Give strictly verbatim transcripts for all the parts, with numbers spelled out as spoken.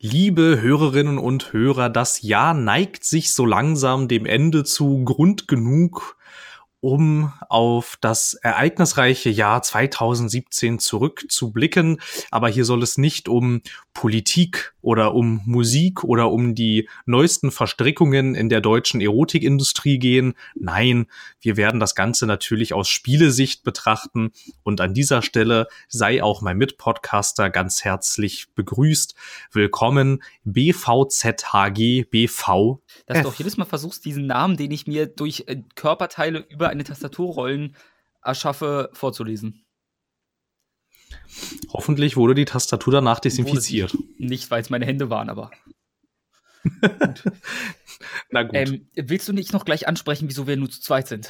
Liebe Hörerinnen und Hörer, das Jahr neigt sich so langsam dem Ende zu. Grund genug, um auf das ereignisreiche Jahr zwanzig siebzehn zurückzublicken. Aber hier soll es nicht um Politik oder um Musik oder um die neuesten Verstrickungen in der deutschen Erotikindustrie gehen. Nein, wir werden das Ganze natürlich aus Spielesicht betrachten. Und an dieser Stelle sei auch mein Mitpodcaster ganz herzlich begrüßt. Willkommen, B V Z H G B V. Dass du auch jedes Mal versuchst, diesen Namen, den ich mir durch äh, Körperteile über eine Tastaturrollen erschaffe, vorzulesen. Hoffentlich wurde die Tastatur danach desinfiziert. Nicht, weil es meine Hände waren, aber. Gut. Na gut. Ähm, willst du nicht noch gleich ansprechen, wieso wir nur zu zweit sind?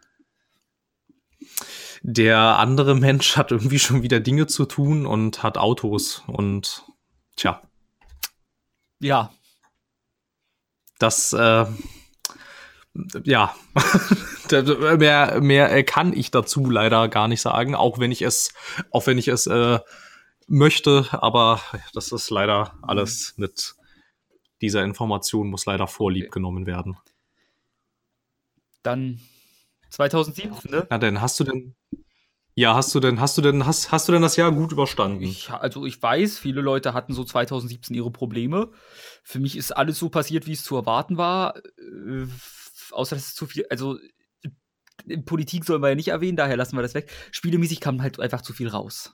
Der andere Mensch hat irgendwie schon wieder Dinge zu tun und hat Autos und tja. Ja. Das, äh, ja, mehr, mehr kann ich dazu leider gar nicht sagen, auch wenn ich es, auch wenn ich es äh, möchte, aber das ist leider alles mit dieser Information muss leider vorlieb okay. genommen werden. Dann zwanzig siebzehn, ne? Na denn, hast du denn, ja, hast du denn, hast du denn, hast, hast du denn das Jahr gut überstanden? Ich, also ich weiß, viele Leute hatten so zwanzig siebzehn ihre Probleme. Für mich ist alles so passiert, wie es zu erwarten war. Äh, außer, dass es zu viel, also Politik soll man ja nicht erwähnen, daher lassen wir das weg. Spielemäßig kam halt einfach zu viel raus.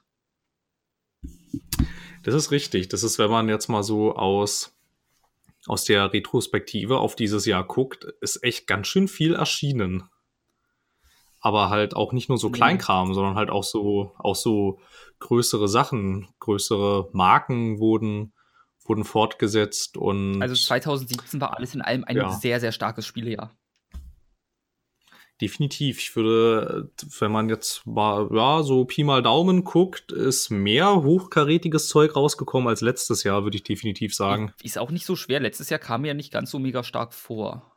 Das ist richtig. Das ist, wenn man jetzt mal so aus, aus der Retrospektive auf dieses Jahr guckt, ist echt ganz schön viel erschienen. Aber halt auch nicht nur so Kleinkram, nee. sondern halt auch so, auch so größere Sachen, größere Marken wurden, wurden fortgesetzt und. Also zwanzig siebzehn war alles in allem ein ja. sehr, sehr starkes Spielejahr. Definitiv. Ich würde, wenn man jetzt mal, ja, so Pi mal Daumen guckt, ist mehr hochkarätiges Zeug rausgekommen als letztes Jahr, würde ich definitiv sagen. Ist auch nicht so schwer. Letztes Jahr kam mir ja nicht ganz so mega stark vor.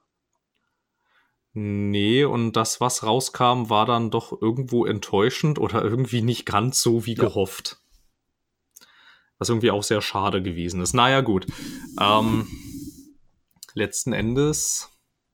Nee, und das, was rauskam, war dann doch irgendwo enttäuschend oder irgendwie nicht ganz so wie ja. gehofft. Was irgendwie auch sehr schade gewesen ist. Naja, gut. Ähm, letzten Endes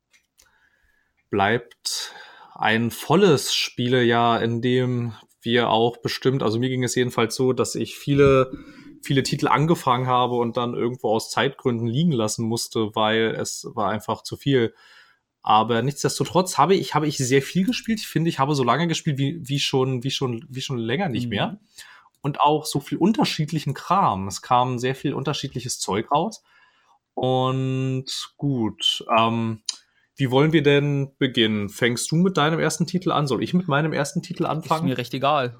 bleibt ein volles Spielejahr, in dem wir auch bestimmt, also mir ging es jedenfalls so, dass ich viele, viele Titel angefangen habe und dann irgendwo aus Zeitgründen liegen lassen musste, weil es war einfach zu viel. Aber nichtsdestotrotz habe ich, habe ich sehr viel gespielt. Ich finde, ich habe so lange gespielt wie, wie schon, wie schon, wie schon länger nicht mehr. Mhm. Und auch so viel unterschiedlichen Kram. Es kam sehr viel unterschiedliches Zeug raus. Und gut, ähm, wie wollen wir denn beginnen? Fängst du mit deinem ersten Titel an? Soll ich mit meinem ersten Titel anfangen? Ist mir recht egal.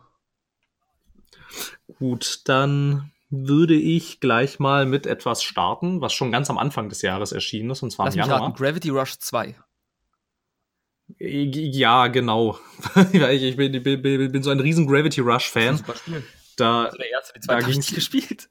Gut, dann würde ich gleich mal mit etwas starten, was schon ganz am Anfang des Jahres erschienen ist, und zwar Lass im mich Januar. raten, Gravity Rush zwei. Ja, genau. ich bin, bin, bin so ein riesen Gravity Rush-Fan. Super Spiel. Da, also der erste, den zweiten habe ich nicht gespielt.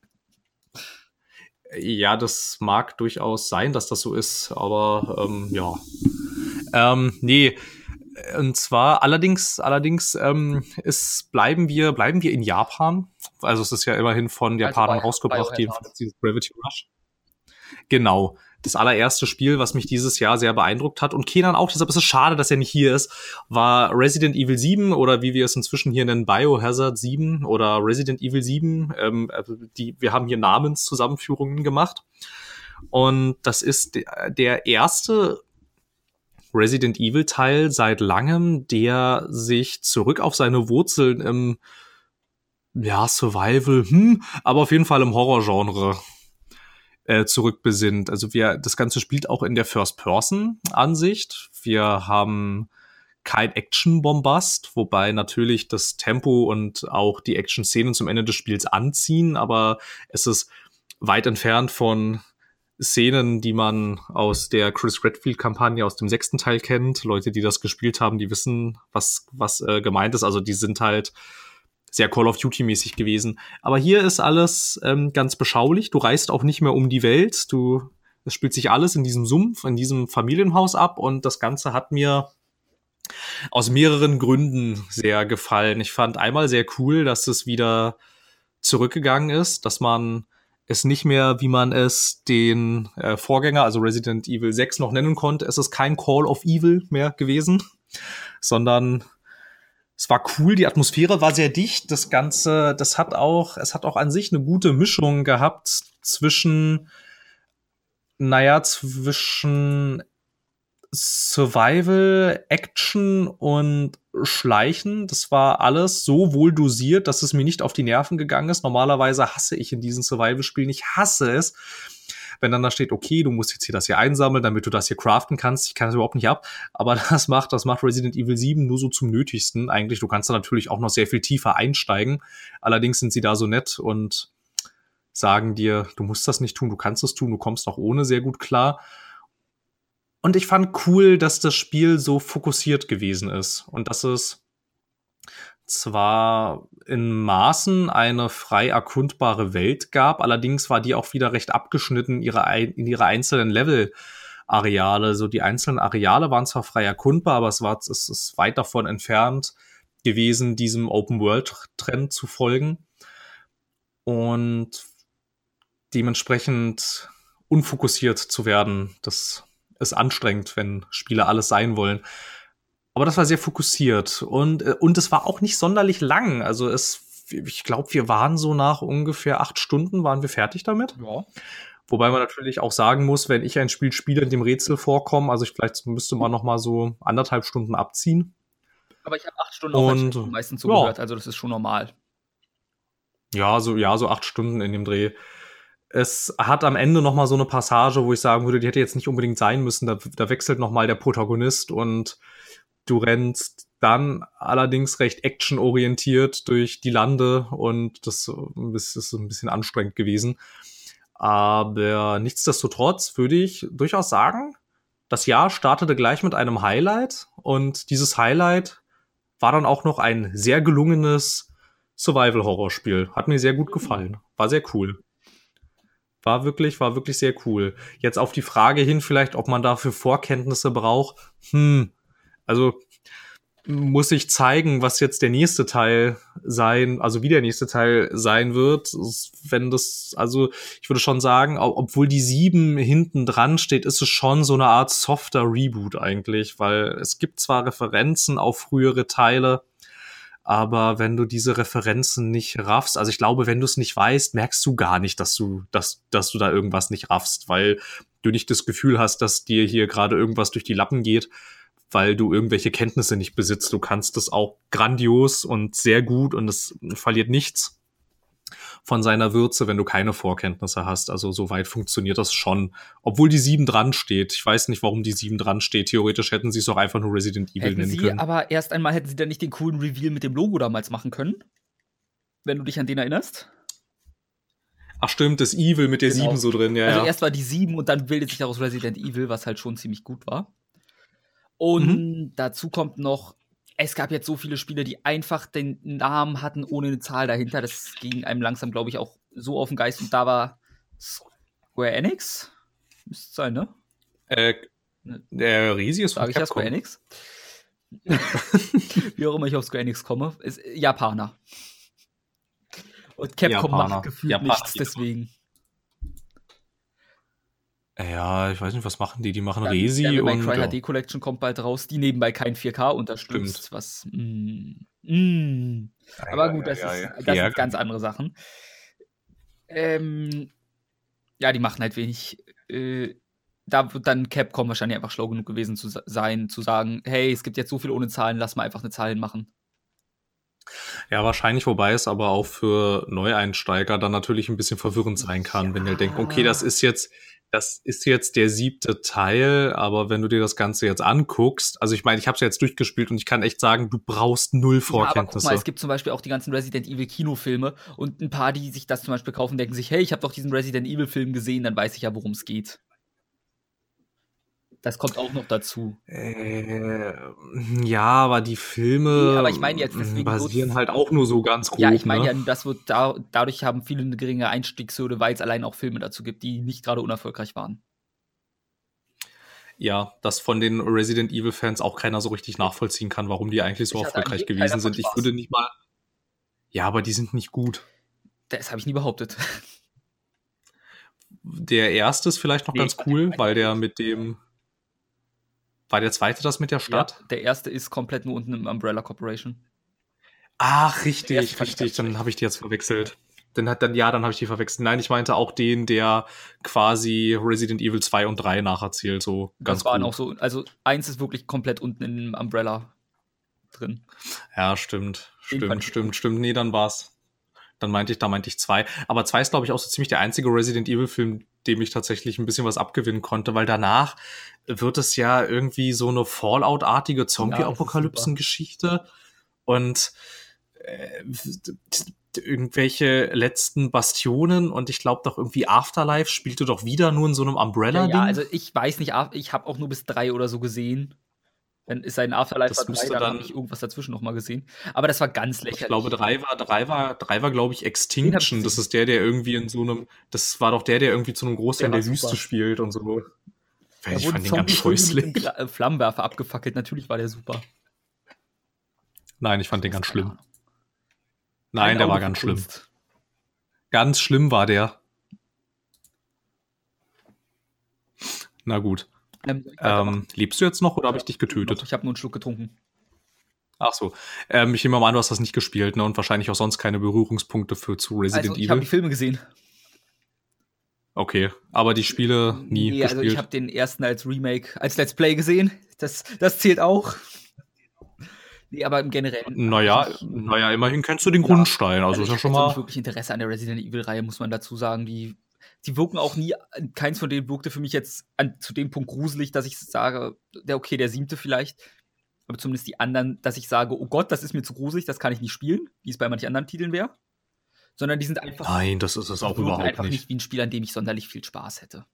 Ja, das mag durchaus sein, dass das so ist, aber ähm, ja. Ähm, nee, und zwar allerdings, allerdings ähm, ist, bleiben wir, bleiben wir in Japan. Also es ist ja immerhin von Japanern also rausgebracht, jedenfalls dieses Gravity Rush. Genau. Das allererste Spiel, was mich dieses Jahr sehr beeindruckt hat und Kenan auch, deshalb ist es schade, dass er nicht hier ist, war Resident Evil sieben oder wie wir es inzwischen hier nennen, Biohazard sieben oder Resident Evil sieben. Ähm, die, wir haben hier Namenszusammenführungen gemacht und das ist der erste Resident Evil Teil seit langem, der sich zurück auf seine Wurzeln im ja, Survival, hm, aber auf jeden Fall im Horrorgenre Äh, zurückbesinnt. Also wir, das Ganze spielt auch in der First-Person-Ansicht. Wir haben kein Action-Bombast, wobei natürlich das Tempo und auch die Action-Szenen zum Ende des Spiels anziehen, aber es ist weit entfernt von Szenen, die man aus der Chris Redfield-Kampagne aus dem sechsten Teil kennt. Leute, die das gespielt haben, die wissen, was, was äh, gemeint ist. Also die sind halt sehr Call of Duty-mäßig gewesen. Aber hier ist alles ähm, ganz beschaulich. Du reist auch nicht mehr um die Welt. Du, es spielt sich alles in diesem Sumpf, in diesem Familienhaus ab. Und das Ganze hat mir aus mehreren Gründen sehr gefallen. Ich fand einmal sehr cool, dass es wieder zurückgegangen ist, dass man ist nicht mehr, wie man es den äh, Vorgänger, also Resident Evil sechs, noch nennen konnte. Es ist kein Call of Evil mehr gewesen, sondern es war cool, die Atmosphäre war sehr dicht. Das Ganze, das hat auch, es hat auch an sich eine gute Mischung gehabt zwischen, naja, zwischen Survival, Action und Schleichen. Das war alles so wohl dosiert, dass es mir nicht auf die Nerven gegangen ist. Normalerweise hasse ich in diesen Survival-Spielen, ich hasse es, wenn dann da steht, okay, du musst jetzt hier das hier einsammeln, damit du das hier craften kannst. Ich kann das überhaupt nicht ab. Aber das macht, das macht Resident Evil sieben nur so zum Nötigsten. Eigentlich, du kannst da natürlich auch noch sehr viel tiefer einsteigen. Allerdings sind sie da so nett und sagen dir, du musst das nicht tun, du kannst es tun, du kommst auch ohne sehr gut klar. Und ich fand cool, dass das Spiel so fokussiert gewesen ist und dass es zwar in Maßen eine frei erkundbare Welt gab, allerdings war die auch wieder recht abgeschnitten ihre, in ihre einzelnen Level-Areale. So die einzelnen Areale waren zwar frei erkundbar, aber es war es ist weit davon entfernt gewesen, diesem Open-World-Trend zu folgen. Und dementsprechend unfokussiert zu werden, das ist anstrengend, wenn Spiele alles sein wollen. Aber das war sehr fokussiert und und es war auch nicht sonderlich lang. Also es, ich glaube, wir waren so nach ungefähr acht Stunden waren wir fertig damit. Ja. Wobei man natürlich auch sagen muss, wenn ich ein Spiel spiele, in dem Rätsel vorkommen, also ich vielleicht müsste man noch mal so anderthalb Stunden abziehen. Aber ich habe acht Stunden auch und, meistens so ja. gehört, also das ist schon normal. Ja, so ja, so acht Stunden in dem Dreh. Es hat am Ende noch mal so eine Passage, wo ich sagen würde, die hätte jetzt nicht unbedingt sein müssen. Da, da wechselt noch mal der Protagonist und du rennst dann allerdings recht actionorientiert durch die Lande und das ist ein bisschen anstrengend gewesen. Aber nichtsdestotrotz würde ich durchaus sagen, das Jahr startete gleich mit einem Highlight und dieses Highlight war dann auch noch ein sehr gelungenes Survival-Horror-Spiel. Hat mir sehr gut gefallen. War sehr cool. War wirklich, war wirklich sehr cool. Jetzt auf die Frage hin vielleicht, ob man dafür Vorkenntnisse braucht. Hm, also muss ich zeigen, was jetzt der nächste Teil sein, also wie der nächste Teil sein wird. Wenn das, also ich würde schon sagen, obwohl die sieben hinten dran steht, ist es schon so eine Art softer Reboot eigentlich, weil es gibt zwar Referenzen auf frühere Teile, aber wenn du diese Referenzen nicht raffst, also ich glaube, wenn du es nicht weißt, merkst du gar nicht, dass du, dass, dass du da irgendwas nicht raffst, weil du nicht das Gefühl hast, dass dir hier gerade irgendwas durch die Lappen geht, weil du irgendwelche Kenntnisse nicht besitzt. Du kannst das auch grandios und sehr gut und es verliert nichts von seiner Würze, wenn du keine Vorkenntnisse hast. Also soweit funktioniert das schon. Obwohl die sieben dran steht. Ich weiß nicht, warum die sieben dran steht. Theoretisch hätten sie es auch einfach nur Resident Evil hätten nennen sie, können. Aber erst einmal hätten sie dann nicht den coolen Reveal mit dem Logo damals machen können. Wenn du dich an den erinnerst. Ach stimmt, das Evil mit der genau. sieben so drin. Ja, also ja. erst war die sieben und dann bildet sich daraus Resident Evil, was halt schon ziemlich gut war. Und mhm. dazu kommt noch, es gab jetzt so viele Spiele, die einfach den Namen hatten, ohne eine Zahl dahinter. Das ging einem langsam, glaube ich, auch so auf den Geist. Und da war Square Enix. Müsste es sein, ne? Äh, der Risi ist von Capcom. Sag ich ja Square Enix? Wie auch immer ich auf Square Enix komme. Ist Japaner. Und Capcom Japaner. macht gefühlt Japaner, nichts, deswegen. Ja, ich weiß nicht, was machen die? Die machen Dann Resi Devil und... May Cry ja. H D Collection kommt bald raus, die nebenbei kein vier K unterstützt, Stimmt. was... Mm, mm. Ja, Aber gut, das, ja, ja, ist, das ja, sind ganz andere Sachen. Ähm, ja, die machen halt wenig. Äh, da wird dann Capcom wahrscheinlich einfach schlau genug gewesen zu sein, zu sagen, hey, es gibt jetzt so viel ohne Zahlen, lass mal einfach eine Zahl hinmachen. Ja, wahrscheinlich, wobei es aber auch für Neueinsteiger dann natürlich ein bisschen verwirrend sein kann, ja. wenn ihr denkt, okay, das ist jetzt... Das ist jetzt der siebte Teil, aber wenn du dir das Ganze jetzt anguckst, also ich meine, ich habe es jetzt durchgespielt und ich kann echt sagen, du brauchst null Vorkenntnisse. Ja, aber guck mal, es gibt zum Beispiel auch die ganzen Resident Evil Kinofilme und ein paar, die sich das zum Beispiel kaufen, denken sich, hey, ich habe doch diesen Resident Evil Film gesehen, dann weiß ich ja, worum es geht. Das kommt auch noch dazu. Äh, ja, aber die Filme nee, aber ich mein jetzt, basieren halt auch nur so ganz grob. Ja, ich meine ne? ja, das wird da, dadurch haben viele eine geringe Einstiegshürde, weil es allein auch Filme dazu gibt, die nicht gerade unerfolgreich waren. Ja, dass von den Resident Evil Fans auch keiner so richtig nachvollziehen kann, warum die eigentlich so ich erfolgreich gewesen sind. Ich würde nicht mal... Ja, aber die sind nicht gut. Das habe ich nie behauptet. der erste ist vielleicht noch Nee, ganz cool, weil der mit dem. War der zweite das mit der Ja, Stadt? der erste ist komplett nur unten im Umbrella Corporation. Ach, Der richtig, erste fand ich richtig. ganz Dann schlecht. habe ich die jetzt verwechselt. Dann hat dann, ja, dann habe ich die verwechselt. Nein, ich meinte auch den, der quasi Resident Evil zwei und drei nacherzählt, so ganz Das waren grob. auch so, also eins ist wirklich komplett unten im Umbrella drin. Ja, stimmt, Den fand stimmt, ich stimmt, gut. stimmt. Nee, dann war's. Dann meinte ich, da meinte ich zwei. Aber zwei ist, glaube ich, auch so ziemlich der einzige Resident Evil-Film, dem ich tatsächlich ein bisschen was abgewinnen konnte, weil danach wird es ja irgendwie so eine Fallout-artige Zombie-Apokalypsen-Geschichte und äh, irgendwelche letzten Bastionen und ich glaube doch irgendwie Afterlife spielte doch wieder nur in so einem Ja, Umbrella-Ding. ja, also ich weiß nicht, Af- ich habe auch nur bis drei oder so gesehen. Wenn es ein Afterlife war Das drei, müsste dann dann- habe ich irgendwas dazwischen noch mal gesehen. Aber das war ganz lächerlich. Ich glaube, drei war, drei war, drei war, glaube ich, Den hab Extinction. ich Das gesehen. ist der, der irgendwie in so einem, das war doch der, der irgendwie zu einem Großteil in Der der war Wüste super. spielt und so. Da Ich wurden fand den ganz Zombies irgendwie mit einem scheußlich. Gra- äh, Flammenwerfer abgefackelt. Natürlich war der super. Nein, ich fand den ganz Keine schlimm. Ahnung. Nein, Kein der war Auge für ganz schlimm. Kunst. Ganz schlimm war der. Na gut. Ähm, soll ich weitermachen? Ähm, lebst du jetzt noch oder habe ich dich getötet? Ich habe nur einen Schluck getrunken. Ach so. Ähm, ich nehme mal an, du hast das nicht gespielt, ne? Und wahrscheinlich auch sonst keine Berührungspunkte für zu Resident Also ich habe Evil. die Filme gesehen. Okay, aber die Spiele nie Nee, also gespielt. ich habe den ersten als Remake, als Let's Play gesehen. Das, das zählt auch. Nee, aber im Generellen. naja, hab ich- naja, immerhin kennst du den Ja, Grundstein. Also, Also ist ich ja schon hatte auch nicht mal. wirklich Interesse an der Resident Evil-Reihe, muss man dazu sagen. Die, die wirken auch nie, keins von denen wirkte für mich jetzt an, zu dem Punkt gruselig, dass ich sage, der okay, der siebte vielleicht. Aber zumindest die anderen, dass ich sage, oh Gott, das ist mir zu gruselig, das kann ich nicht spielen, wie es bei manchen anderen Titeln wäre. Sondern die sind einfach, Nein, das ist es auch wirken überhaupt einfach nicht. nicht wie ein Spiel, an dem ich sonderlich viel Spaß hätte.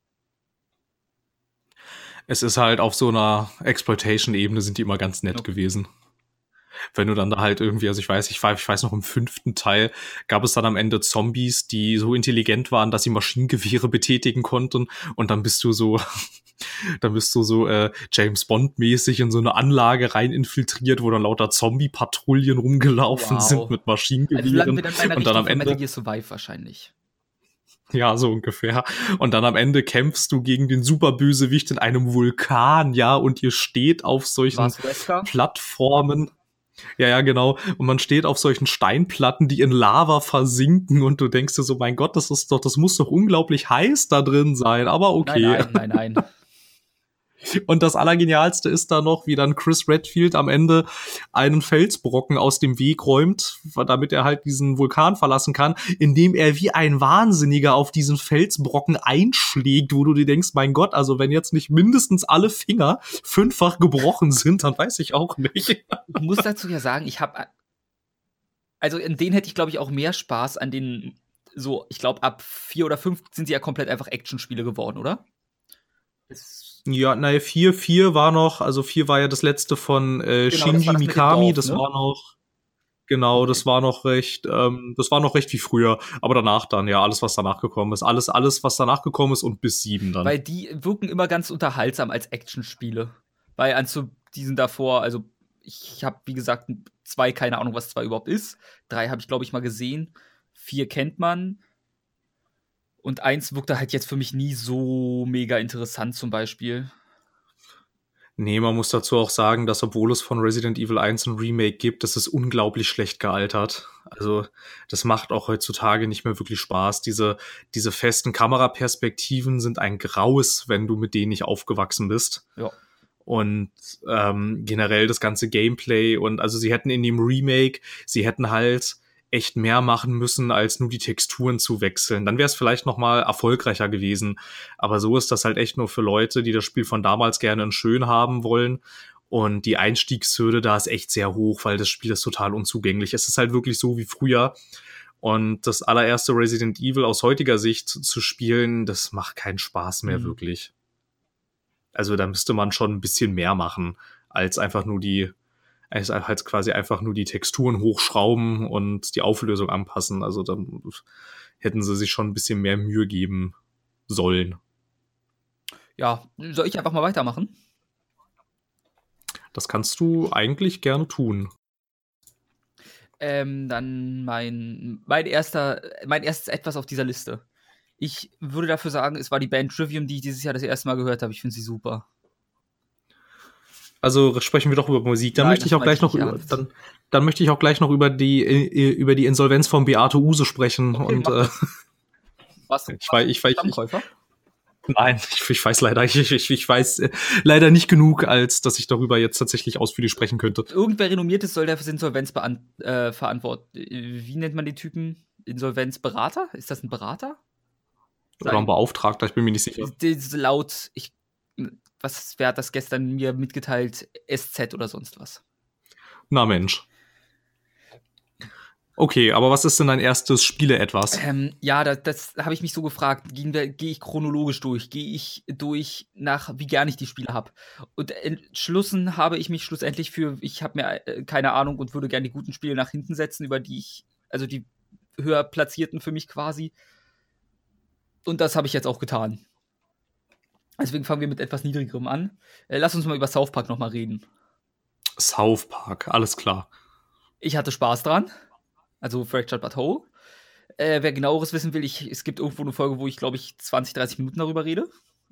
Es ist halt auf so einer Exploitation-Ebene sind die immer ganz nett Ja. gewesen. Wenn du dann da halt irgendwie, also ich weiß, ich weiß, ich weiß noch, im fünften Teil gab es dann am Ende Zombies, die so intelligent waren, dass sie Maschinengewehre betätigen konnten und dann bist du so, dann bist du so äh, James Bond-mäßig in so eine Anlage rein infiltriert, wo dann lauter Zombie-Patrouillen rumgelaufen Wow. sind mit Also landen Maschinengewehren wir dann bei einer und dann Richtung am von Metal Ende, Gear Survive wahrscheinlich. ja, so ungefähr. Und dann am Ende kämpfst du gegen den Superbösewicht in einem Vulkan, ja, und ihr steht auf solchen War's Wesker? Plattformen. Ja, ja, genau. Und man steht auf solchen Steinplatten, die in Lava versinken und du denkst dir so, mein Gott, das ist doch, das muss doch unglaublich heiß da drin sein, aber okay. Nein, nein, nein, nein. Und das Allergenialste ist da noch, wie dann Chris Redfield am Ende einen Felsbrocken aus dem Weg räumt, damit er halt diesen Vulkan verlassen kann, indem er wie ein Wahnsinniger auf diesen Felsbrocken einschlägt, wo du dir denkst, mein Gott, also wenn jetzt nicht mindestens alle Finger fünffach gebrochen sind, dann weiß ich auch nicht. Ich muss dazu ja sagen, ich habe, also in denen hätte ich, glaube ich, auch mehr Spaß an den, so, ich glaube, ab vier oder fünf sind sie ja komplett einfach Actionspiele geworden, oder? Das, Ja, naja, vier, vier war noch, also vier war ja das letzte von äh, Genau, das war Shinji das mit dem Mikami, Dorf, das ne? war noch, genau, das war noch recht, ähm, das war noch recht wie früher, aber danach dann, ja, alles, was danach gekommen ist, alles, alles, was danach gekommen ist und bis sieben dann. Weil die wirken immer ganz unterhaltsam als Actionspiele. Weil an zu diesen davor, also ich habe, wie gesagt, zwei, keine Ahnung, was zwei überhaupt ist. Drei habe ich, glaube ich, mal gesehen. Vier kennt man. Und eins wirkte halt jetzt für mich nie so mega interessant zum Beispiel. Nee, man muss dazu auch sagen, dass obwohl es von Resident Evil eins ein Remake gibt, das ist unglaublich schlecht gealtert. Also das macht auch heutzutage nicht mehr wirklich Spaß. Diese, diese festen Kameraperspektiven sind ein Graues, wenn du mit denen nicht aufgewachsen bist. Ja. Und ähm, generell das ganze Gameplay und also sie hätten in dem Remake, sie hätten halt echt mehr machen müssen, als nur die Texturen zu wechseln. Dann wäre es vielleicht noch mal erfolgreicher gewesen. Aber so ist das halt echt nur für Leute, die das Spiel von damals gerne in schön haben wollen. Und die Einstiegshürde da ist echt sehr hoch, weil das Spiel ist total unzugänglich. Es ist halt wirklich so wie früher. Und das allererste Resident Evil aus heutiger Sicht zu spielen, das macht keinen Spaß mehr Mhm. wirklich. Also da müsste man schon ein bisschen mehr machen, als einfach nur die also halt quasi einfach nur die Texturen hochschrauben und die Auflösung anpassen. Also dann hätten sie sich schon ein bisschen mehr Mühe geben sollen. Ja, soll ich einfach mal weitermachen? Das kannst du eigentlich gerne tun. Ähm, dann mein, mein erster, mein erstes Etwas auf dieser Liste Ich würde dafür sagen, es war die Band Trivium, die ich dieses Jahr das erste Mal gehört habe. Ich finde sie super. Also sprechen wir doch über Musik. Dann Nein, möchte ich das auch gleich meinte noch ich über, ernst. dann, dann möchte ich auch gleich noch über die äh, über die Insolvenz von Beate Uhse sprechen. Okay, und mach äh, das. Warst du, ich weiß, ich weiß, ich, Stammkäufer? nein, ich, ich weiß leider, ich, ich, ich weiß äh, leider nicht genug, als dass ich darüber jetzt tatsächlich ausführlich sprechen könnte. Irgendwer Renommiertes soll dafür Insolvenz bean äh, verantworten. Wie nennt man den Typen? Insolvenzberater? Ist das ein Berater? Oder ein Beauftragter, ich bin mir nicht sicher. Das ist laut, ich, was, wer hat das gestern mir mitgeteilt? S Z oder sonst was. Na Mensch. Okay, aber was ist denn dein erstes Spiele-Etwas? Ähm, ja, das, das habe ich mich so gefragt. Gehe ich chronologisch durch? Gehe ich durch nach, wie gern ich die Spiele habe? Und entschlossen habe ich mich schlussendlich für, ich habe mir äh, keine Ahnung und würde gerne die guten Spiele nach hinten setzen, über die ich, also die höher platzierten für mich quasi. Und das habe ich jetzt auch getan. Deswegen fangen wir mit etwas Niedrigerem an. Äh, lass uns mal über South Park nochmal reden. South Park, alles klar. Ich hatte Spaß dran. Also Fractured But Whole. Äh, wer genaueres wissen will, ich, es gibt irgendwo eine Folge, wo ich, glaube ich, zwanzig, dreißig Minuten darüber rede.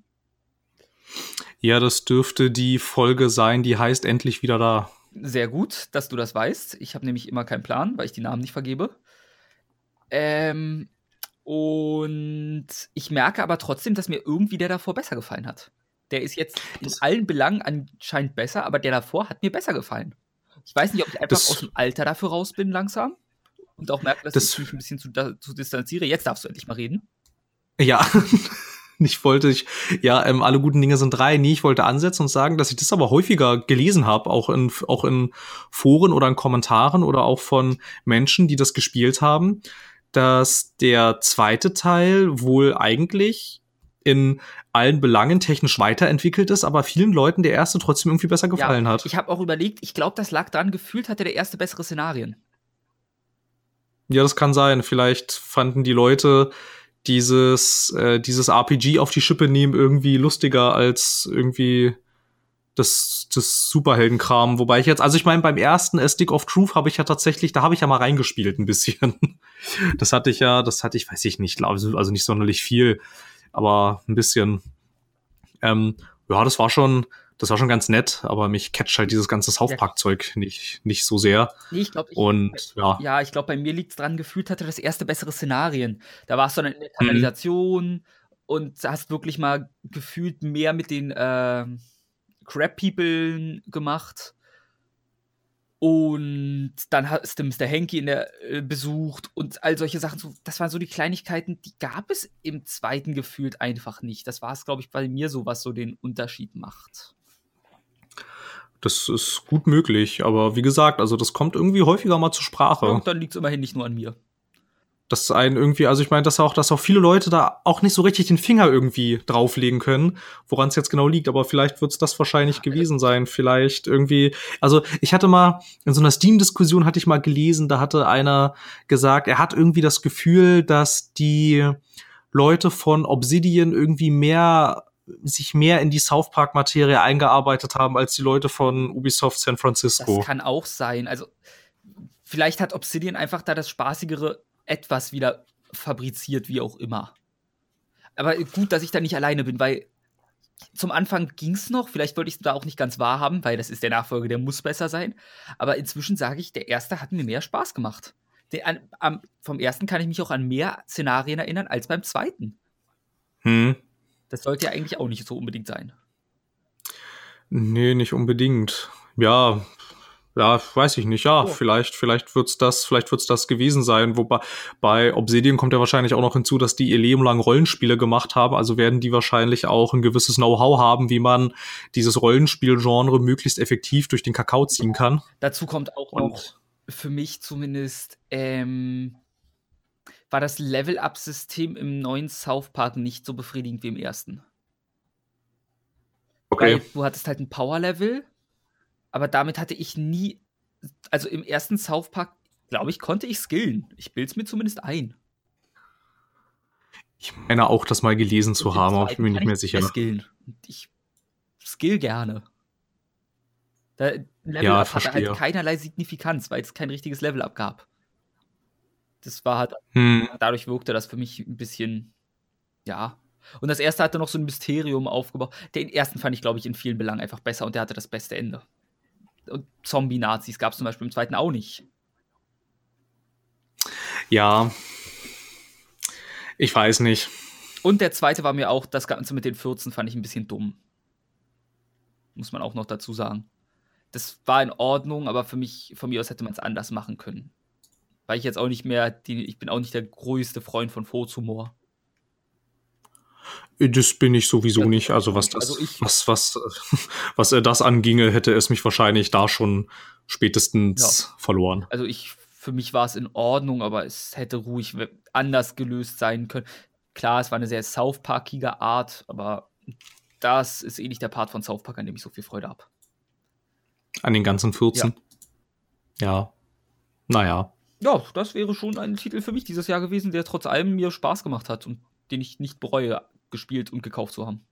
Ja, das dürfte die Folge sein, die heißt Endlich wieder da. Sehr gut, dass du das weißt. Ich habe nämlich immer keinen Plan, weil ich die Namen nicht vergebe. Ähm, und ich merke aber trotzdem, dass mir irgendwie der davor besser gefallen hat. Der ist jetzt in Das- allen Belangen anscheinend besser, aber der davor hat mir besser gefallen. Ich weiß nicht, ob ich einfach Das- aus dem Alter dafür raus bin langsam und auch merke, dass Das- ich mich ein bisschen zu, da, zu distanziere. Jetzt darfst du endlich mal reden. Ja, ich wollte, ich, ja, ähm, alle guten Dinge sind drei. Nee, ich wollte ansetzen und sagen, dass ich das aber häufiger gelesen habe, auch in, auch in Foren oder in Kommentaren oder auch von Menschen, die das gespielt haben, dass der zweite Teil wohl eigentlich in allen Belangen technisch weiterentwickelt ist, aber vielen Leuten der erste trotzdem irgendwie besser gefallen ja, hat. Ich habe auch überlegt, ich glaube, das lag daran, gefühlt hatte der erste bessere Szenarien. Ja, das kann sein. Vielleicht fanden die Leute dieses, äh, dieses R P G auf die Schippe nehmen irgendwie lustiger als irgendwie das, das Superheldenkram. Wobei ich jetzt, also ich meine, beim ersten A Stick of Truth habe ich ja tatsächlich, da habe ich ja mal reingespielt ein bisschen. Das hatte ich ja, das hatte ich, weiß ich nicht, glaube also nicht sonderlich viel, aber ein bisschen. Ähm, ja, das war schon, das war schon ganz nett, aber mich catcht halt dieses ganze South Park-Zeug nicht, nicht so sehr. Nee, ich glaube, Und ja. Ja, ich glaube, bei mir liegt es dran, gefühlt hatte das erste bessere Szenarien. Da warst du dann in der Kanalisation mhm. und hast wirklich mal gefühlt mehr mit den äh, Crab-People gemacht. Und dann hast du Mister Hanky in der äh, besucht und all solche Sachen. So, das waren so die Kleinigkeiten, die gab es im zweiten gefühlt einfach nicht. Das war es, glaube ich, bei mir so, was so den Unterschied macht. Das ist gut möglich, aber wie gesagt, also das kommt irgendwie häufiger mal zur Sprache. Ja, und dann liegt es immerhin nicht nur an mir. Das einen irgendwie, also ich meine, dass auch, dass auch viele Leute da auch nicht so richtig den Finger irgendwie drauflegen können, woran es jetzt genau liegt, aber vielleicht wird es das wahrscheinlich gewesen sein. Vielleicht irgendwie, also ich hatte mal, in so einer Steam-Diskussion hatte ich mal gelesen, da hatte einer gesagt, er hat irgendwie das Gefühl, dass die Leute von Obsidian irgendwie mehr sich mehr in die South Park-Materie eingearbeitet haben als die Leute von Ubisoft San Francisco. Das kann auch sein. Also vielleicht hat Obsidian einfach da das spaßigere Etwas wieder fabriziert, wie auch immer. Aber gut, dass ich da nicht alleine bin, weil zum Anfang ging's noch. Vielleicht wollte ich es da auch nicht ganz wahrhaben, weil das ist der Nachfolger, der muss besser sein. Aber inzwischen sage ich, der erste hat mir mehr Spaß gemacht. Der, an, am, vom ersten kann ich mich auch an mehr Szenarien erinnern als beim zweiten. Hm. Das sollte ja eigentlich auch nicht so unbedingt sein. Nee, nicht unbedingt. Ja, ja, weiß ich nicht. Ja, Oh. vielleicht, vielleicht wird's das, vielleicht wird's das gewesen sein. Wobei bei Obsidian kommt ja wahrscheinlich auch noch hinzu, dass die ihr Leben lang Rollenspiele gemacht haben. Also werden die wahrscheinlich auch ein gewisses Know-how haben, wie man dieses Rollenspielgenre möglichst effektiv durch den Kakao ziehen kann. Dazu kommt auch Und noch für mich zumindest ähm, war das Level-Up-System im neuen South Park nicht so befriedigend wie im ersten. okay. Weil du hattest halt ein Power-Level, aber damit hatte ich nie, also im ersten South Park, glaube ich, konnte ich skillen. Ich bild's mir zumindest ein. Ich meine auch, das mal gelesen zu Und im haben, aber ich zweiten bin mir kann nicht mehr ich sicher. skillen. Und ich skill gerne. Da, Level-Up Ja, hatte verstehe. halt keinerlei Signifikanz, weil es kein richtiges Level-Up gab. Das war halt, Hm. dadurch wirkte das für mich ein bisschen Ja. Und das erste hatte noch so ein Mysterium aufgebaut. Den ersten fand ich, glaube ich, in vielen Belangen einfach besser und der hatte das beste Ende. Und Zombie-Nazis gab es zum Beispiel im zweiten auch nicht. Ja, ich weiß nicht. Und der zweite war mir auch, das Ganze mit den vierzehn fand ich ein bisschen dumm. Muss man auch noch dazu sagen. Das war in Ordnung, aber für mich, von mir aus hätte man es anders machen können. Weil ich jetzt auch nicht mehr, die, ich bin auch nicht der größte Freund von Furzhumor. Das bin ich sowieso Ja, nicht. Also was das, also ich- was, was, was äh, das anginge, hätte es mich wahrscheinlich da schon spätestens verloren. Also ich, für mich war es in Ordnung, aber es hätte ruhig we- anders gelöst sein können. Klar, es war eine sehr South Parkige Art, aber das ist eh nicht der Part von South Park, an dem ich so viel Freude habe. An den ganzen vierzehn. Ja. Naja. Ja, das wäre schon ein Titel für mich dieses Jahr gewesen, der trotz allem mir Spaß gemacht hat und den ich nicht bereue, gespielt und gekauft zu haben.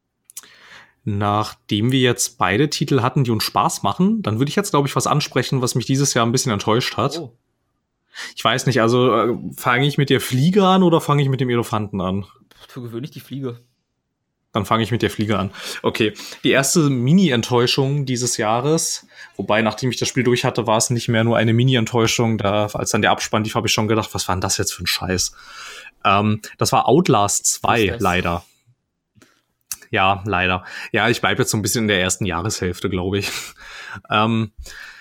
Nachdem wir jetzt beide Titel hatten, die uns Spaß machen, dann würde ich jetzt, glaube ich, was ansprechen, was mich dieses Jahr ein bisschen enttäuscht hat. Oh. Ich weiß nicht, also äh, fange ich mit der Fliege an oder fange ich mit dem Elefanten an? Für gewöhnlich die Fliege. Dann fange ich mit der Fliege an. Okay, die erste Mini-Enttäuschung dieses Jahres, wobei, nachdem ich das Spiel durch hatte, war es nicht mehr nur eine Mini-Enttäuschung. Da, als dann der Abspann lief, habe ich schon gedacht, was war denn das jetzt für ein Scheiß? Ähm, das war Outlast zwei, leider. Ja, leider. Ja, ich bleibe jetzt so ein bisschen in der ersten Jahreshälfte, glaube ich. ähm,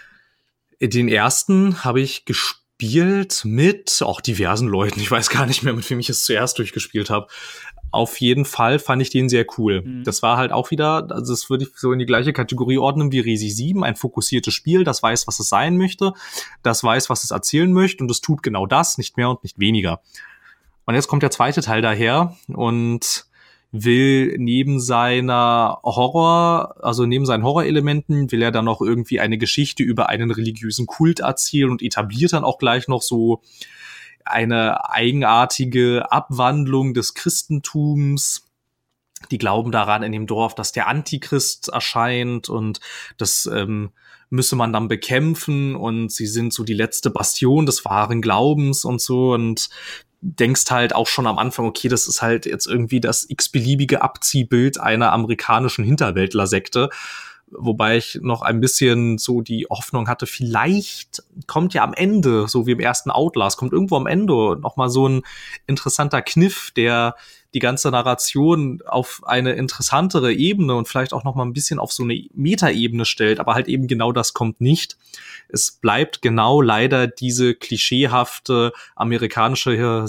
den ersten habe ich gespielt mit auch diversen Leuten. Ich weiß gar nicht mehr, mit wem ich es zuerst durchgespielt habe. Auf jeden Fall fand ich den sehr cool. Mhm. Das war halt auch wieder, also das würde ich so in die gleiche Kategorie ordnen wie Resi sieben, ein fokussiertes Spiel, das weiß, was es sein möchte, das weiß, was es erzählen möchte und es tut genau das, nicht mehr und nicht weniger. Und jetzt kommt der zweite Teil daher und will neben seiner Horror, also neben seinen Horrorelementen, will er dann noch irgendwie eine Geschichte über einen religiösen Kult erzählen und etabliert dann auch gleich noch so eine eigenartige Abwandlung des Christentums. Die glauben daran in dem Dorf, dass der Antichrist erscheint und das ähm, müsse man dann bekämpfen und sie sind so die letzte Bastion des wahren Glaubens und so und denkst halt auch schon am Anfang, okay, das ist halt jetzt irgendwie das x-beliebige Abziehbild einer amerikanischen Hinterwäldler-Sekte. Wobei ich noch ein bisschen so die Hoffnung hatte, vielleicht kommt ja am Ende, so wie im ersten Outlast, kommt irgendwo am Ende noch mal so ein interessanter Kniff, der die ganze Narration auf eine interessantere Ebene und vielleicht auch noch mal ein bisschen auf so eine Metaebene stellt, aber halt eben genau das kommt nicht. Es bleibt genau leider diese klischeehafte amerikanische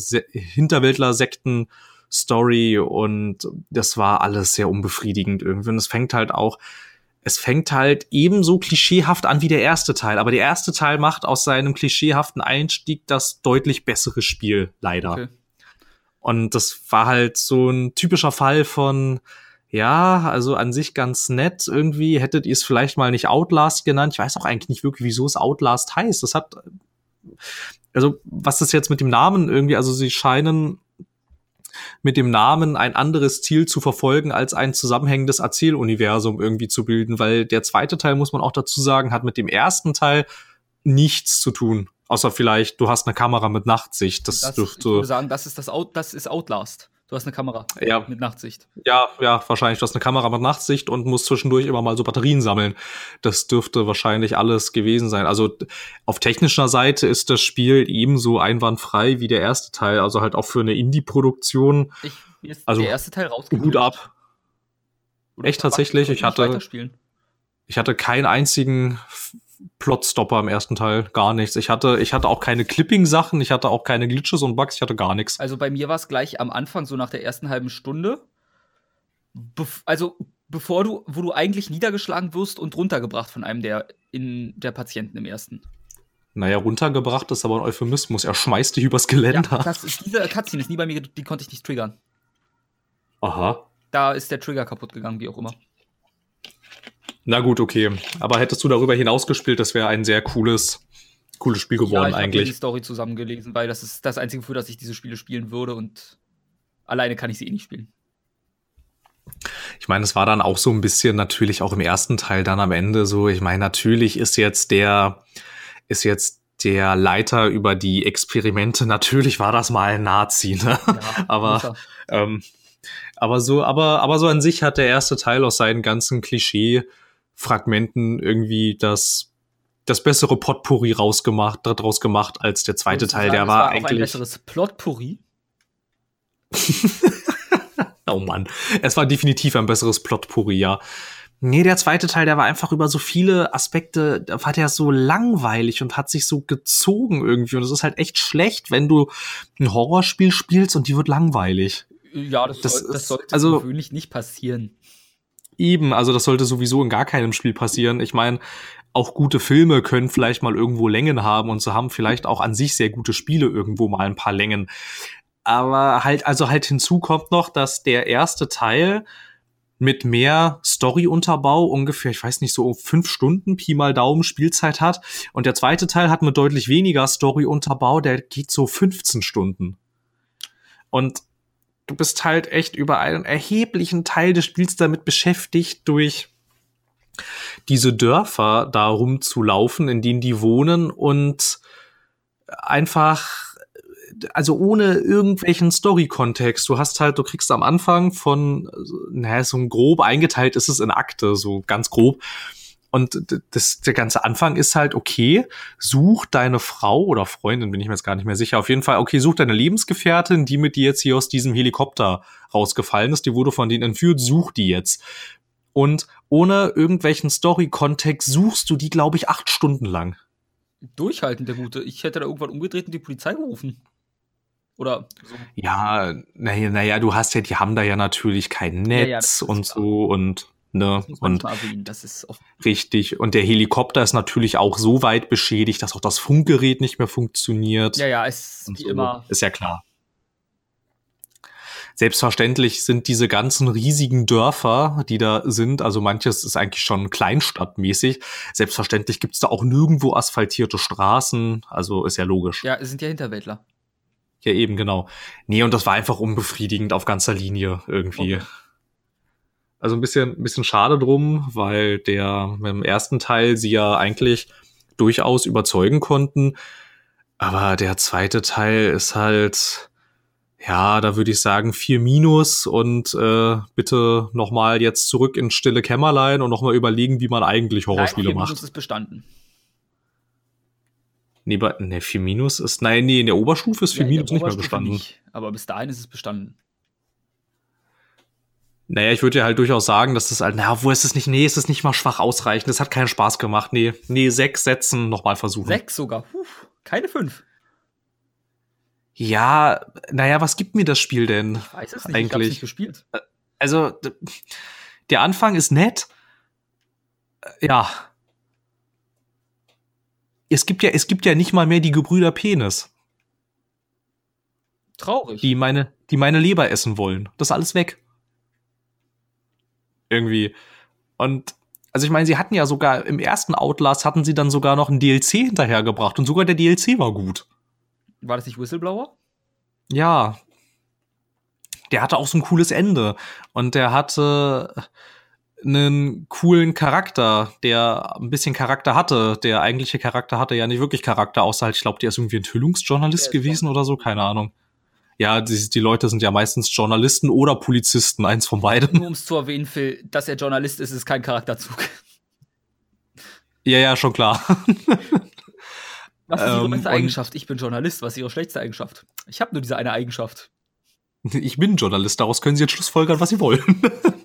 Hinterwäldler-Sekten-Story und das war alles sehr unbefriedigend irgendwie. Und es fängt halt auch Es fängt halt ebenso klischeehaft an wie der erste Teil, aber der erste Teil macht aus seinem klischeehaften Einstieg das deutlich bessere Spiel, leider. Okay. Und das war halt so ein typischer Fall von, ja, also an sich ganz nett. Irgendwie hättet ihr es vielleicht mal nicht Outlast genannt. Ich weiß auch eigentlich nicht wirklich, wieso es Outlast heißt. Das hat, also was ist jetzt mit dem Namen irgendwie, also sie scheinen mit dem Namen ein anderes Ziel zu verfolgen, als ein zusammenhängendes Erzähluniversum irgendwie zu bilden, weil der zweite Teil, muss man auch dazu sagen, hat mit dem ersten Teil nichts zu tun. Außer vielleicht, du hast eine Kamera mit Nachtsicht. Das, das dürfte. Ich würde sagen, das ist das Out, das ist Outlast. Du hast eine Kamera ja. mit Nachtsicht. Ja, ja, wahrscheinlich. Du hast eine Kamera mit Nachtsicht und musst zwischendurch immer mal so Batterien sammeln. Das dürfte wahrscheinlich alles gewesen sein. Also auf technischer Seite ist das Spiel ebenso einwandfrei wie der erste Teil. Also halt auch für eine Indie-Produktion. Ich, mir ist also der erste Teil rausgekommen. Hut ab. Oder Echt tatsächlich? Ich hatte, ich hatte keinen einzigen Plotstopper im ersten Teil, gar nichts. Ich hatte, ich hatte auch keine Clipping-Sachen, ich hatte auch keine Glitches und Bugs, ich hatte gar nichts. Also bei mir war es gleich am Anfang, so nach der ersten halben Stunde, Bef- also bevor du, wo du eigentlich niedergeschlagen wirst und runtergebracht von einem der, in, der Patienten im ersten. Naja, runtergebracht ist aber ein Euphemismus. Er schmeißt dich übers Geländer. Ja, das ist, diese Cutscene ist nie bei mir, die konnte ich nicht triggern. Aha. Da ist der Trigger kaputt gegangen, wie auch immer. Na gut, okay. Aber hättest du darüber hinaus gespielt, das wäre ein sehr cooles, cooles Spiel geworden ja, ich eigentlich. Ich habe die Story zusammengelesen, weil das ist das einzige, für das ich diese Spiele spielen würde und alleine kann ich sie eh nicht spielen. Ich meine, es war dann auch so ein bisschen natürlich auch im ersten Teil dann am Ende so, ich meine, natürlich ist jetzt der, ist jetzt der Leiter über die Experimente. Natürlich war das mal ein Nazi, ne? Ja, aber, ähm, aber so, aber, aber so an sich hat der erste Teil aus seinen ganzen Klischee-Fragmenten irgendwie das, das bessere Potpourri rausgemacht, daraus gemacht als der zweite Teil. Sagen, der es war war eigentlich. Auch ein besseres Plotpourri. Oh Mann, es war definitiv ein besseres Plotpourri, ja. Nee, der zweite Teil, der war einfach über so viele Aspekte, da war der so langweilig und hat sich so gezogen irgendwie. Und es ist halt echt schlecht, wenn du ein Horrorspiel spielst und die wird langweilig. Ja, das, Das soll, das ist- sollte also- gewöhnlich nicht passieren. Eben, also das sollte sowieso in gar keinem Spiel passieren. Ich meine, auch gute Filme können vielleicht mal irgendwo Längen haben und so haben vielleicht auch an sich sehr gute Spiele irgendwo mal ein paar Längen. Aber halt, also halt hinzu kommt noch, dass der erste Teil mit mehr Story-Unterbau ungefähr, ich weiß nicht, so fünf Stunden Pi mal Daumen Spielzeit hat. Und der zweite Teil hat mit deutlich weniger Story-Unterbau, der geht so fünfzehn Stunden. Und du bist halt echt über einen erheblichen Teil des Spiels damit beschäftigt, durch diese Dörfer da rumzulaufen, in denen die wohnen und einfach, also ohne irgendwelchen Story-Kontext. Du hast halt, du kriegst am Anfang von, naja, so grob eingeteilt ist es in Akte, so ganz grob. Und das, der ganze Anfang ist halt, okay, such deine Frau oder Freundin, bin ich mir jetzt gar nicht mehr sicher. Auf jeden Fall, okay, such deine Lebensgefährtin, die mit dir jetzt hier aus diesem Helikopter rausgefallen ist. Die wurde von denen entführt, such die jetzt. Und ohne irgendwelchen Story-Kontext suchst du die, glaube ich, acht Stunden lang. Durchhalten, der Gute. Ich hätte da irgendwann umgedreht und die Polizei gerufen. Oder so. Ja, naja, naja, du hast ja, die haben da ja natürlich kein Ja, ja, Netz das ist und klar. so und ne, Das muss man und mal erwähnen. Das ist oft. richtig. Und der Helikopter ist natürlich auch so weit beschädigt, dass auch das Funkgerät nicht mehr funktioniert. Ja, ja, es ist Und wie so. immer. Ist ja klar. Selbstverständlich sind diese ganzen riesigen Dörfer, die da sind, also manches ist eigentlich schon kleinstadtmäßig. Selbstverständlich gibt's da auch nirgendwo asphaltierte Straßen, also ist ja logisch. Ja, es sind ja Hinterwäldler. Ja, eben, genau. Nee, und das war einfach unbefriedigend auf ganzer Linie irgendwie. Okay. Also ein bisschen, ein bisschen schade drum, weil der im ersten Teil sie ja eigentlich durchaus überzeugen konnten. Aber der zweite Teil ist halt, ja, da würde ich sagen vier Minus und äh, bitte nochmal jetzt zurück ins stille Kämmerlein und nochmal überlegen, wie man eigentlich Horrorspiele Nein, vier macht. Minus ist bestanden. Nee, bei, nee, vier Minus ist, nein, nee, in der Oberstufe ist vier Ja, in der Minus nicht mehr Oberstufe bestanden. nicht, aber bis dahin ist es bestanden. Naja, ich würde ja halt durchaus sagen, dass das halt, na, wo ist es nicht, nee, ist es nicht mal schwach ausreichend, das hat keinen Spaß gemacht, nee, nee, sechs Sätzen nochmal versuchen. Sechs sogar, Puh, keine fünf. Ja, naja, was gibt mir das Spiel denn? Ich weiß es nicht, eigentlich? ich hab's nicht gespielt. Also, d- der Anfang ist nett. Äh, Ja. Es gibt ja, es gibt ja nicht mal mehr die Gebrüder Penis, Traurig. die meine, die meine Leber essen wollen. Das ist alles weg. Irgendwie. Und, also ich meine, sie hatten ja sogar, im ersten Outlast hatten sie dann sogar noch ein D L C hinterhergebracht und sogar der D L C war gut. War das nicht Whistleblower? Ja. Der hatte auch so ein cooles Ende. Und der hatte einen coolen Charakter, der ein bisschen Charakter hatte. Der eigentliche Charakter hatte ja nicht wirklich Charakter, außer halt, ich glaube, der ist irgendwie Enthüllungsjournalist Der ist gewesen oder so, keine Ahnung. Ja, die, die Leute sind ja meistens Journalisten oder Polizisten, eins von beidem. Nur um es zu erwähnen, Phil, dass er Journalist ist, ist kein Charakterzug. Ja, ja, schon klar. Was ist ihre Ähm, beste und- Eigenschaft? Ich bin Journalist. Was ist ihre schlechteste Eigenschaft? Ich habe nur diese eine Eigenschaft. Ich bin Journalist, daraus können Sie jetzt schlussfolgern, was Sie wollen.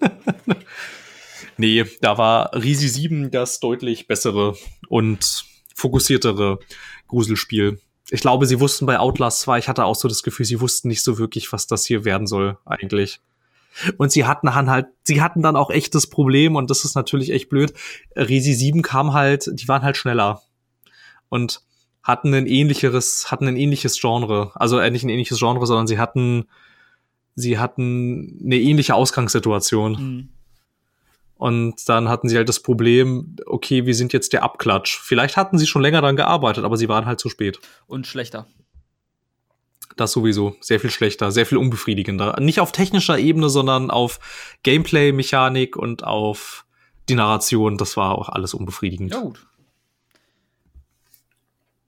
Nee, da war Risi sieben das deutlich bessere und fokussiertere Gruselspiel. Ich glaube, sie wussten bei Outlast zwei, ich hatte auch so das Gefühl, sie wussten nicht so wirklich, was das hier werden soll, eigentlich. Und sie hatten dann halt, sie hatten dann auch echt das Problem, und das ist natürlich echt blöd, Resi sieben kam halt, die waren halt schneller. Und hatten ein ähnlicheres, hatten ein ähnliches Genre. Also äh, nicht ein ähnliches Genre, sondern sie hatten, sie hatten eine ähnliche Ausgangssituation. Mhm. Und dann hatten sie halt das Problem, okay, wir sind jetzt der Abklatsch. Vielleicht hatten sie schon länger daran gearbeitet, aber sie waren halt zu spät. Und schlechter. Das sowieso. Sehr viel schlechter, sehr viel unbefriedigender. Nicht auf technischer Ebene, sondern auf Gameplay, Mechanik und auf die Narration. Das war auch alles unbefriedigend. Ja, gut.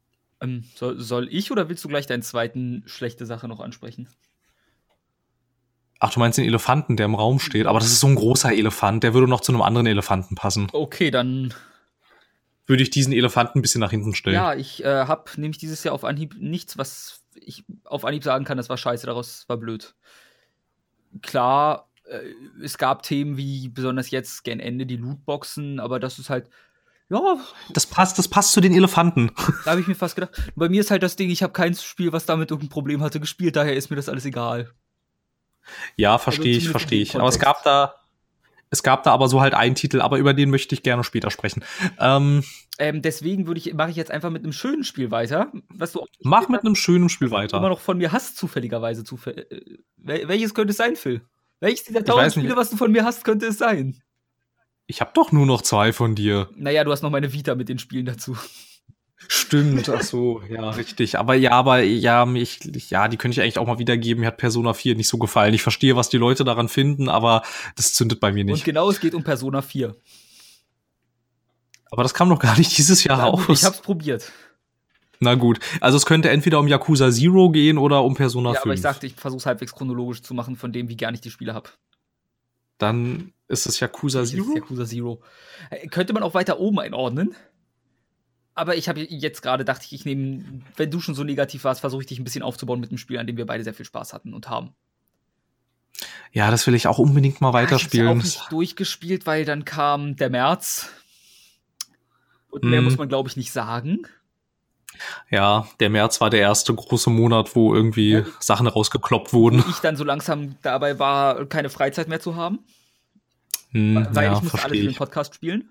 Ähm, soll, soll ich oder willst du gleich deinen zweiten schlechte Sache noch ansprechen? Ach, du meinst den Elefanten, der im Raum steht. Aber das ist so ein großer Elefant, der würde noch zu einem anderen Elefanten passen. Okay, dann würde ich diesen Elefanten ein bisschen nach hinten stellen. Ja, ich äh, habe nämlich dieses Jahr auf Anhieb nichts, was ich auf Anhieb sagen kann, das war scheiße, daraus war blöd. Klar, äh, es gab Themen wie besonders jetzt gen Ende die Lootboxen, aber das ist halt, ja. Das passt, das passt zu den Elefanten. Da habe ich mir fast gedacht. Bei mir ist halt das Ding, ich habe kein Spiel, was damit irgendein Problem hatte, gespielt, daher ist mir das alles egal. Ja, verstehe ich, verstehe ich. Aber es gab da, es gab da aber so halt einen Titel, aber über den möchte ich gerne später sprechen. Ähm, ähm, deswegen würde ich, mache ich jetzt einfach mit einem schönen Spiel weiter. Was du mach mit einem schönen Spiel weiter. Immer noch von mir hast, zufälligerweise. Zufäll äh, welches könnte es sein, Phil? Welches dieser tausend Spiele, was du von mir hast, könnte es sein? Ich habe doch nur noch zwei von dir. Naja, du hast noch meine Vita mit den Spielen dazu. Stimmt, ach so, ja, richtig. Aber ja, aber ja, mich, ja, die könnte ich eigentlich auch mal wiedergeben. Mir hat Persona vier nicht so gefallen. Ich verstehe, was die Leute daran finden, aber das zündet bei mir nicht. Und genau, es geht um Persona vier. Aber das kam doch gar nicht dieses Jahr Na, raus. Ich hab's probiert. Na gut, also es könnte entweder um Yakuza Zero gehen oder um Persona ja, fünf. Aber ich sagte, ich versuch's halbwegs chronologisch zu machen, von dem, wie gern ich die Spiele hab. Dann ist es Yakuza das Zero? Ist Yakuza Zero. Äh, könnte man auch weiter oben einordnen. Aber ich habe jetzt gerade dachte ich, ich nehme, wenn du schon so negativ warst, versuche ich dich ein bisschen aufzubauen mit einem Spiel, an dem wir beide sehr viel Spaß hatten und haben. Ja, das will ich auch unbedingt mal weiterspielen. Ja, ich hab's ja auch nicht durchgespielt, weil dann kam der März. Und mehr hm. muss man, glaube ich, nicht sagen. Ja, der März war der erste große Monat, wo irgendwie ja, Sachen rausgekloppt wurden. Wo ich dann so langsam dabei war, keine Freizeit mehr zu haben. Hm, weil ja, ich musste alles für den Podcast spielen.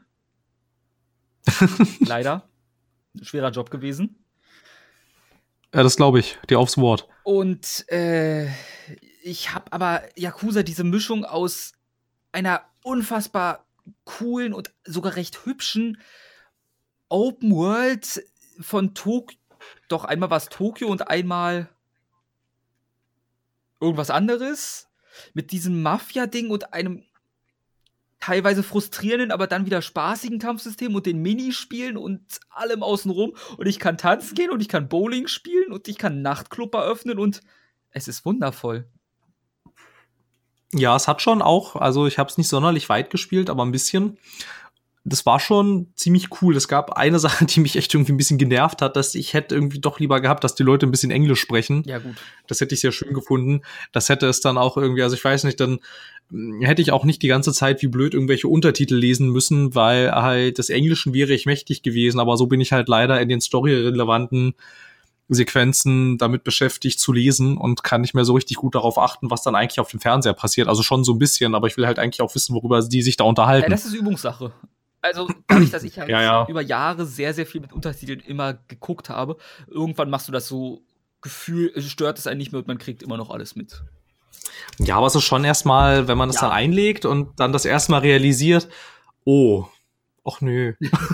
Leider. Schwerer Job gewesen. Ja, das glaube ich. Dir aufs Wort. Und äh, ich habe aber Yakuza diese Mischung aus einer unfassbar coolen und sogar recht hübschen Open World von Tokio. Doch einmal war es Tokio und einmal irgendwas anderes. Mit diesem Mafia-Ding und einem teilweise frustrierenden, aber dann wieder spaßigen Kampfsystem und den Minispielen und allem außenrum. Und ich kann tanzen gehen und ich kann Bowling spielen und ich kann einen Nachtclub eröffnen und es ist wundervoll. Ja, es hat schon auch, also ich habe es nicht sonderlich weit gespielt, aber ein bisschen. Das war schon ziemlich cool. Es gab eine Sache, die mich echt irgendwie ein bisschen genervt hat, dass ich hätte irgendwie doch lieber gehabt, dass die Leute ein bisschen Englisch sprechen. Ja, gut. Das hätte ich sehr schön gefunden. Das hätte es dann auch irgendwie, also ich weiß nicht, dann hätte ich auch nicht die ganze Zeit wie blöd irgendwelche Untertitel lesen müssen, weil halt des Englischen wäre ich mächtig gewesen, aber so bin ich halt leider in den storyrelevanten Sequenzen damit beschäftigt zu lesen und kann nicht mehr so richtig gut darauf achten, was dann eigentlich auf dem Fernseher passiert. Also schon so ein bisschen, aber ich will halt eigentlich auch wissen, worüber die sich da unterhalten. Ja, das ist Übungssache. Also dadurch, dass ich halt ja, ja. über Jahre sehr, sehr viel mit Untertiteln immer geguckt habe, irgendwann machst du das so, Gefühl, stört es einen nicht mehr und man kriegt immer noch alles mit. Ja, aber es ist schon erstmal, wenn man das ja. dann einlegt und dann das erstmal realisiert, oh, ach nö.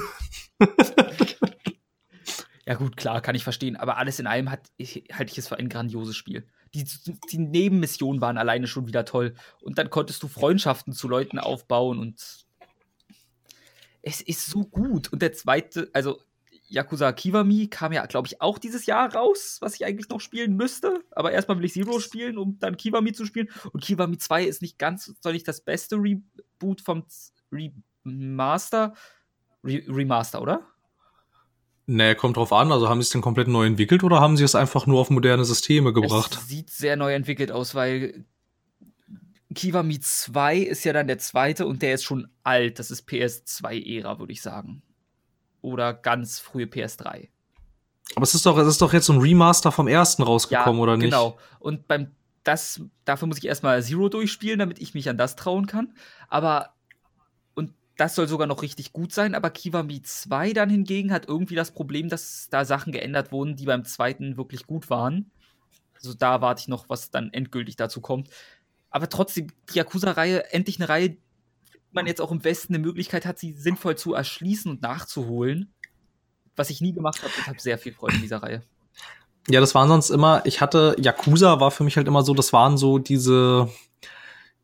Ja gut, klar, kann ich verstehen, aber alles in allem hat, ich, halte ich es für ein grandioses Spiel. Die, die Nebenmissionen waren alleine schon wieder toll und dann konntest du Freundschaften zu Leuten aufbauen und es ist so gut. Und der zweite, also Yakuza Kiwami kam ja, glaube ich, auch dieses Jahr raus, was ich eigentlich noch spielen müsste. Aber erstmal will ich Zero spielen, um dann Kiwami zu spielen. Und Kiwami zwei ist nicht ganz, soll nicht das beste Reboot vom Remaster. Re- Remaster, oder? Nee, kommt drauf an. Also haben sie es denn komplett neu entwickelt oder haben sie es einfach nur auf moderne Systeme gebracht? Es sieht sehr neu entwickelt aus, weil Kiwami zwei ist ja dann der zweite und der ist schon alt. Das ist P S zwei Ära, würde ich sagen. Oder ganz frühe P S drei. Aber es ist doch, es ist doch jetzt so ein Remaster vom ersten rausgekommen, ja, oder nicht? Genau. Und beim das, dafür muss ich erstmal Zero durchspielen, damit ich mich an das trauen kann. Aber, und das soll sogar noch richtig gut sein, aber Kiwami zwei dann hingegen hat irgendwie das Problem, dass da Sachen geändert wurden, die beim zweiten wirklich gut waren. Also da warte ich noch, was dann endgültig dazu kommt. Aber trotzdem, die Yakuza-Reihe, endlich eine Reihe, man jetzt auch im Westen eine Möglichkeit hat, sie sinnvoll zu erschließen und nachzuholen. Was ich nie gemacht habe, ich habe sehr viel Freude in dieser Reihe. Ja, das waren sonst immer, ich hatte, Yakuza war für mich halt immer so, das waren so diese,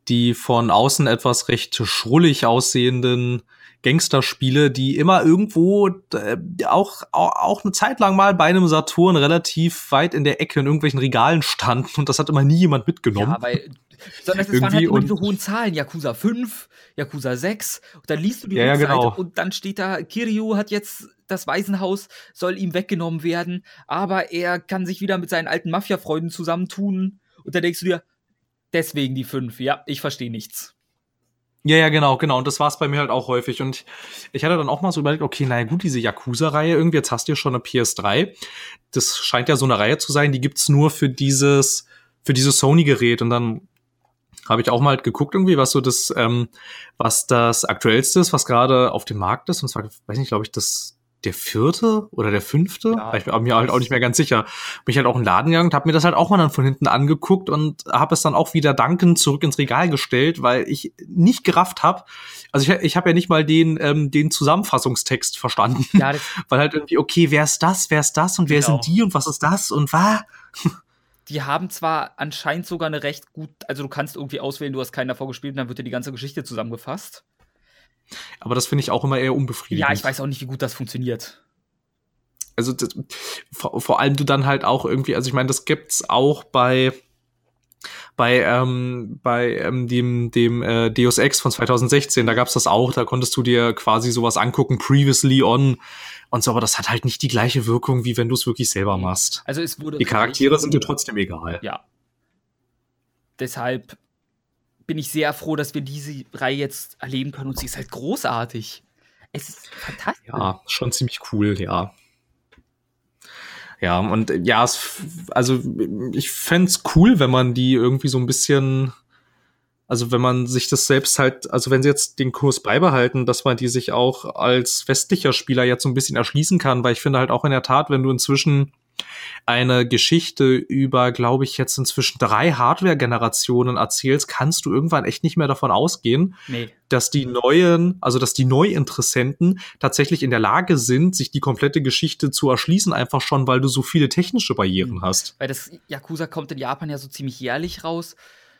die von außen etwas recht schrullig aussehenden Gangsterspiele, die immer irgendwo äh, auch, auch auch eine Zeit lang mal bei einem Saturn relativ weit in der Ecke in irgendwelchen Regalen standen und das hat immer nie jemand mitgenommen. Ja, weil sondern es waren halt immer diese hohen Zahlen, Yakuza fünf, Yakuza sechs, und dann liest du die ja, Rückseite ja, genau. und dann steht da, Kiryu hat jetzt das Waisenhaus, soll ihm weggenommen werden, aber er kann sich wieder mit seinen alten Mafia-Freunden zusammentun und dann denkst du dir, deswegen die fünf, ja, ich verstehe nichts. Ja, ja, genau, genau. Und das war es bei mir halt auch häufig. Und ich hatte dann auch mal so überlegt, okay, naja gut, diese Yakuza-Reihe irgendwie, jetzt hast du ja schon eine P S drei. Das scheint ja so eine Reihe zu sein, die gibt's nur für dieses, für dieses Sony-Gerät. Und dann habe ich auch mal halt geguckt irgendwie, was so das, ähm, was das aktuellste ist, was gerade auf dem Markt ist. Und zwar, weiß nicht, glaube ich, das der vierte oder der fünfte. Ja, ich bin mir halt auch nicht mehr ganz sicher. Bin ich halt auch in den Laden gegangen und habe mir das halt auch mal dann von hinten angeguckt und habe es dann auch wieder dankend zurück ins Regal gestellt, weil ich nicht gerafft habe. Also ich, ich habe ja nicht mal den ähm, den Zusammenfassungstext verstanden. Ja, das weil halt irgendwie, okay, wer ist das, wer ist das und wer Genau. sind die und was ist das und was? Die haben zwar anscheinend sogar eine recht gut, also du kannst irgendwie auswählen, du hast keinen davor gespielt und dann wird dir die ganze Geschichte zusammengefasst. Aber das finde ich auch immer eher unbefriedigend. Ja, ich weiß auch nicht, wie gut das funktioniert. Also das, vor, vor allem du dann halt auch irgendwie, also ich meine, das gibt's auch bei bei ähm, bei ähm, dem dem äh, Deus Ex von zwanzig sechzehn, da gab's das auch, da konntest du dir quasi sowas angucken, previously on und so, aber das hat halt nicht die gleiche Wirkung, wie wenn du es wirklich selber machst. Also es wurde Die Charaktere sind dir trotzdem egal. Ja. Deshalb bin ich sehr froh, dass wir diese Reihe jetzt erleben können und sie ist halt großartig. Es ist fantastisch. Ja, schon ziemlich cool, ja. Ja, und äh, ja, es, also ich fänd's cool, wenn man die irgendwie so ein bisschen, also wenn man sich das selbst halt, also wenn sie jetzt den Kurs beibehalten, dass man die sich auch als westlicher Spieler jetzt so ein bisschen erschließen kann, weil ich finde halt auch in der Tat, wenn du inzwischen eine Geschichte über, glaube ich, jetzt inzwischen drei Hardware-Generationen erzählst, kannst du irgendwann echt nicht mehr davon ausgehen, Nee. dass die neuen, also dass die Neuinteressenten tatsächlich in der Lage sind, sich die komplette Geschichte zu erschließen, einfach schon, weil du so viele technische Barrieren Mhm. hast. Weil das Yakuza kommt in Japan ja so ziemlich jährlich raus.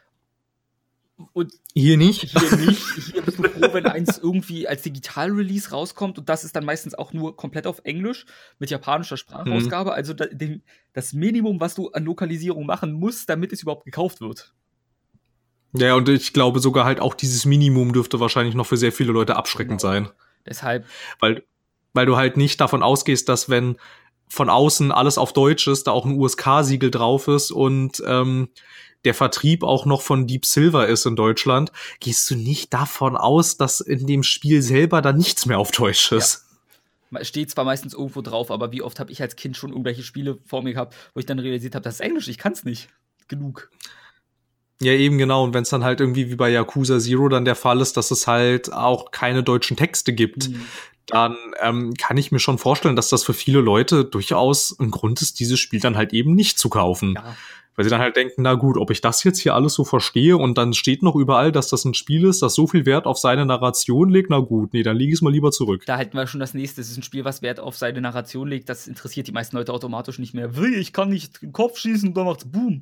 Und Hier nicht. hier nicht. Hier bist du froh, wenn eins irgendwie als Digital-Release rauskommt. Und das ist dann meistens auch nur komplett auf Englisch mit japanischer Sprachausgabe. Also da, den, das Minimum, was du an Lokalisierung machen musst, damit es überhaupt gekauft wird. Ja, und ich glaube sogar halt auch dieses Minimum dürfte wahrscheinlich noch für sehr viele Leute abschreckend Genau. sein. Deshalb, Weil, weil du halt nicht davon ausgehst, dass wenn von außen alles auf Deutsch ist, da auch ein U S K-Siegel drauf ist und ähm, der Vertrieb auch noch von Deep Silver ist in Deutschland, gehst du nicht davon aus, dass in dem Spiel selber dann nichts mehr auf Deutsch ist. es steht zwar meistens irgendwo drauf, aber wie oft habe ich als Kind schon irgendwelche Spiele vor mir gehabt, wo ich dann realisiert habe, das ist Englisch, ich kann es nicht. Genug. Ja, eben genau. Und wenn es dann halt irgendwie wie bei Yakuza Zero dann der Fall ist, dass es halt auch keine deutschen Texte gibt, Mhm. dann ähm, kann ich mir schon vorstellen, dass das für viele Leute durchaus ein Grund ist, dieses Spiel dann halt eben nicht zu kaufen. Ja. Weil sie dann halt denken, na gut, ob ich das jetzt hier alles so verstehe und dann steht noch überall, dass das ein Spiel ist, das so viel Wert auf seine Narration legt, na gut, nee, dann lege ich es mal lieber zurück. Da hätten wir schon das nächste. Das ist ein Spiel, was Wert auf seine Narration legt. Das interessiert die meisten Leute automatisch nicht mehr. Wie, ich kann nicht den Kopf schießen, dann macht's Boom.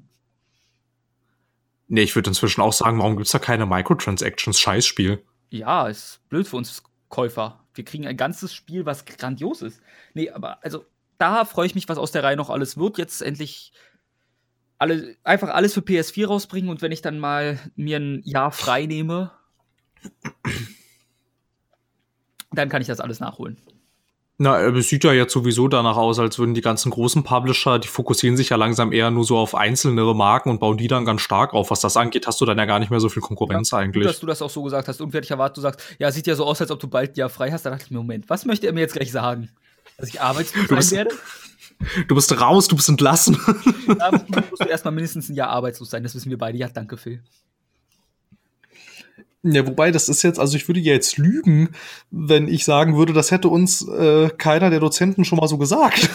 Nee, ich würde inzwischen auch sagen, warum gibt's da keine Microtransactions? Scheißspiel. Ja, ist blöd für uns Käufer. Wir kriegen ein ganzes Spiel, was grandios ist. Nee, aber also da freue ich mich, was aus der Reihe noch alles wird. Jetzt endlich alle, einfach alles für P S vier rausbringen und wenn ich dann mal mir ein Jahr frei nehme, dann kann ich das alles nachholen. Na, es sieht ja jetzt sowieso danach aus, als würden die ganzen großen Publisher, die fokussieren sich ja langsam eher nur so auf einzelnere Marken und bauen die dann ganz stark auf. Was das angeht, hast du dann ja gar nicht mehr so viel Konkurrenz Ja, eigentlich. Gut, dass du das auch so gesagt hast. Irgendwie hätte ich erwartet, du sagst, ja, sieht ja so aus, als ob du bald ein Jahr frei hast. Da dachte ich mir, Moment, was möchte er mir jetzt gleich sagen? Dass ich arbeitslos Du bist- sein werde? Du bist raus, du bist entlassen. Da musst du erstmal mindestens ein Jahr arbeitslos sein. Das wissen wir beide. Ja, danke, Phil. Ja, wobei, das ist jetzt, also ich würde ja jetzt lügen, wenn ich sagen würde, das hätte uns äh, keiner der Dozenten schon mal so gesagt.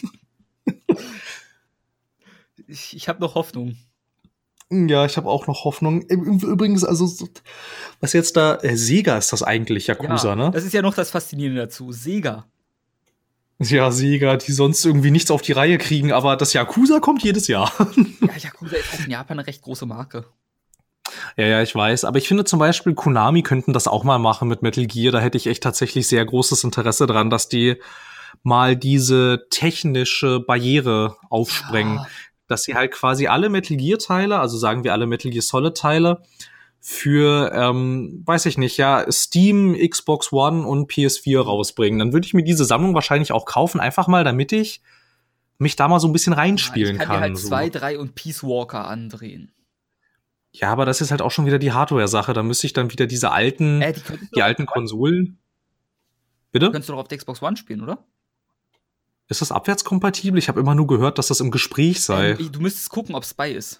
Ich, ich habe noch Hoffnung. Ja, ich habe auch noch Hoffnung. Im- Übrigens, also, so- was jetzt da, äh, Sega ist das eigentlich, Yakuza, Ja, ne? das ist ja noch das Faszinierende dazu. Sega. Ja, Sega, die sonst irgendwie nichts auf die Reihe kriegen, aber das Yakuza kommt jedes Jahr. Ja, Yakuza ist auch in Japan eine recht große Marke. Ja, ja, ich weiß. Aber ich finde zum Beispiel, Konami könnten das auch mal machen mit Metal Gear. Da hätte ich echt tatsächlich sehr großes Interesse dran, dass die mal diese technische Barriere aufsprengen. Ja. Dass sie halt quasi alle Metal Gear-Teile, also sagen wir alle Metal Gear Solid-Teile, für, ähm, weiß ich nicht, ja, Steam, Xbox One und P S vier rausbringen. Dann würde ich mir diese Sammlung wahrscheinlich auch kaufen, einfach mal, damit ich mich da mal so ein bisschen reinspielen ja, ich kann. kann. dir halt so. zwei, drei und Peace Walker andrehen. Ja, aber das ist halt auch schon wieder die Hardware-Sache. Da müsste ich dann wieder diese alten, Äh, die könnten die alten Konsolen. Bitte? Könntest du doch auf der Xbox One spielen, oder? Ist das abwärtskompatibel? Ich habe immer nur gehört, dass das im Gespräch sei. Ähm, du müsstest gucken, ob es bei ist.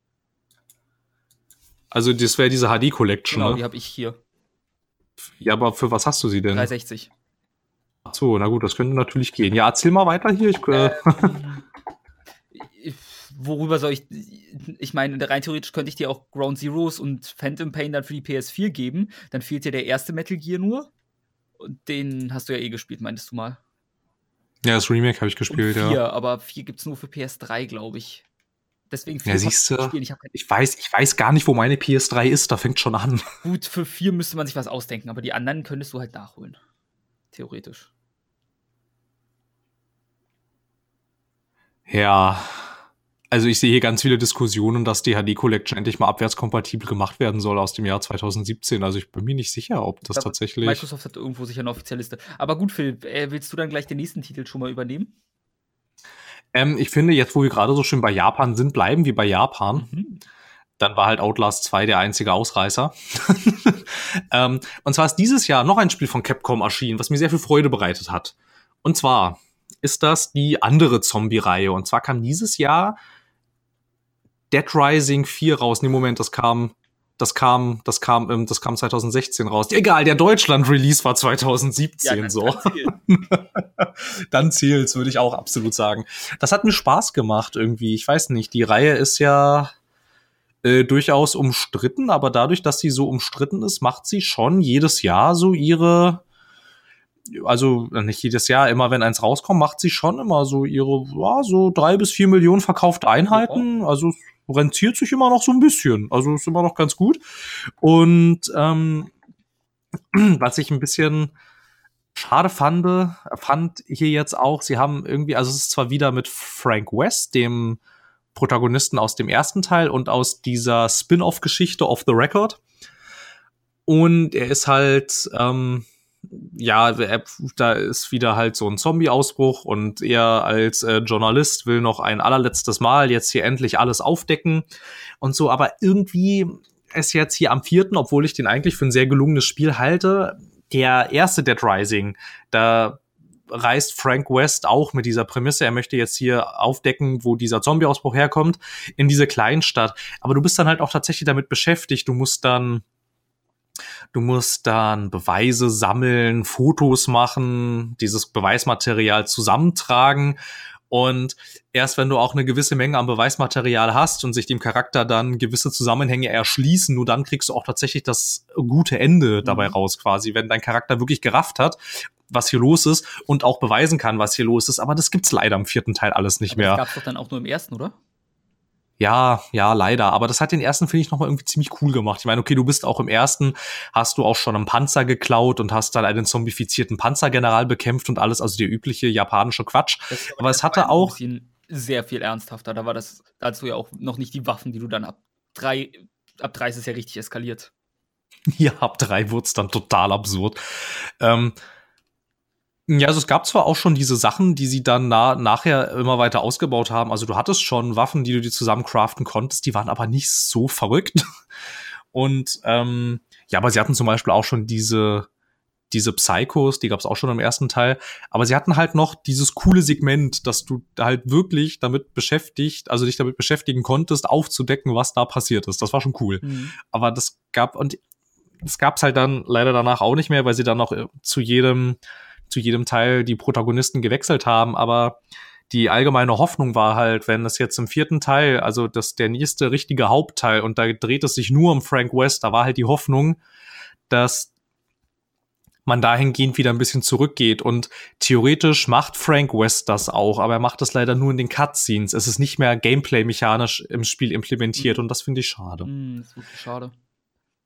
Also das wäre diese H D-Collection, Genau, ne? die habe ich hier. Ja, aber für was hast du sie denn? dreihundertsechzig. Ach so, na gut, das könnte natürlich gehen. Ja, erzähl mal weiter hier. Ich, äh, Ähm, worüber soll ich. Ich meine, rein theoretisch könnte ich dir auch Ground Zeroes und Phantom Pain dann für die P S vier geben. Dann fehlt dir der erste Metal Gear nur. Und den hast du ja eh gespielt, meintest du mal. ja, das Remake habe ich gespielt, und vier, ja. aber vier gibt's nur für P S drei, glaube ich. Deswegen Ja, siehst du, spielen. Ich hab ich weiß, ich weiß gar nicht, wo meine P S drei ist. Da fängt schon an. Gut, für vier müsste man sich was ausdenken, aber die anderen könntest du halt nachholen. Theoretisch. Ja, also ich sehe hier ganz viele Diskussionen, dass die H D-Collection endlich mal abwärtskompatibel gemacht werden soll aus dem Jahr zwanzig siebzehn. Also ich bin mir nicht sicher, ob das Aber tatsächlich... Microsoft hat irgendwo sicher eine offizielle Liste. Aber gut, Phil, äh, willst du dann gleich den nächsten Titel schon mal übernehmen? Ähm, ich finde, jetzt wo wir gerade so schön bei Japan sind, bleiben wir bei Japan. Mhm. Dann war halt Outlast zwei der einzige Ausreißer. ähm, und zwar ist dieses Jahr noch ein Spiel von Capcom erschienen, was mir sehr viel Freude bereitet hat. Und zwar ist das die andere Zombie-Reihe. Und zwar kam dieses Jahr Dead Rising vier raus. Nee, Moment, das kam, das kam, das kam, ähm, das kam zwanzig sechzehn raus. Egal, der Deutschland-Release war zwanzig siebzehn, Ja, dann, so. dann zählt. Dann zählt's, würde ich auch absolut sagen. Das hat mir Spaß gemacht irgendwie. Ich weiß nicht, die Reihe ist ja äh, durchaus umstritten, aber dadurch, dass sie so umstritten ist, macht sie schon jedes Jahr so ihre, also nicht jedes Jahr, immer wenn eins rauskommt, macht sie schon immer so ihre, ja, so drei bis vier Millionen verkaufte Einheiten. Also es rentiert sich immer noch so ein bisschen. Also ist immer noch ganz gut. Und ähm, was ich ein bisschen schade fand, fand hier jetzt auch, sie haben irgendwie, also es ist zwar wieder mit Frank West, dem Protagonisten aus dem ersten Teil und aus dieser Spin-off-Geschichte Off the Record. Und er ist halt, ähm, ja, er, da ist wieder halt so ein Zombie-Ausbruch und er als äh, Journalist will noch ein allerletztes Mal jetzt hier endlich alles aufdecken und so, aber irgendwie ist jetzt hier am vierten, obwohl ich den eigentlich für ein sehr gelungenes Spiel halte, der erste Dead Rising, da reist Frank West auch mit dieser Prämisse, er möchte jetzt hier aufdecken, wo dieser Zombie-Ausbruch herkommt, in diese Kleinstadt. Aber du bist dann halt auch tatsächlich damit beschäftigt, du musst dann Du musst dann Beweise sammeln, Fotos machen, dieses Beweismaterial zusammentragen. Und erst wenn du auch eine gewisse Menge an Beweismaterial hast und sich dem Charakter dann gewisse Zusammenhänge erschließen, nur dann kriegst du auch tatsächlich das gute Ende dabei raus quasi, wenn dein Charakter wirklich gerafft hat, was hier los ist und auch beweisen kann, was hier los ist. Aber das gibt's leider im vierten Teil alles nicht Aber mehr. das gab's doch dann auch nur im ersten, oder? Ja, ja, leider. Aber das hat den ersten, finde ich, nochmal irgendwie ziemlich cool gemacht. Ich meine, okay, du bist auch im ersten, hast du auch schon einen Panzer geklaut und hast dann einen zombifizierten Panzergeneral bekämpft und alles, also der übliche japanische Quatsch. Aber es hatte auch ein bisschen sehr viel ernsthafter. Da war das, da hattest du ja auch noch nicht die Waffen, die du dann ab drei, ab drei ist es ja richtig eskaliert. Ja, ab drei wurde es dann total absurd. Ähm, Ja, also es gab zwar auch schon diese Sachen, die sie dann na- nachher immer weiter ausgebaut haben. Also du hattest schon Waffen, die du dir zusammen craften konntest, die waren aber nicht so verrückt. Und ähm, ja, aber sie hatten zum Beispiel auch schon diese diese Psychos, die gab es auch schon im ersten Teil. Aber sie hatten halt noch dieses coole Segment, dass du halt wirklich damit beschäftigt, also dich damit beschäftigen konntest, aufzudecken, was da passiert ist. Das war schon cool. Mhm. Aber das gab und das gab's halt dann leider danach auch nicht mehr, weil sie dann noch äh, zu jedem zu jedem Teil die Protagonisten gewechselt haben, aber die allgemeine Hoffnung war halt, wenn es jetzt im vierten Teil, also das der nächste richtige Hauptteil, und da dreht es sich nur um Frank West, da war halt die Hoffnung, dass man dahingehend wieder ein bisschen zurückgeht, und theoretisch macht Frank West das auch, aber er macht das leider nur in den Cutscenes. Es ist nicht mehr Gameplay-mechanisch im Spiel implementiert, Mhm. und das finde ich schade. Mhm, das ist wirklich schade.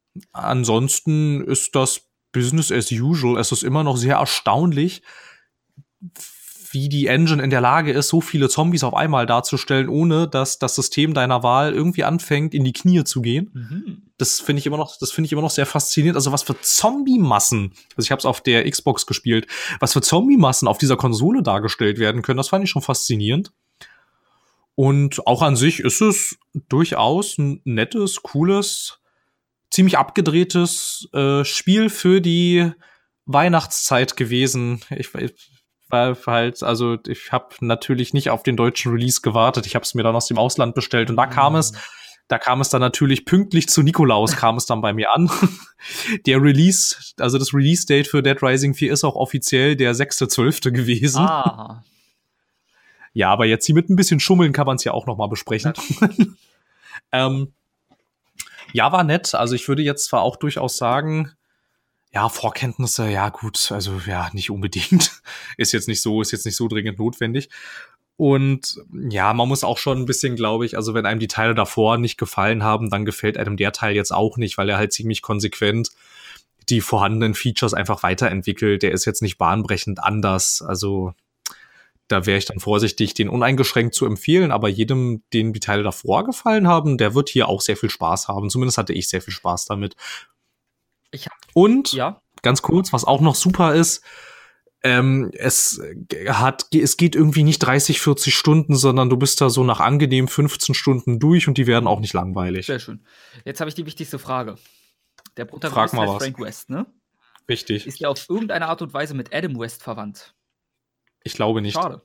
ansonsten ist das Business as usual. Es ist immer noch sehr erstaunlich, wie die Engine in der Lage ist, so viele Zombies auf einmal darzustellen, ohne dass das System deiner Wahl irgendwie anfängt, in die Knie zu gehen. Mhm. Das finde ich immer noch, das finde ich immer noch sehr faszinierend. Also was für Zombie-Massen, also ich habe es auf der Xbox gespielt, was für Zombie-Massen auf dieser Konsole dargestellt werden können, das fand ich schon faszinierend. Und auch an sich ist es durchaus ein nettes, cooles, ziemlich abgedrehtes äh, Spiel für die Weihnachtszeit gewesen. Ich war halt, also ich habe natürlich nicht auf den deutschen Release gewartet. Ich habe es mir dann aus dem Ausland bestellt und da kam es, da kam es dann natürlich pünktlich zu Nikolaus, kam es dann bei mir an. Der Release, also das Release-Date für Dead Rising vier ist auch offiziell der sechster zwölfter gewesen. Ah. Ja, aber jetzt hier mit ein bisschen Schummeln kann man es ja auch noch mal besprechen. ähm, ja, war nett. Also ich würde jetzt zwar auch durchaus sagen, ja, Vorkenntnisse, ja gut, also ja, nicht unbedingt. Ist jetzt nicht so, ist jetzt nicht so dringend notwendig. Und ja, man muss auch schon ein bisschen, glaube ich, also wenn einem die Teile davor nicht gefallen haben, dann gefällt einem der Teil jetzt auch nicht, weil er halt ziemlich konsequent die vorhandenen Features einfach weiterentwickelt. Der ist jetzt nicht bahnbrechend anders. Also da wäre ich dann vorsichtig, den uneingeschränkt zu empfehlen. Aber jedem, dem die Teile davor gefallen haben, der wird hier auch sehr viel Spaß haben. Zumindest hatte ich sehr viel Spaß damit. Ich hab, Und ja. ganz kurz, was auch noch super ist, ähm, es hat, es geht irgendwie nicht dreißig, vierzig Stunden, sondern du bist da so nach angenehm fünfzehn Stunden durch und die werden auch nicht langweilig. Sehr schön. Jetzt habe ich die wichtigste Frage. Der Protagonist heißt Frank West, ne? Richtig. Ist der auf irgendeine Art und Weise mit Adam West verwandt? Ich glaube nicht. Schade.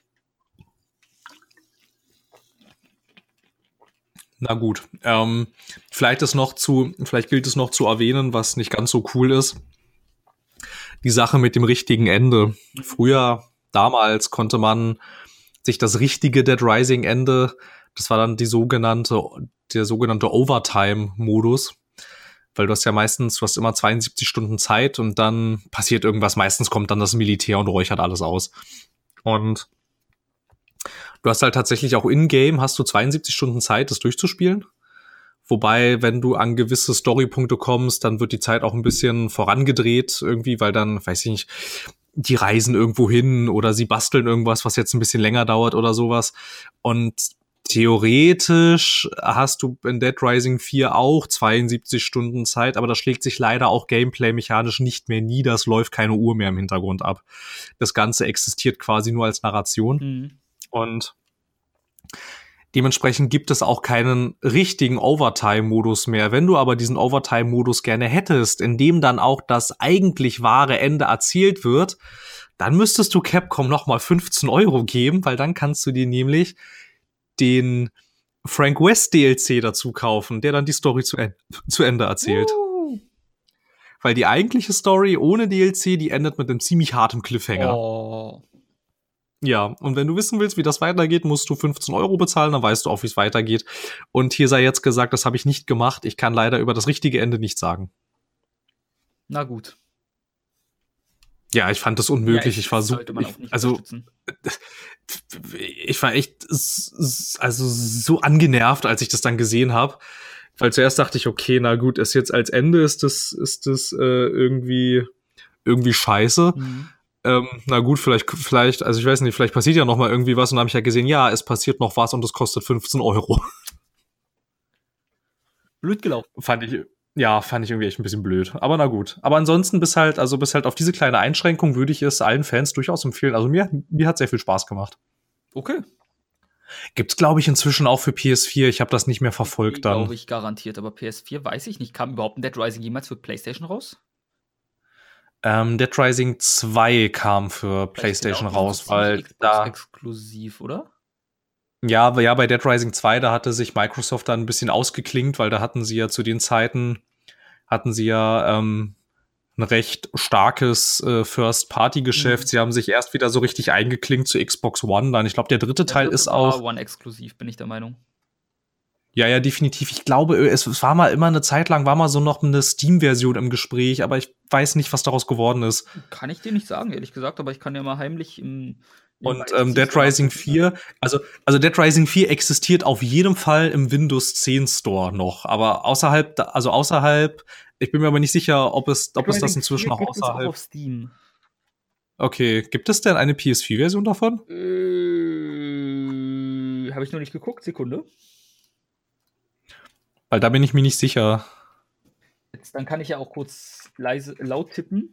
Na gut, ähm, vielleicht ist noch zu, vielleicht gilt es noch zu erwähnen, was nicht ganz so cool ist. Die Sache mit dem richtigen Ende. Früher, damals konnte man sich das richtige Dead Rising Ende, das war dann die sogenannte, der sogenannte Overtime-Modus, weil du hast ja meistens, du hast immer zweiundsiebzig Stunden Zeit und dann passiert irgendwas. Meistens kommt dann das Militär und räuchert alles aus. Und du hast halt tatsächlich auch in-game, hast du zweiundsiebzig Stunden Zeit, das durchzuspielen. Wobei, wenn du an gewisse Storypunkte kommst, dann wird die Zeit auch ein bisschen vorangedreht irgendwie, weil dann, weiß ich nicht, die reisen irgendwo hin oder sie basteln irgendwas, was jetzt ein bisschen länger dauert oder sowas. Und theoretisch hast du in Dead Rising vier auch zweiundsiebzig Stunden Zeit, aber das schlägt sich leider auch gameplay-mechanisch nicht mehr nieder. Es läuft keine Uhr mehr im Hintergrund ab. Das Ganze existiert quasi nur als Narration. Mhm. Und dementsprechend gibt es auch keinen richtigen Overtime-Modus mehr. Wenn du aber diesen Overtime-Modus gerne hättest, in dem dann auch das eigentlich wahre Ende erzielt wird, dann müsstest du Capcom nochmal fünfzehn Euro geben, weil dann kannst du dir nämlich den Frank West D L C dazu kaufen, der dann die Story zu, en- zu Ende erzählt. Uh. Weil die eigentliche Story ohne D L C, die endet mit einem ziemlich harten Cliffhanger. Oh. Ja, und wenn du wissen willst, wie das weitergeht, musst du fünfzehn Euro bezahlen, dann weißt du auch, wie es weitergeht. Und hier sei jetzt gesagt, das habe ich nicht gemacht. Ich kann leider über das richtige Ende nichts sagen. Na gut. Ja, ich fand das unmöglich. Ja, ich, ich war so, ich, also ich war echt also so angenervt, als ich das dann gesehen habe, weil zuerst dachte ich, okay, na gut, ist jetzt als Ende ist das ist das äh, irgendwie irgendwie scheiße. Mhm. Ähm, na gut, vielleicht vielleicht, also ich weiß nicht, vielleicht passiert ja noch mal irgendwie was und dann habe ich ja gesehen, ja, es passiert noch was und es kostet fünfzehn Euro. Blöd gelaufen. Fand ich Ja, fand ich irgendwie echt ein bisschen blöd. Aber na gut. Aber ansonsten bis halt, also bis halt auf diese kleine Einschränkung würde ich es allen Fans durchaus empfehlen. Also mir, mir hat sehr viel Spaß gemacht. Okay. Gibt's, glaube ich, inzwischen auch für P S vier. Ich habe das nicht mehr verfolgt dann. Glaube ich garantiert, aber P S vier weiß ich nicht. Kam überhaupt ein Dead Rising jemals für PlayStation raus? Ähm, Dead Rising zwei kam für PlayStation raus, weil Xbox da exklusiv, oder? Ja, aber ja, bei Dead Rising zwei, da hatte sich Microsoft dann ein bisschen ausgeklinkt, weil da hatten sie ja zu den Zeiten, hatten sie ja ähm, ein recht starkes äh, First-Party-Geschäft. Mhm. Sie haben sich erst wieder so richtig eingeklinkt zu Xbox One dann. Ich glaube, der dritte der Teil dritte ist auch One-exklusiv, bin ich der Meinung. Ja, ja, definitiv. Ich glaube, es war mal immer eine Zeit lang, war mal so noch eine Steam-Version im Gespräch, aber ich weiß nicht, was daraus geworden ist. Kann ich dir nicht sagen, ehrlich gesagt, aber ich kann ja mal heimlich im Und ähm, Dead Rising vier, also, also Dead Rising vier existiert auf jeden Fall im Windows zehn Store noch, aber außerhalb, also außerhalb, ich bin mir aber nicht sicher, ob es, ob es das inzwischen noch außerhalb. Gibt es auch auf Steam. Okay, gibt es denn eine P S vier Version davon? Äh, habe ich noch nicht geguckt, Sekunde. Weil da bin ich mir nicht sicher. Jetzt, dann kann ich ja auch kurz leise, laut tippen.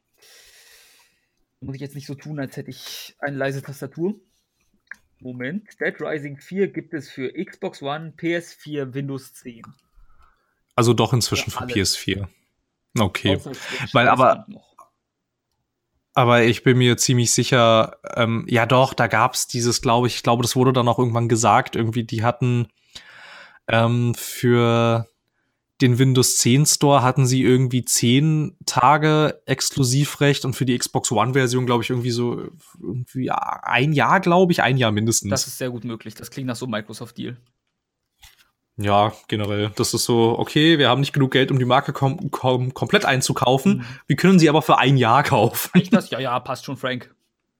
Muss ich jetzt nicht so tun, als hätte ich eine leise Tastatur. Moment. Dead Rising vier gibt es für Xbox One, P S vier, Windows zehn. Also doch inzwischen ja, für P S vier. Okay. Switch, weil aber, aber ich bin mir ziemlich sicher, ähm, ja doch, da gab's dieses, glaube ich, ich glaube, das wurde dann auch irgendwann gesagt, irgendwie, die hatten ähm, für den Windows zehn Store hatten sie irgendwie zehn Tage Exklusivrecht und für die Xbox One-Version, glaube ich, irgendwie so irgendwie ein Jahr, glaube ich, ein Jahr mindestens. Das ist sehr gut möglich. Das klingt nach so einem Microsoft-Deal. Ja, generell. Das ist so, okay, wir haben nicht genug Geld, um die Marke kom- kom- komplett einzukaufen. Mhm. Wir können sie aber für ein Jahr kaufen. Echt das? Ja, ja, passt schon, Frank.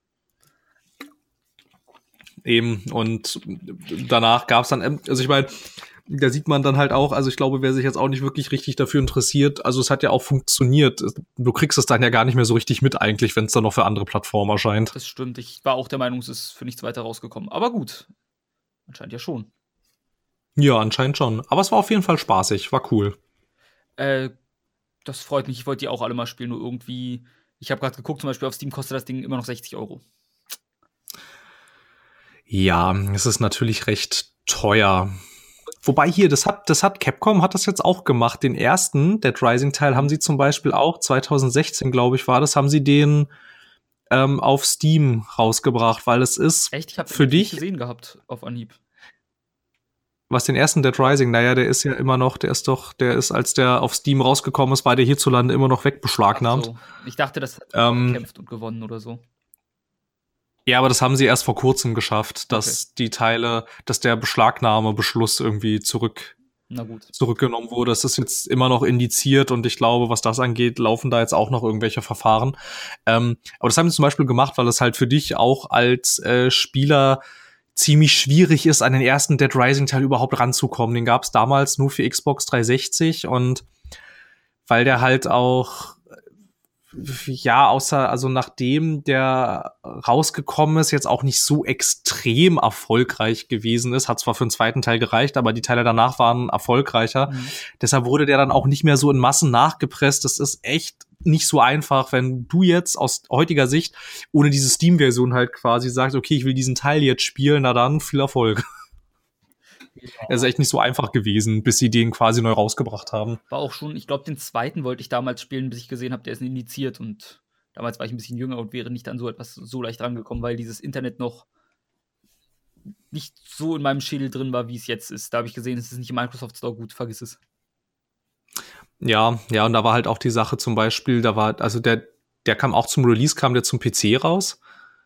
Eben, und danach gab's dann, also ich meine, da sieht man dann halt auch, also ich glaube, wer sich jetzt auch nicht wirklich richtig dafür interessiert, also es hat ja auch funktioniert. Du kriegst es dann ja gar nicht mehr so richtig mit eigentlich, wenn es dann noch für andere Plattformen erscheint. Das stimmt, ich war auch der Meinung, es ist für nichts weiter rausgekommen. Aber gut, anscheinend ja schon. Ja, anscheinend schon. Aber es war auf jeden Fall spaßig, war cool. Äh, das freut mich, ich wollte die auch alle mal spielen, nur irgendwie, ich habe gerade geguckt, zum Beispiel auf Steam kostet das Ding immer noch sechzig Euro. Ja, es ist natürlich recht teuer. Wobei hier, das hat, das hat Capcom hat das jetzt auch gemacht. Den ersten Dead Rising Teil haben sie zum Beispiel auch zwanzig sechzehn, glaube ich, war das, haben sie den ähm, auf Steam rausgebracht, weil es ist Echt? Ich habe für dich gesehen gehabt auf Anhieb. Was den ersten Dead Rising, naja, der ist ja immer noch, der ist doch, der ist, als der auf Steam rausgekommen ist, war der hierzulande immer noch wegbeschlagnahmt. So. Ich dachte, das hat ähm, gekämpft und gewonnen oder so. Ja, aber das haben sie erst vor kurzem geschafft, dass okay. die Teile, dass der Beschlagnahmebeschluss irgendwie zurück, Na gut. zurückgenommen wurde. Das ist jetzt immer noch indiziert und ich glaube, was das angeht, laufen da jetzt auch noch irgendwelche Verfahren. Ähm, aber das haben sie zum Beispiel gemacht, weil es halt für dich auch als äh, Spieler ziemlich schwierig ist, an den ersten Dead Rising Teil überhaupt ranzukommen. Den gab es damals nur für Xbox dreihundertsechzig und weil der halt auch ja, außer, also nachdem der rausgekommen ist, jetzt auch nicht so extrem erfolgreich gewesen ist, hat zwar für den zweiten Teil gereicht, aber die Teile danach waren erfolgreicher. Mhm. Deshalb wurde der dann auch nicht mehr so in Massen nachgepresst. Das ist echt nicht so einfach, wenn du jetzt aus heutiger Sicht ohne diese Steam-Version halt quasi sagst, okay, ich will diesen Teil jetzt spielen, na dann, viel Erfolg. Ja. Es ist echt nicht so einfach gewesen, bis sie den quasi neu rausgebracht haben. War auch schon, ich glaube, den zweiten wollte ich damals spielen, bis ich gesehen habe, der ist indiziert und damals war ich ein bisschen jünger und wäre nicht an so etwas so leicht rangekommen, weil dieses Internet noch nicht so in meinem Schädel drin war, wie es jetzt ist. Da habe ich gesehen, es ist nicht im Microsoft Store gut, vergiss es. Ja, ja, und da war halt auch die Sache zum Beispiel, da war, also der, der kam auch zum Release, kam der zum P C raus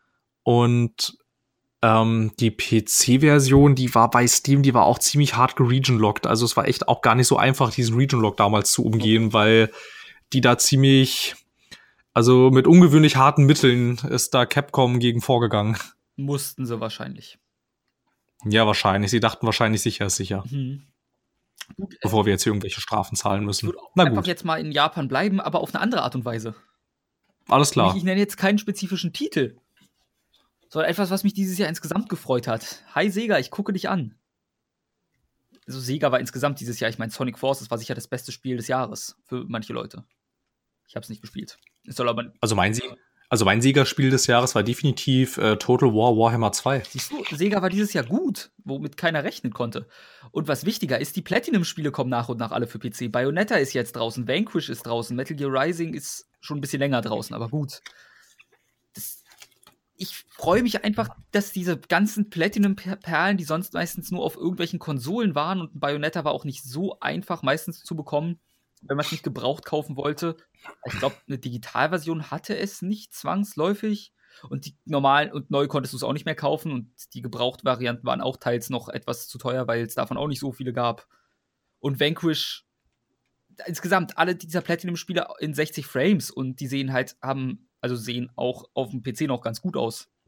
und ähm, die P C-Version, die war bei Steam, die war auch ziemlich hart geregionlockt, also es war echt auch gar nicht so einfach, diesen Region-Lock damals zu umgehen, okay. weil die da ziemlich, also mit ungewöhnlich harten Mitteln ist da Capcom gegen vorgegangen. Mussten sie wahrscheinlich. Ja, wahrscheinlich, sie dachten wahrscheinlich, sicher ist sicher. Mhm. Gut, bevor äh, wir jetzt hier irgendwelche Strafen zahlen müssen. Ich würde Na einfach gut. jetzt mal in Japan bleiben, aber auf eine andere Art und Weise. Alles klar. Ich, ich nenne jetzt keinen spezifischen Titel, sondern etwas, was mich dieses Jahr insgesamt gefreut hat. Hi Sega, ich gucke dich an. Also Sega war insgesamt dieses Jahr, ich meine Sonic Forces war sicher das beste Spiel des Jahres für manche Leute. Ich habe es nicht gespielt. Es soll aber also mein Sieg. Also mein Siegerspiel des Jahres war definitiv äh, Total War Warhammer zwei. Siehst du, Sega war dieses Jahr gut, womit keiner rechnen konnte. Und was wichtiger ist, die Platinum-Spiele kommen nach und nach alle für P C. Bayonetta ist jetzt draußen, Vanquish ist draußen, Metal Gear Rising ist schon ein bisschen länger draußen, aber gut. Das, ich freue mich einfach, dass diese ganzen Platinum-Perlen, die sonst meistens nur auf irgendwelchen Konsolen waren, und Bayonetta war auch nicht so einfach meistens zu bekommen, wenn man es nicht gebraucht kaufen wollte. Ich glaube, eine Digitalversion hatte es nicht zwangsläufig. Und die normalen und neu konntest du es auch nicht mehr kaufen. Und die Gebraucht-Varianten waren auch teils noch etwas zu teuer, weil es davon auch nicht so viele gab. Und Vanquish, insgesamt alle dieser Platinum-Spiele in sechzig Frames. Und die sehen halt, haben, also sehen auch auf dem P C noch ganz gut aus.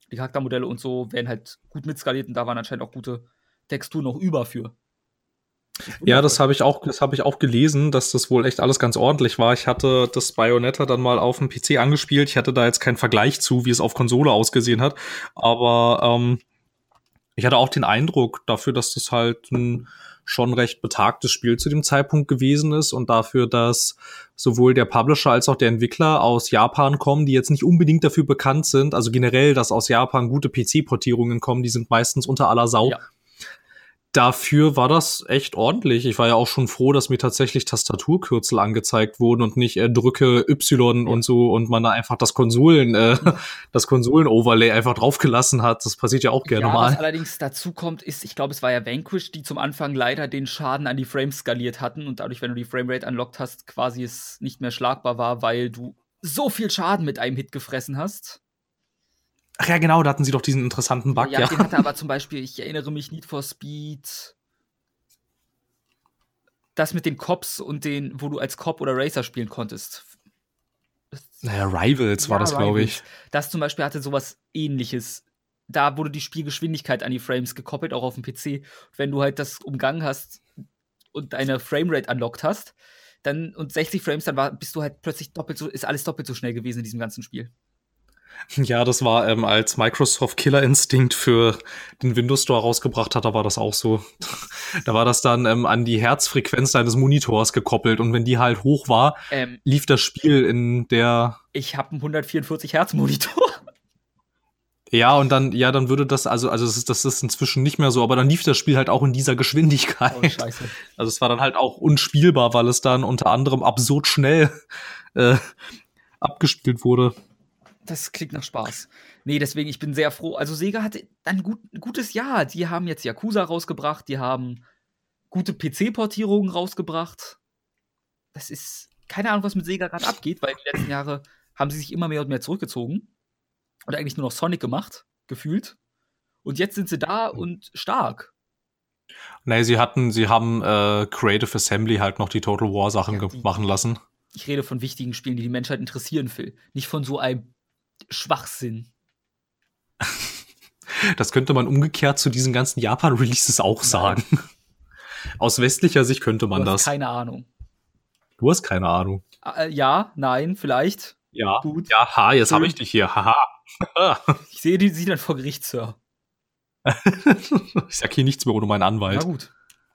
Die Charaktermodelle und so werden halt gut mitskaliert und da waren anscheinend auch gute Texturen noch über für. Ja, das habe ich auch, das habe ich auch gelesen, dass das wohl echt alles ganz ordentlich war. Ich hatte das Bayonetta dann mal auf dem P C angespielt. Ich hatte da jetzt keinen Vergleich zu, wie es auf Konsole ausgesehen hat. Aber ähm, ich hatte auch den Eindruck dafür, dass das halt ein schon recht betagtes Spiel zu dem Zeitpunkt gewesen ist und dafür, dass sowohl der Publisher als auch der Entwickler aus Japan kommen, die jetzt nicht unbedingt dafür bekannt sind, also generell, dass aus Japan gute P C-Portierungen kommen, die sind meistens unter aller Sau. Ja. Dafür war das echt ordentlich. Ich war ja auch schon froh, dass mir tatsächlich Tastaturkürzel angezeigt wurden und nicht äh, drücke Y Ja. und so und man da einfach das Konsolen, äh, das Konsolen-Overlay einfach draufgelassen hat. Das passiert ja auch gerne ja, mal. was allerdings dazu kommt, ist, ich glaube, es war ja Vanquish, die zum Anfang leider den Schaden an die Frames skaliert hatten und dadurch, wenn du die Framerate unlockt hast, quasi es nicht mehr schlagbar war, weil du so viel Schaden mit einem Hit gefressen hast. Ach ja, genau, da hatten sie doch diesen interessanten Bug, ja. ja. Den hatte aber zum Beispiel, ich erinnere mich, Need for Speed, das mit den Cops und den, wo du als Cop oder Racer spielen konntest. Naja, Rivals war Ja, das, glaube ich. Das zum Beispiel hatte sowas Ähnliches. Da wurde die Spielgeschwindigkeit an die Frames gekoppelt, auch auf dem P C. Wenn du halt das umgangen hast und deine Framerate unlockt hast, dann und sechzig Frames, dann war, bist du halt plötzlich doppelt so, ist alles doppelt so schnell gewesen in diesem ganzen Spiel. Ja, das war, ähm, als Microsoft Killer Instinct für den Windows Store rausgebracht hat, da war das auch so. Da war das dann ähm, an die Herzfrequenz deines Monitors gekoppelt und wenn die halt hoch war, Ähm, lief das Spiel in der... ich habe einen hundertvierundvierzig Hertz Monitor. Ja, und dann, ja, dann würde das, also, also das ist, das ist inzwischen nicht mehr so, aber dann lief das Spiel halt auch in dieser Geschwindigkeit. Oh, scheiße. Also es war dann halt auch unspielbar, weil es dann unter anderem absurd schnell äh, abgespielt wurde. Das klingt nach Spaß. Nee, deswegen, ich bin sehr froh. Also Sega hatte ein, gut, ein gutes Jahr. Die haben jetzt Yakuza rausgebracht, die haben gute P C-Portierungen rausgebracht. Das ist, keine Ahnung, was mit Sega gerade abgeht, weil die letzten Jahre haben sie sich immer mehr und mehr zurückgezogen. Und eigentlich nur noch Sonic gemacht, gefühlt. Und jetzt sind sie da und stark. Nee, sie hatten, sie haben äh, Creative Assembly halt noch die Total War Sachen Ja, ge- machen lassen. Ich rede von wichtigen Spielen, die die Menschheit interessieren will. Nicht von so einem Schwachsinn. Das könnte man umgekehrt zu diesen ganzen Japan-Releases auch Nein. sagen. Aus westlicher Sicht könnte man Du hast das. keine Ahnung. Du hast keine Ahnung. Äh, ja, nein, vielleicht. Ja, Gut. ja, ha, jetzt Schön. habe ich dich hier. Haha. Ich sehe die, sie dann vor Gericht, Sir. Ich sag hier nichts mehr ohne meinen Anwalt. Na gut.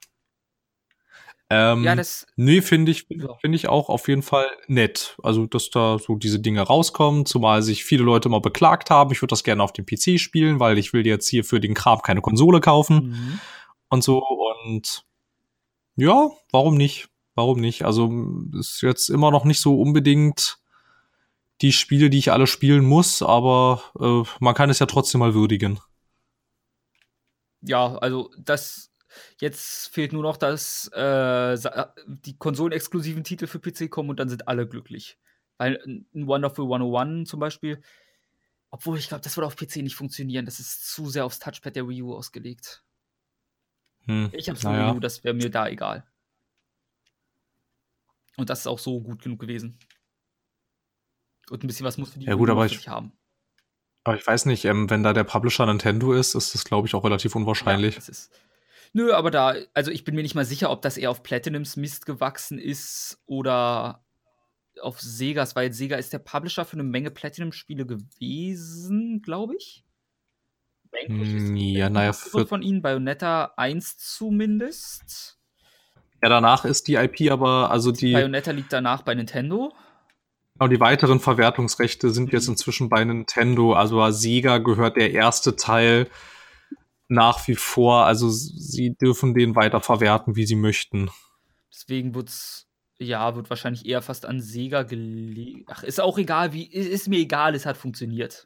Ähm, Ja, das. nee, finde ich, Ja. finde ich auch auf jeden Fall nett. Also, dass da so diese Dinge rauskommen, zumal sich viele Leute mal beklagt haben. Ich würde das gerne auf dem P C spielen, weil ich will jetzt hier für den Kram keine Konsole kaufen Mhm. und so. Und ja, warum nicht? Warum nicht? Also, ist jetzt immer noch nicht so unbedingt die Spiele, die ich alle spielen muss, aber äh, man kann es ja trotzdem mal würdigen. Ja, also das. Jetzt fehlt nur noch, dass äh, sa- die konsolenexklusiven Titel für P C kommen und dann sind alle glücklich. Weil ein Wonderful hundertundeins zum Beispiel, obwohl ich glaube, das würde auf P C nicht funktionieren. Das ist zu sehr aufs Touchpad der Wii U ausgelegt. Hm, Ich hab's für naja. Wii U, das wäre mir da egal. Und das ist auch so gut genug gewesen. Und ein bisschen was musst du die Ja, gut, Wii U aber für ich- sich haben. Aber ich weiß nicht, ähm, wenn da der Publisher Nintendo ist, ist das, glaube ich, auch relativ unwahrscheinlich. Ja, das ist. Nö, aber da, also ich bin mir nicht mal sicher, ob das eher auf Platinums Mist gewachsen ist oder auf Segas, weil Sega ist der Publisher für eine Menge Platinum-Spiele gewesen, glaube ich. Vanquish ist Hm, die ja, naja, letztere für, von ihnen, Bayonetta eins zumindest. ja, danach ist die I P aber, also die, Bayonetta liegt danach bei Nintendo. genau, die weiteren Verwertungsrechte sind jetzt Mhm. inzwischen bei Nintendo. Also bei Sega gehört der erste Teil nach wie vor. Also sie dürfen den weiter verwerten, wie sie möchten. Deswegen wird's, ja, wird wahrscheinlich eher fast an Sega gelegt. Ach, ist auch egal, wie, ist mir egal, es hat funktioniert.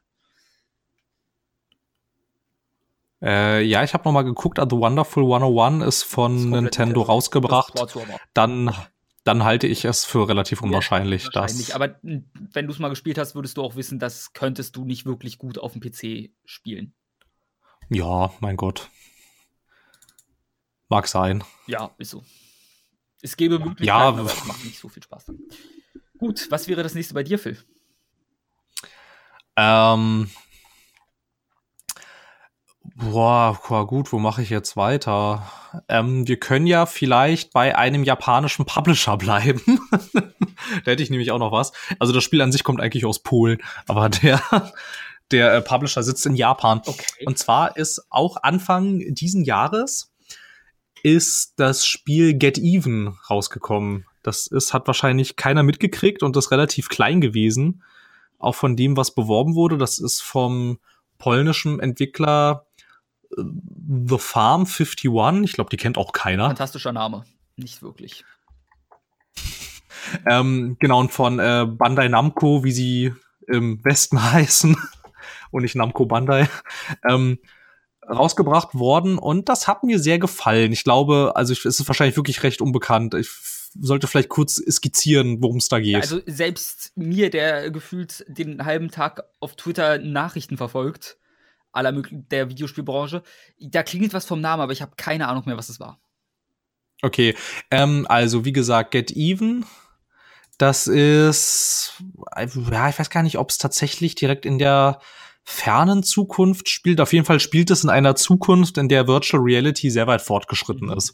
Äh, ja, ich habe noch mal geguckt, The Wonderful hundertundeins ist von Ist komplett Nintendo Nintendo. rausgebracht. Das war zu erwarten. Dann, dann halte ich es für relativ unwahrscheinlich, Wahrscheinlich, dass. aber m, wenn du es mal gespielt hast, würdest du auch wissen, das könntest du nicht wirklich gut auf dem P C spielen. Ja, mein Gott. Mag sein. Ja, ist so. Es gäbe Möglichkeiten, Ja. aber es macht nicht so viel Spaß dann. Gut, was wäre das nächste bei dir, Phil? Ähm, Boah, boah, gut, wo mache ich jetzt weiter? Ähm, wir können ja vielleicht bei einem japanischen Publisher bleiben. Da hätte ich nämlich auch noch was. Also das Spiel an sich kommt eigentlich aus Polen, aber der, der äh, Publisher sitzt in Japan. Okay. Und zwar ist auch Anfang diesen Jahres ist das Spiel Get Even rausgekommen. Das ist, hat wahrscheinlich keiner mitgekriegt und ist relativ klein gewesen. Auch von dem, was beworben wurde. Das ist vom polnischen Entwickler The Farm einundfünfzig. Ich glaube, die kennt auch keiner. Fantastischer Name. Nicht wirklich. Ähm, genau, und von äh, Bandai Namco, wie sie im Westen heißen, und nicht Namco Bandai, ähm, rausgebracht worden. Und das hat mir sehr gefallen. Ich glaube, also ich, es ist wahrscheinlich wirklich recht unbekannt. Ich sollte vielleicht kurz skizzieren, worum es da geht. Also selbst mir, der gefühlt den halben Tag auf Twitter Nachrichten verfolgt, aller möglichen der Videospielbranche, da klingelt was vom Namen, aber ich habe keine Ahnung mehr, was es war. Okay, ähm, also wie gesagt, Get Even, das ist, ja, ich weiß gar nicht, ob es tatsächlich direkt in der fernen Zukunft spielt. Auf jeden Fall spielt es in einer Zukunft, in der Virtual Reality sehr weit fortgeschritten ist.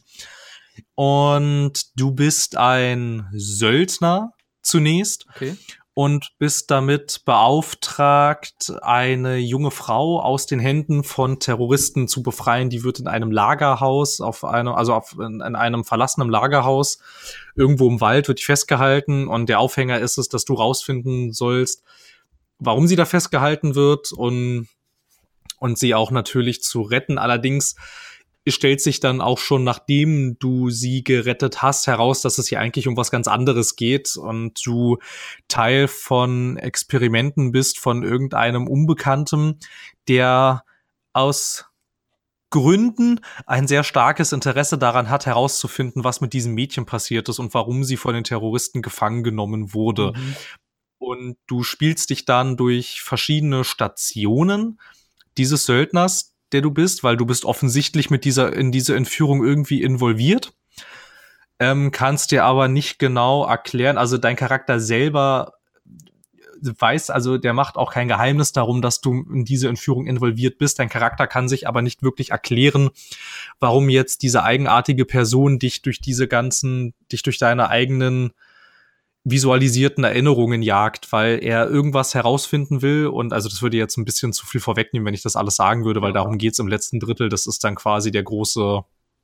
Und du bist ein Söldner zunächst. Okay. Und bist damit beauftragt, eine junge Frau aus den Händen von Terroristen zu befreien. Die wird in einem Lagerhaus, auf einem, also auf, in, in einem verlassenen Lagerhaus, irgendwo im Wald wird die festgehalten. Und der Aufhänger ist es, dass du rausfinden sollst, warum sie da festgehalten wird und, und sie auch natürlich zu retten. Allerdings stellt sich dann auch schon, nachdem du sie gerettet hast, heraus, dass es hier eigentlich um was ganz anderes geht und du Teil von Experimenten bist von irgendeinem Unbekannten, der aus Gründen ein sehr starkes Interesse daran hat, herauszufinden, was mit diesem Mädchen passiert ist und warum sie von den Terroristen gefangen genommen wurde. Mhm. Und du spielst dich dann durch verschiedene Stationen dieses Söldners, der du bist, weil du bist offensichtlich mit dieser in diese Entführung irgendwie involviert. Ähm, kannst dir aber nicht genau erklären, also dein Charakter selber weiß, also der macht auch kein Geheimnis darum, dass du in diese Entführung involviert bist. Dein Charakter kann sich aber nicht wirklich erklären, warum jetzt diese eigenartige Person dich durch diese ganzen, dich durch deine eigenen visualisierten Erinnerungen jagt, weil er irgendwas herausfinden will. Und also das würde jetzt ein bisschen zu viel vorwegnehmen, wenn ich das alles sagen würde, weil ja. Darum geht's im letzten Drittel. Das ist dann quasi der große,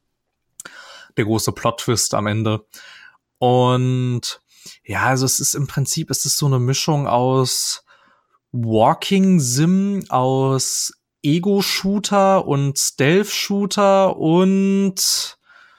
der große Plot-Twist am Ende. Und ja, also es ist im Prinzip, es ist so eine Mischung aus Walking Sim, aus Ego-Shooter und Stealth-Shooter und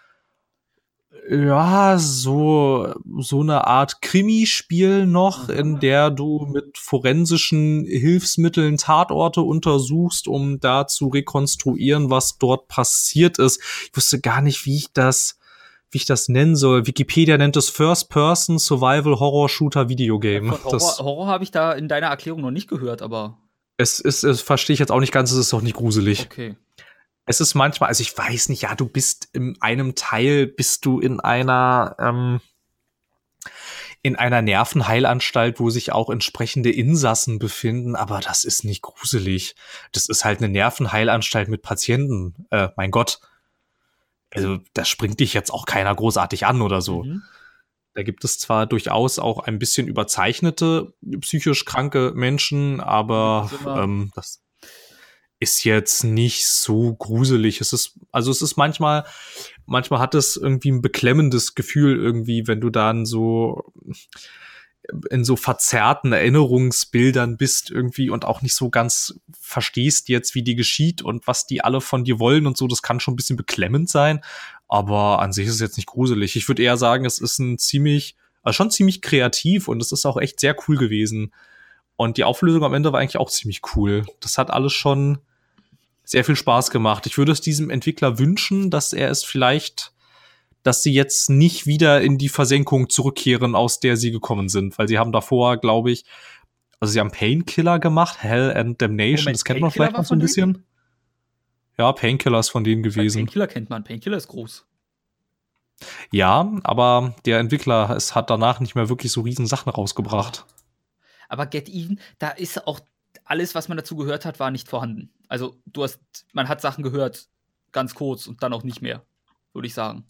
ja, so, so eine Art Krimispiel noch, mhm. in der du mit forensischen Hilfsmitteln Tatorte untersuchst, um da zu rekonstruieren, was dort passiert ist. Ich wusste gar nicht, wie ich das, wie ich das nennen soll. Wikipedia nennt es First-Person Survival Horror Shooter Videogame. Von Horror, Horror habe ich da in deiner Erklärung noch nicht gehört, aber es ist, es verstehe ich jetzt auch nicht ganz, es ist auch nicht gruselig. Okay. Es ist manchmal, also ich weiß nicht, ja, du bist in einem Teil, bist du in einer ähm, in einer Nervenheilanstalt, wo sich auch entsprechende Insassen befinden, aber das ist nicht gruselig. Das ist halt eine Nervenheilanstalt mit Patienten. Äh, mein Gott. Also das springt dich jetzt auch keiner großartig an oder so. Mhm. Da gibt es zwar durchaus auch ein bisschen überzeichnete, psychisch kranke Menschen, aber ähm, das ist jetzt nicht so gruselig. Es ist, also es ist manchmal, manchmal hat es irgendwie ein beklemmendes Gefühl irgendwie, wenn du dann so in so verzerrten Erinnerungsbildern bist irgendwie und auch nicht so ganz verstehst jetzt, wie die geschieht und was die alle von dir wollen und so. Das kann schon ein bisschen beklemmend sein, aber an sich ist es jetzt nicht gruselig. Ich würde eher sagen, es ist ein ziemlich, also schon ziemlich kreativ und es ist auch echt sehr cool gewesen. Und die Auflösung am Ende war eigentlich auch ziemlich cool. Das hat alles schon sehr viel Spaß gemacht. Ich würde es diesem Entwickler wünschen, dass er es vielleicht, dass sie jetzt nicht wieder in die Versenkung zurückkehren, aus der sie gekommen sind. Weil sie haben davor, glaube ich, also sie haben Painkiller gemacht, Hell and Damnation, Moment, das kennt man vielleicht noch so ein bisschen. Denen? Ja, Painkiller ist von denen gewesen. Painkiller kennt man, Painkiller ist groß. Ja, aber der Entwickler es hat danach nicht mehr wirklich so riesen Sachen rausgebracht. Aber Get Even, da ist auch alles, was man dazu gehört hat, war nicht vorhanden. Also du hast, man hat Sachen gehört, ganz kurz und dann auch nicht mehr, würde ich sagen.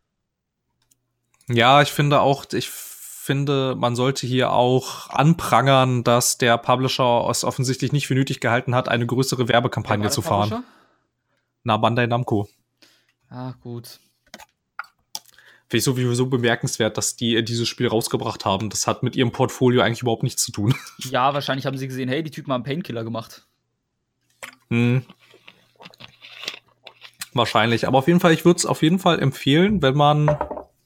Ja, ich finde auch, ich finde, man sollte hier auch anprangern, dass der Publisher es offensichtlich nicht für nötig gehalten hat, eine größere Werbekampagne zu fahren. Publisher? Na, Bandai Namco. Ah, gut. Finde ich sowieso bemerkenswert, dass die dieses Spiel rausgebracht haben. Das hat mit ihrem Portfolio eigentlich überhaupt nichts zu tun. Ja, wahrscheinlich haben sie gesehen, hey, die Typen haben Painkiller gemacht. Hm. Wahrscheinlich. Aber auf jeden Fall, ich würde es auf jeden Fall empfehlen, wenn man,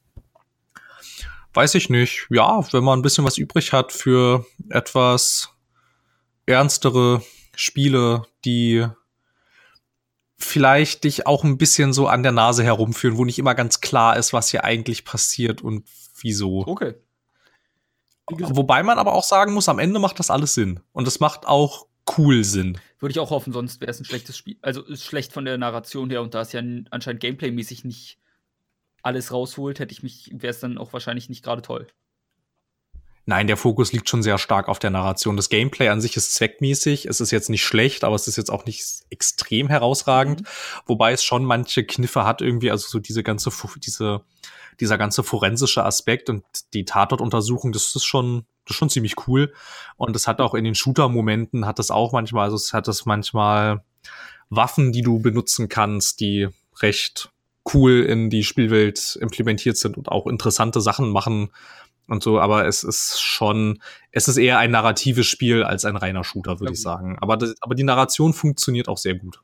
weiß ich nicht, ja, wenn man ein bisschen was übrig hat für etwas ernstere Spiele, die vielleicht dich auch ein bisschen so an der Nase herumführen, wo nicht immer ganz klar ist, was hier eigentlich passiert und wieso. Okay. Wobei man aber auch sagen muss, am Ende macht das alles Sinn. Und es macht auch cool Sinn. Würde ich auch hoffen, sonst wäre es ein schlechtes Spiel. Also ist schlecht von der Narration her und da es ja anscheinend gameplaymäßig nicht alles rausholt, hätte ich mich, wäre es dann auch wahrscheinlich nicht gerade toll. Nein, der Fokus liegt schon sehr stark auf der Narration. Das Gameplay an sich ist zweckmäßig. Es ist jetzt nicht schlecht, aber es ist jetzt auch nicht extrem herausragend. Mhm. Wobei es schon manche Kniffe hat irgendwie, also so diese ganze, diese, dieser ganze forensische Aspekt und die Tatortuntersuchung, das ist schon, das ist schon ziemlich cool. Und es hat auch in den Shooter-Momenten hat es auch manchmal, also es hat es manchmal Waffen, die du benutzen kannst, die recht cool in die Spielwelt implementiert sind und auch interessante Sachen machen. Und so, aber es ist schon, es ist eher ein narratives Spiel als ein reiner Shooter, würde ja, ich sagen. Aber, das, aber die Narration funktioniert auch sehr gut.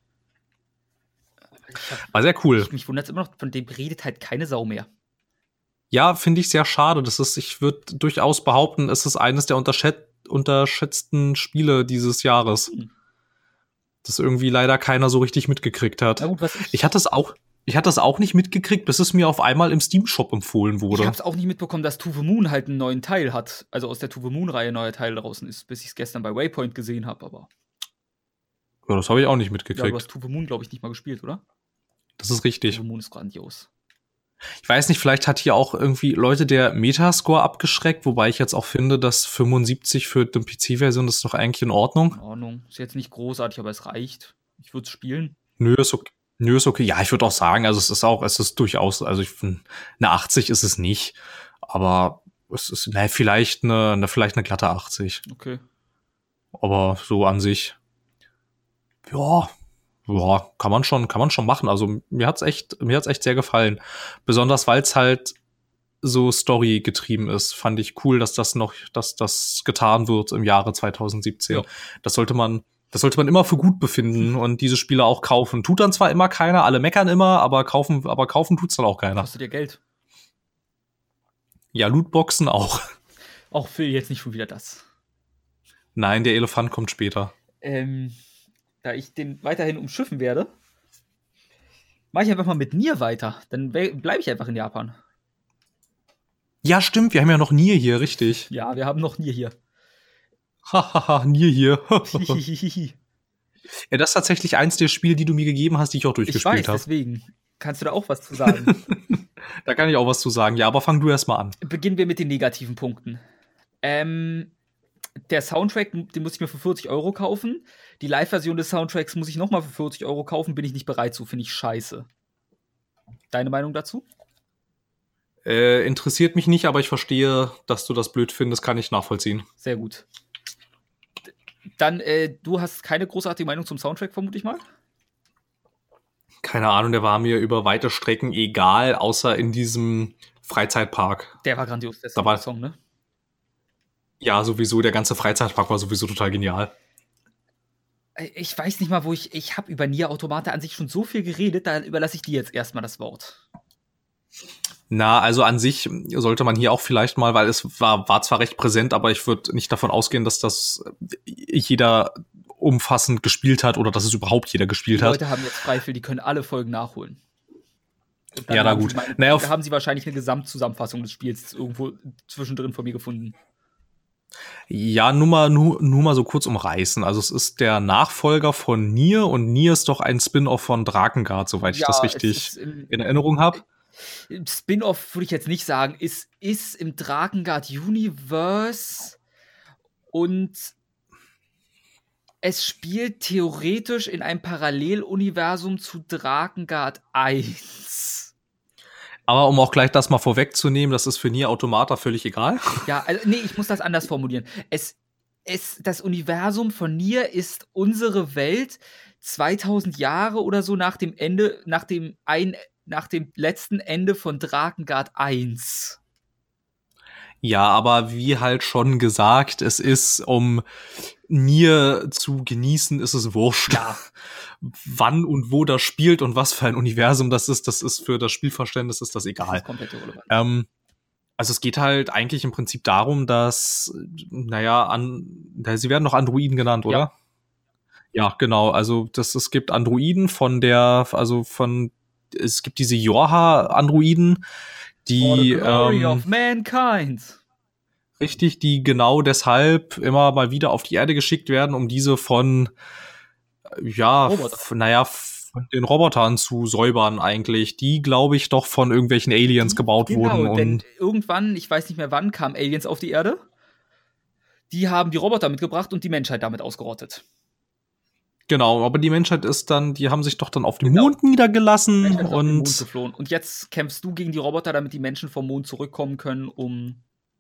Hab, War sehr cool. Ich, mich wundert es immer noch, von dem redet halt keine Sau mehr. Ja, finde ich sehr schade. Das ist, ich würde durchaus behaupten, es ist eines der unterschät, unterschätzten Spiele dieses Jahres. Hm. Das irgendwie leider keiner so richtig mitgekriegt hat. Na gut, was ich, ich hatte es auch. Ich hatte das auch nicht mitgekriegt, bis es mir auf einmal im Steam-Shop empfohlen wurde. Ich hab's auch nicht mitbekommen, dass To The Moon halt einen neuen Teil hat. Also aus der To The Moon-Reihe ein neuer Teil draußen ist, bis ich es gestern bei Waypoint gesehen habe, aber. Ja, das habe ich auch nicht mitgekriegt. Ja, du hast To The Moon, glaube ich, nicht mal gespielt, oder? Das ist richtig. To The Moon ist grandios. Ich weiß nicht, vielleicht hat hier auch irgendwie Leute der Metascore abgeschreckt, wobei ich jetzt auch finde, dass fünfundsiebzig für die P C-Version ist doch eigentlich in Ordnung. In Ordnung. Ist jetzt nicht großartig, aber es reicht. Ich würde es spielen. Nö, ist okay. Nö, ist okay. Ja, ich würde auch sagen, also es ist auch, es ist durchaus, also ich finde, eine achtzig ist es nicht, aber es ist, ne, vielleicht eine, eine, vielleicht eine glatte achtzig. Okay. Aber so an sich, ja, ja, kann man schon, kann man schon machen. Also mir hat's echt, mir hat's echt sehr gefallen. Besonders, weil es halt so Story getrieben ist, fand ich cool, dass das noch, dass das getan wird im Jahre zwanzig siebzehn. Ja. Das sollte man Das sollte man immer für gut befinden und diese Spiele auch kaufen. Tut dann zwar immer keiner, alle meckern immer, aber kaufen, aber kaufen tut's dann auch keiner. Kostet dir Geld? Ja, Lootboxen auch. Auch Phil, jetzt nicht schon wieder das. Nein, der Elefant kommt später. Ähm, da ich den weiterhin umschiffen werde, mache ich einfach mal mit Nier weiter. Dann bleibe ich einfach in Japan. Ja, stimmt, wir haben ja noch Nier hier, richtig. Ja, wir haben noch Nier hier. Hahaha, Nier hier. Ja, das ist tatsächlich eins der Spiele, die du mir gegeben hast, die ich auch durchgespielt habe. Ich weiß, deswegen. Kannst du da auch was zu sagen? Da kann ich auch was zu sagen. Ja, aber fang du erst mal an. Beginnen wir mit den negativen Punkten. Ähm, der Soundtrack, den muss ich mir für vierzig Euro kaufen. Die Live-Version des Soundtracks muss ich nochmal für vierzig Euro kaufen. Bin ich nicht bereit zu, finde ich scheiße. Deine Meinung dazu? Äh, interessiert mich nicht, aber ich verstehe, dass du das blöd findest, kann ich nachvollziehen. Sehr gut. Dann, äh, du hast keine großartige Meinung zum Soundtrack, vermute ich mal? Keine Ahnung, der war mir über weite Strecken egal, außer in diesem Freizeitpark. Der war grandios, der da war, Song, ne? Ja, sowieso, der ganze Freizeitpark war sowieso total genial. Ich weiß nicht mal, wo ich, ich habe über Nier Automata an sich schon so viel geredet, da überlasse ich dir jetzt erstmal das Wort. Na, also an sich sollte man hier auch vielleicht mal, weil es war, war zwar recht präsent, aber ich würde nicht davon ausgehen, dass das jeder umfassend gespielt hat oder dass es überhaupt jeder gespielt die hat. Die Leute haben jetzt Freifil, die können alle Folgen nachholen. Ja, na gut. Meine, naja, da haben sie wahrscheinlich eine Gesamtzusammenfassung des Spiels irgendwo zwischendrin von mir gefunden. Ja, nur mal, nur, nur mal so kurz umreißen. Also es ist der Nachfolger von Nier und Nier ist doch ein Spin-off von Drakengard, soweit ja, ich das richtig im, in Erinnerung habe. Spin-off würde ich jetzt nicht sagen. Es ist im Drakengard Universe und Es spielt theoretisch in einem Paralleluniversum zu Drakengard eins. Aber um auch gleich das mal vorwegzunehmen, das ist für Nier Automata völlig egal. Ja, also nee, ich muss das anders formulieren. Es, es, das Universum von Nier ist unsere Welt zweitausend Jahre oder so nach dem Ende, nach dem ein, nach dem letzten Ende von Drakengard eins. Ja, aber wie halt schon gesagt, es ist, um Nier zu genießen, ist es wurscht. Ja. Wann und wo das spielt und was für ein Universum das ist, das ist für das Spielverständnis ist das egal. Das ist komplett irrelevant. Ähm, also es geht halt eigentlich im Prinzip darum, dass, naja, an, sie werden noch Androiden genannt, oder? Ja. Ja, genau. Also das, es gibt Androiden von der, also von, es gibt diese Yorha-Androiden, die For the glory ähm, of mankind. Richtig, die genau deshalb immer mal wieder auf die Erde geschickt werden, um diese von, ja, f- naja, von den Robotern zu säubern eigentlich. Die, glaube ich, doch von irgendwelchen Aliens gebaut Genau, wurden. denn Und irgendwann, ich weiß nicht mehr wann, kamen Aliens auf die Erde. Die haben die Roboter mitgebracht und die Menschheit damit ausgerottet. genau, aber die Menschheit ist dann, die haben sich doch dann auf dem Genau. Mond niedergelassen. Menschheit ist auf den Mond Und geflohen. Und jetzt kämpfst du gegen die Roboter, damit die Menschen vom Mond zurückkommen können, um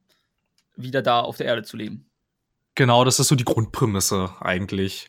wieder da auf der Erde zu leben. genau, das ist so die Grundprämisse eigentlich.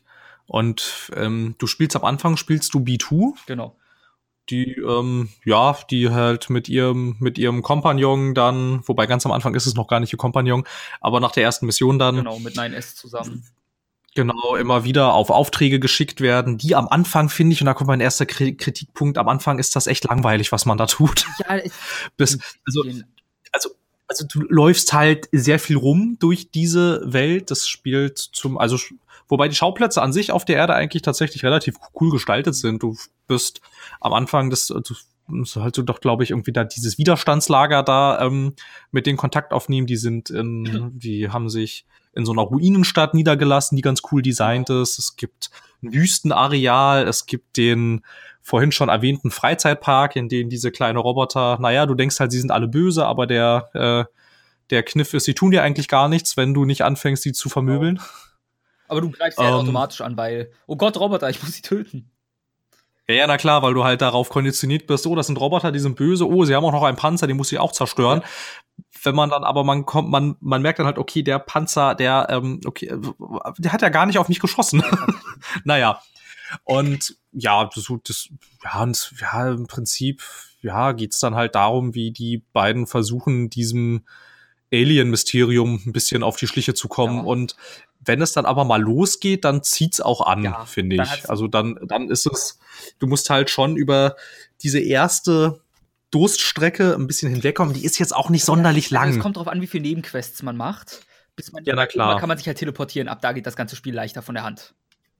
Und ähm, du spielst am Anfang, spielst du B zwei. Genau. Die, ähm, ja, die halt mit ihrem, mit ihrem Kompagnon dann, wobei ganz am Anfang ist es noch gar nicht ihr Kompagnon, aber nach der ersten Mission dann, Genau, mit nine S zusammen. genau, immer wieder auf Aufträge geschickt werden, die am Anfang, finde ich, und da kommt mein erster Kri- Kritikpunkt, am Anfang ist das echt langweilig, was man da tut. Ja, es Bis, also, also, also du läufst halt sehr viel rum durch diese Welt, das spielt zum, also wobei die Schauplätze an sich auf der Erde eigentlich tatsächlich relativ cool gestaltet sind. Du bist am Anfang des, du musst halt so doch, glaube ich, irgendwie da dieses Widerstandslager da ähm, mit denen Kontakt aufnehmen. Die sind in, die haben sich in so einer Ruinenstadt niedergelassen, die ganz cool designt ist. Es gibt ein Wüstenareal, es gibt den vorhin schon erwähnten Freizeitpark, in dem diese kleinen Roboter, naja, du denkst halt, sie sind alle böse, aber der, äh, der Kniff ist, sie tun dir eigentlich gar nichts, wenn du nicht anfängst, sie zu vermöbeln. Aber du greifst sie halt Ähm. automatisch an, weil, oh Gott, Roboter, ich muss sie töten. Ja, ja, na klar, weil du halt darauf konditioniert bist, oh, das sind Roboter, die sind böse, oh, sie haben auch noch einen Panzer, den muss ich auch zerstören. Ja. Wenn man dann aber, man kommt, man, man merkt dann halt, okay, der Panzer, der, ähm, okay, der hat ja gar nicht auf mich geschossen. Naja. Und ja, so, das, ja, und, ja, im Prinzip, ja, geht's dann halt darum, wie die beiden versuchen, diesem Alien-Mysterium ein bisschen auf die Schliche zu kommen. Ja. Und wenn es dann aber mal losgeht, dann zieht's auch an, ja, finde ich. Also dann, dann ist es, du musst halt schon über diese erste Durststrecke ein bisschen hinwegkommen. Die ist jetzt auch nicht sonderlich ja, also lang. Es kommt drauf an, wie viele Nebenquests man macht. Bis man ja, na klar. Da kann man sich halt teleportieren. Ab da geht das ganze Spiel leichter von der Hand.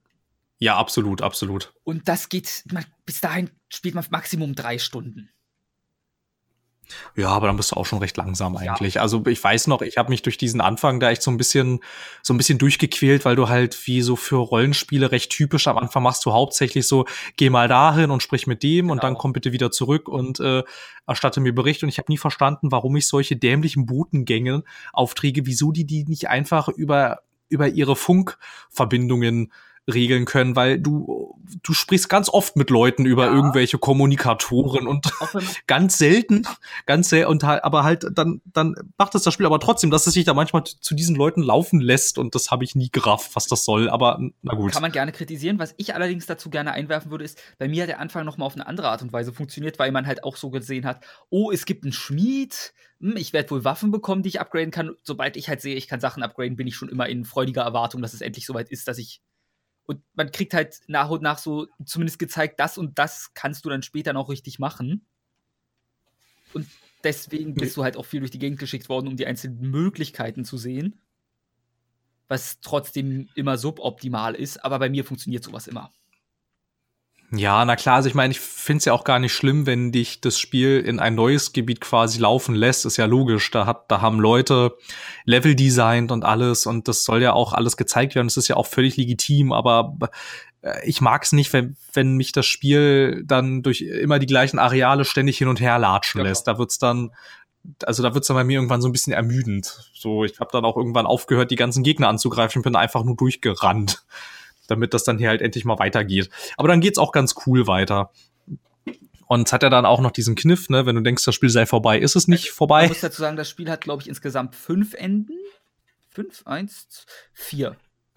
Ja, absolut, absolut. Und das geht, man, bis dahin spielt man Maximum drei Stunden. Ja, aber dann bist du auch schon recht langsam eigentlich. Ja. Also ich weiß noch, ich habe mich durch diesen Anfang da echt so ein bisschen so ein bisschen durchgequält, weil du halt wie so für Rollenspiele recht typisch am Anfang machst du hauptsächlich so, geh mal dahin und sprich mit dem genau. und dann komm bitte wieder zurück und äh, erstatte mir Bericht. Und ich habe nie verstanden, warum ich solche dämlichen Botengänge Aufträge, wieso die die nicht einfach über über ihre Funkverbindungen regeln können, weil du du sprichst ganz oft mit Leuten über ja. irgendwelche Kommunikatoren und ganz selten, ganz selten, und halt, aber halt dann dann macht es das Spiel aber trotzdem, dass es sich da manchmal zu diesen Leuten laufen lässt und das habe ich nie gerafft, was das soll, aber na gut. Kann man gerne kritisieren. Was ich allerdings dazu gerne einwerfen würde, ist, bei mir hat der Anfang noch mal auf eine andere Art und Weise funktioniert, weil man halt auch so gesehen hat, oh, es gibt einen Schmied, hm, ich werde wohl Waffen bekommen, die ich upgraden kann. Sobald ich halt sehe, ich kann Sachen upgraden, bin ich schon immer in freudiger Erwartung, dass es endlich soweit ist, dass ich Und man kriegt halt nach und nach so zumindest gezeigt, das und das kannst du dann später noch richtig machen. Und deswegen bist du halt auch viel durch die Gegend geschickt worden, um die einzelnen Möglichkeiten zu sehen. Was trotzdem immer suboptimal ist, aber bei mir funktioniert sowas immer. Ja, na klar, also ich meine, ich finde es ja auch gar nicht schlimm, wenn dich das Spiel in ein neues Gebiet quasi laufen lässt, ist ja logisch. Da hat, da haben Leute Level designt und alles und das soll ja auch alles gezeigt werden. Das ist ja auch völlig legitim, aber ich mag es nicht, wenn, wenn mich das Spiel dann durch immer die gleichen Areale ständig hin und her latschen ja, lässt. Da wird's dann, also da wird's dann bei mir irgendwann so ein bisschen ermüdend. So, ich habe dann auch irgendwann aufgehört, die ganzen Gegner anzugreifen, bin einfach nur durchgerannt. damit das dann hier halt endlich mal weitergeht. Aber dann geht's auch ganz cool weiter. Und es hat ja dann auch noch diesen Kniff, ne, wenn du denkst, das Spiel sei vorbei, ist es nicht also, vorbei. Man muss dazu sagen, das Spiel hat, glaube ich, insgesamt fünf Enden. Fünf? Eins? Vier.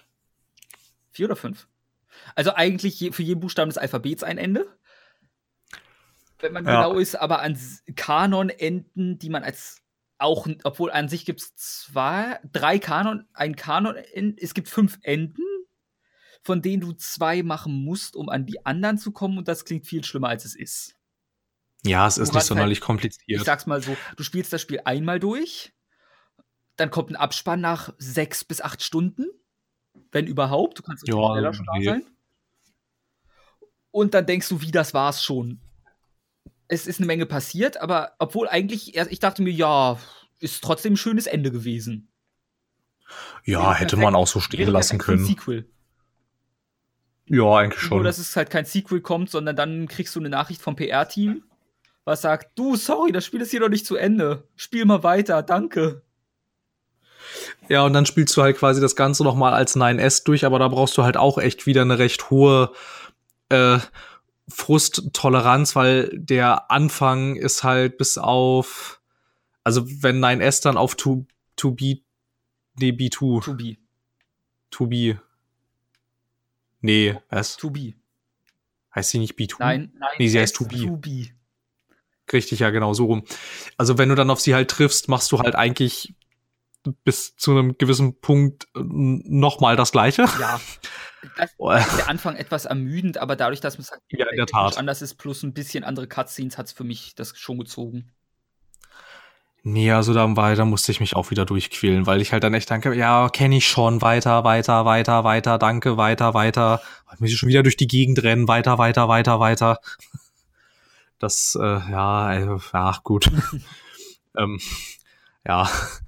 Vier oder fünf? Also eigentlich je, für jeden Buchstaben des Alphabets ein Ende. Wenn man ja. genau ist, aber an Kanon-Enden, die man als auch, obwohl an sich gibt es zwei, drei Kanon, ein Kanon, es gibt fünf Enden, von denen du zwei machen musst, um an die anderen zu kommen, und das klingt viel schlimmer, als es ist. Ja, es ist nicht sonderlich halt, kompliziert. Ich sag's mal so, du spielst das Spiel einmal durch, dann kommt ein Abspann nach sechs bis acht Stunden, wenn überhaupt, du kannst ja, schneller schon da sein. Und dann denkst du, wie, das war's schon. Es ist eine Menge passiert, aber obwohl eigentlich, ich dachte mir, ja, ist trotzdem ein schönes Ende gewesen. Ja, wäre hätte perfekt, man auch so stehen lassen können. Ein Sequel. Ja, eigentlich schon. Nur, dass es halt kein Sequel kommt, sondern dann kriegst du eine Nachricht vom P R-Team, was sagt, du, sorry, das Spiel ist hier noch nicht zu Ende. Spiel mal weiter, danke. Ja, und dann spielst du halt quasi das Ganze nochmal als neun S durch, aber da brauchst du halt auch echt wieder eine recht hohe äh, Frusttoleranz, weil der Anfang ist halt bis auf, also wenn neun S dann auf to, to be, nee, B zwei. To be. To be. Nee, was? To be. Heißt sie nicht B zwei? Nein, nein. Nee, sie heißt to be. To be. Richtig, ja, genau, so rum. Also wenn du dann auf sie halt triffst, machst du halt eigentlich bis zu einem gewissen Punkt nochmal das Gleiche. Ja. Das ist der Anfang etwas ermüdend, aber dadurch, dass es halt ja, in der Tat anders ist, plus ein bisschen andere Cutscenes, hat es für mich das schon gezogen. Nee, also dann weiter musste ich mich auch wieder durchquälen, weil ich halt dann echt denke, ja, kenne ich schon, weiter, weiter, weiter, weiter, danke, weiter, weiter. Ich muss schon wieder durch die Gegend rennen, weiter, weiter, weiter, weiter. Das, äh, ja, also, ja, gut. ähm, ja.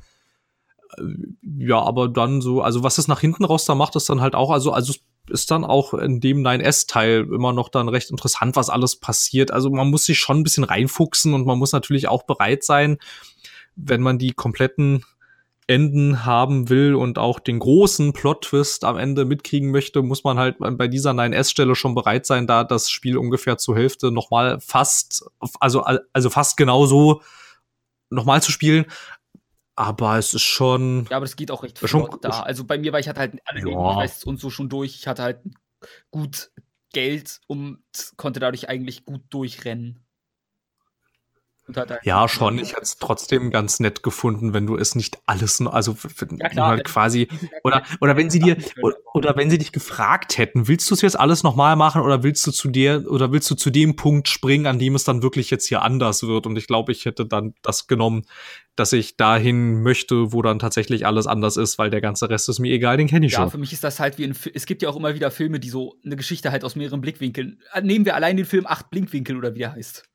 Ja, aber dann so, also was es nach hinten raus da macht, ist dann halt auch, also, also ist dann auch in dem neun S-Teil immer noch dann recht interessant, was alles passiert. Also man muss sich schon ein bisschen reinfuchsen und man muss natürlich auch bereit sein, wenn man die kompletten Enden haben will und auch den großen Plot-Twist am Ende mitkriegen möchte, muss man halt bei dieser neun S-Stelle schon bereit sein, da das Spiel ungefähr zur Hälfte nochmal fast, also, also fast genauso nochmal zu spielen. Aber es ist schon. Ja, aber es geht auch recht flott da. Also bei mir war ich hatte halt alle Nebenquests und so schon durch. Ich hatte halt gut Geld und konnte dadurch eigentlich gut durchrennen. Und halt ja, schon. Ich hätte es trotzdem ganz nett gefunden, wenn du es nicht alles, also ja, klar, halt quasi oder oder wenn sie dir oder, oder wenn sie dich gefragt hätten, willst du es jetzt alles nochmal machen oder willst du zu dir oder willst du zu dem Punkt springen, an dem es dann wirklich jetzt hier anders wird? Und ich glaube, ich hätte dann das genommen, dass ich dahin möchte, wo dann tatsächlich alles anders ist, weil der ganze Rest ist mir egal, den kenne ich ja, schon. Ja, für mich ist das halt wie ein Fi- es gibt ja auch immer wieder Filme, die so eine Geschichte halt aus mehreren Blickwinkeln. Nehmen wir allein den Film Acht Blickwinkel oder wie der heißt.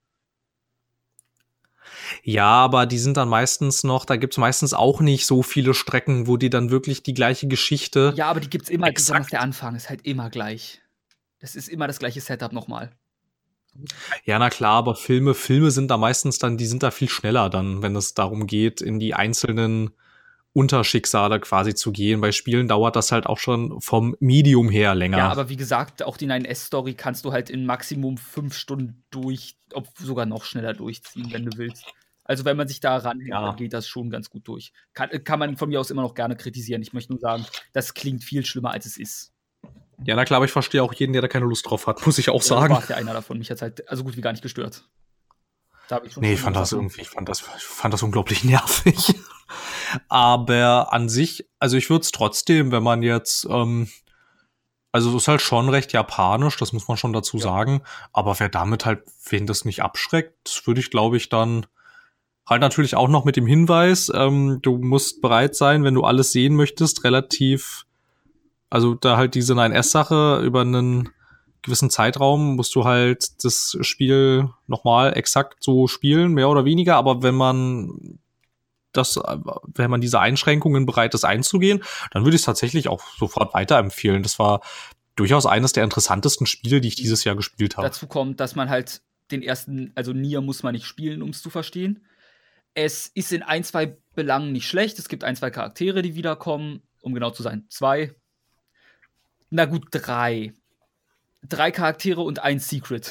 Ja, aber die sind dann meistens noch, da gibt's meistens auch nicht so viele Strecken, wo die dann wirklich die gleiche Geschichte. Ja, aber die gibt's immer, besonders der Anfang ist halt immer gleich. Das ist immer das gleiche Setup nochmal. Ja, na klar, aber Filme, Filme sind da meistens dann, die sind da viel schneller dann, wenn es darum geht, in die einzelnen Unterschicksale quasi zu gehen. Bei Spielen dauert das halt auch schon vom Medium her länger. Ja, aber wie gesagt, auch die neun S-Story kannst du halt in Maximum fünf Stunden durch, ob sogar noch schneller durchziehen, wenn du willst. Also wenn man sich da ranhängt, ja. Dann geht das schon ganz gut durch. Kann, kann man von mir aus immer noch gerne kritisieren. Ich möchte nur sagen, das klingt viel schlimmer, als es ist. Ja, na klar, aber ich verstehe auch jeden, der da keine Lust drauf hat, muss ich auch ja, sagen. Ich war ja einer davon. Mich hat's halt also gut wie gar nicht gestört. Da hab ich schon nee, ich fand das irgendwie, ich fand das, ich fand das unglaublich nervig. Aber an sich, also ich würde es trotzdem, wenn man jetzt, ähm, also es ist halt schon recht japanisch, das muss man schon dazu ja. sagen. Aber wer damit halt, wen das nicht abschreckt, das würde ich, glaube ich, dann halt natürlich auch noch mit dem Hinweis, ähm, du musst bereit sein, wenn du alles sehen möchtest, relativ, also da halt diese neun S-Sache über einen gewissen Zeitraum musst du halt das Spiel nochmal exakt so spielen, mehr oder weniger. Aber wenn man das, wenn man diese Einschränkungen bereit ist einzugehen, dann würde ich es tatsächlich auch sofort weiterempfehlen. Das war durchaus eines der interessantesten Spiele, die ich dieses Jahr gespielt habe. Dazu kommt, dass man halt den ersten, also Nier muss man nicht spielen, um es zu verstehen. Es ist in ein, zwei Belangen nicht schlecht. Es gibt ein, zwei Charaktere, die wiederkommen, um genau zu sein, zwei. Na gut, drei. Drei Charaktere und ein Secret.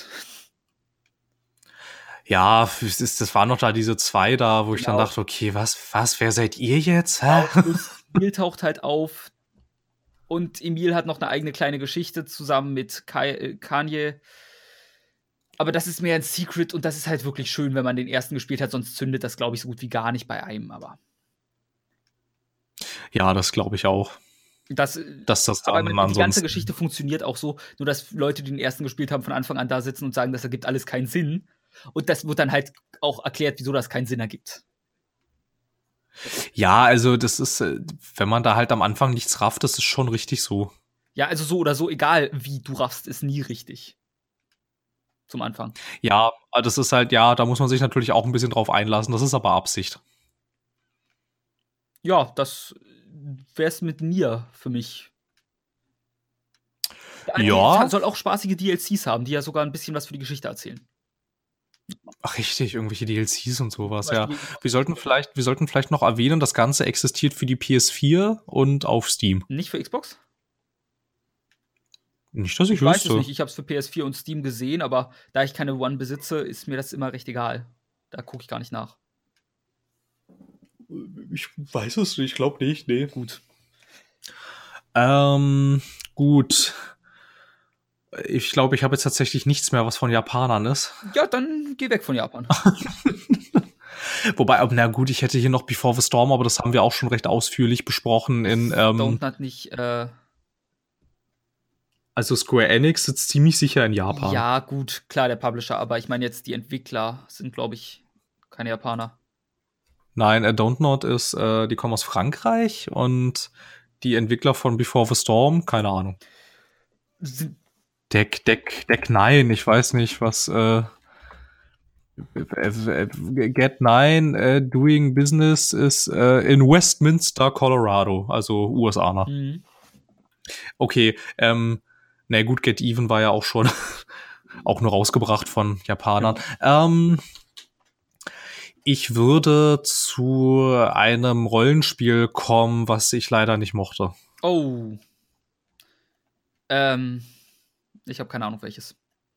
Ja, es ist, das waren noch da diese zwei da, wo ich Genau. dann dachte, okay, was, was, wer seid ihr jetzt? Hä? Emil taucht halt auf und Emil hat noch eine eigene kleine Geschichte zusammen mit Kai, äh, Kanye. Aber das ist mehr ein Secret und das ist halt wirklich schön, wenn man den ersten gespielt hat, sonst zündet das, glaube ich, so gut wie gar nicht bei einem, aber. Ja, das glaube ich auch. Das, dass das dann aber die ansonsten ganze Geschichte funktioniert auch so, nur dass Leute, die den ersten gespielt haben, von Anfang an da sitzen und sagen, das ergibt alles keinen Sinn. Und das wird dann halt auch erklärt, wieso das keinen Sinn ergibt. Ja, also das ist, wenn man da halt am Anfang nichts rafft, das ist schon richtig so. Ja, also so oder so, egal wie du raffst, ist nie richtig. Zum Anfang. Ja, das ist halt, ja, da muss man sich natürlich auch ein bisschen drauf einlassen. Das ist aber Absicht. Ja, das wär's mit Nier für mich. Ja. Die soll auch spaßige D L Cs haben, die ja sogar ein bisschen was für die Geschichte erzählen. Ach, richtig, irgendwelche D L Cs und sowas, ja. Wir sollten vielleicht, wir sollten vielleicht noch erwähnen, das Ganze existiert für die P S vier und auf Steam. Nicht für Xbox? Nicht, dass ich, ich wüsste. weiß es nicht. Ich habe es für P S vier und Steam gesehen, aber da ich keine One besitze, ist mir das immer recht egal. Da gucke ich gar nicht nach. Ich weiß es nicht, ich glaube nicht, nee. Gut. Ähm, gut. Ich glaube, ich habe jetzt tatsächlich nichts mehr, was von Japanern ist. Ja, dann geh weg von Japan. Wobei, na gut, ich hätte hier noch Before the Storm, aber das haben wir auch schon recht ausführlich besprochen in ähm, Don't hat nicht, äh Also Square Enix sitzt ziemlich sicher in Japan. Ja, gut, klar, der Publisher, aber ich meine jetzt, die Entwickler sind, glaube ich, keine Japaner. Nein, äh, Don't Not ist, äh, die kommen aus Frankreich und die Entwickler von Before the Storm, keine Ahnung. Sind Deck, Deck, Deck neun, ich weiß nicht, was, äh, Get nine äh, Doing Business ist äh, in Westminster, Colorado, also U S A. Ne? Mhm. Okay, ähm, na gut, Get Even war ja auch schon auch nur rausgebracht von Japanern. Ja. Ähm, ich würde zu einem Rollenspiel kommen, was ich leider nicht mochte. Oh. Ähm, ich habe keine Ahnung, welches.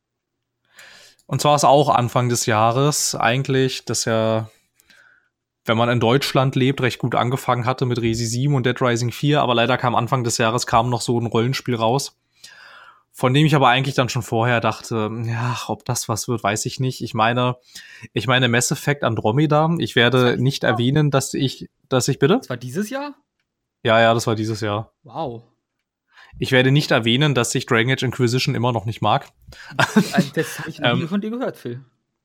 Und zwar ist auch Anfang des Jahres eigentlich, das ja, wenn man in Deutschland lebt, recht gut angefangen hatte mit Resi sieben und Dead Rising vier, aber leider kam Anfang des Jahres kam noch so ein Rollenspiel raus, von dem ich aber eigentlich dann schon vorher dachte, ja, ob das was wird, weiß ich nicht. Ich meine, ich meine Mass Effect Andromeda. Ich werde nicht Jahr? erwähnen, dass ich, dass ich bitte? Das war dieses Jahr? Ja, ja, das war dieses Jahr. Wow. Ich werde nicht erwähnen, dass ich Dragon Age Inquisition immer noch nicht mag. Das habe ich noch nie von dir gehört, Phil.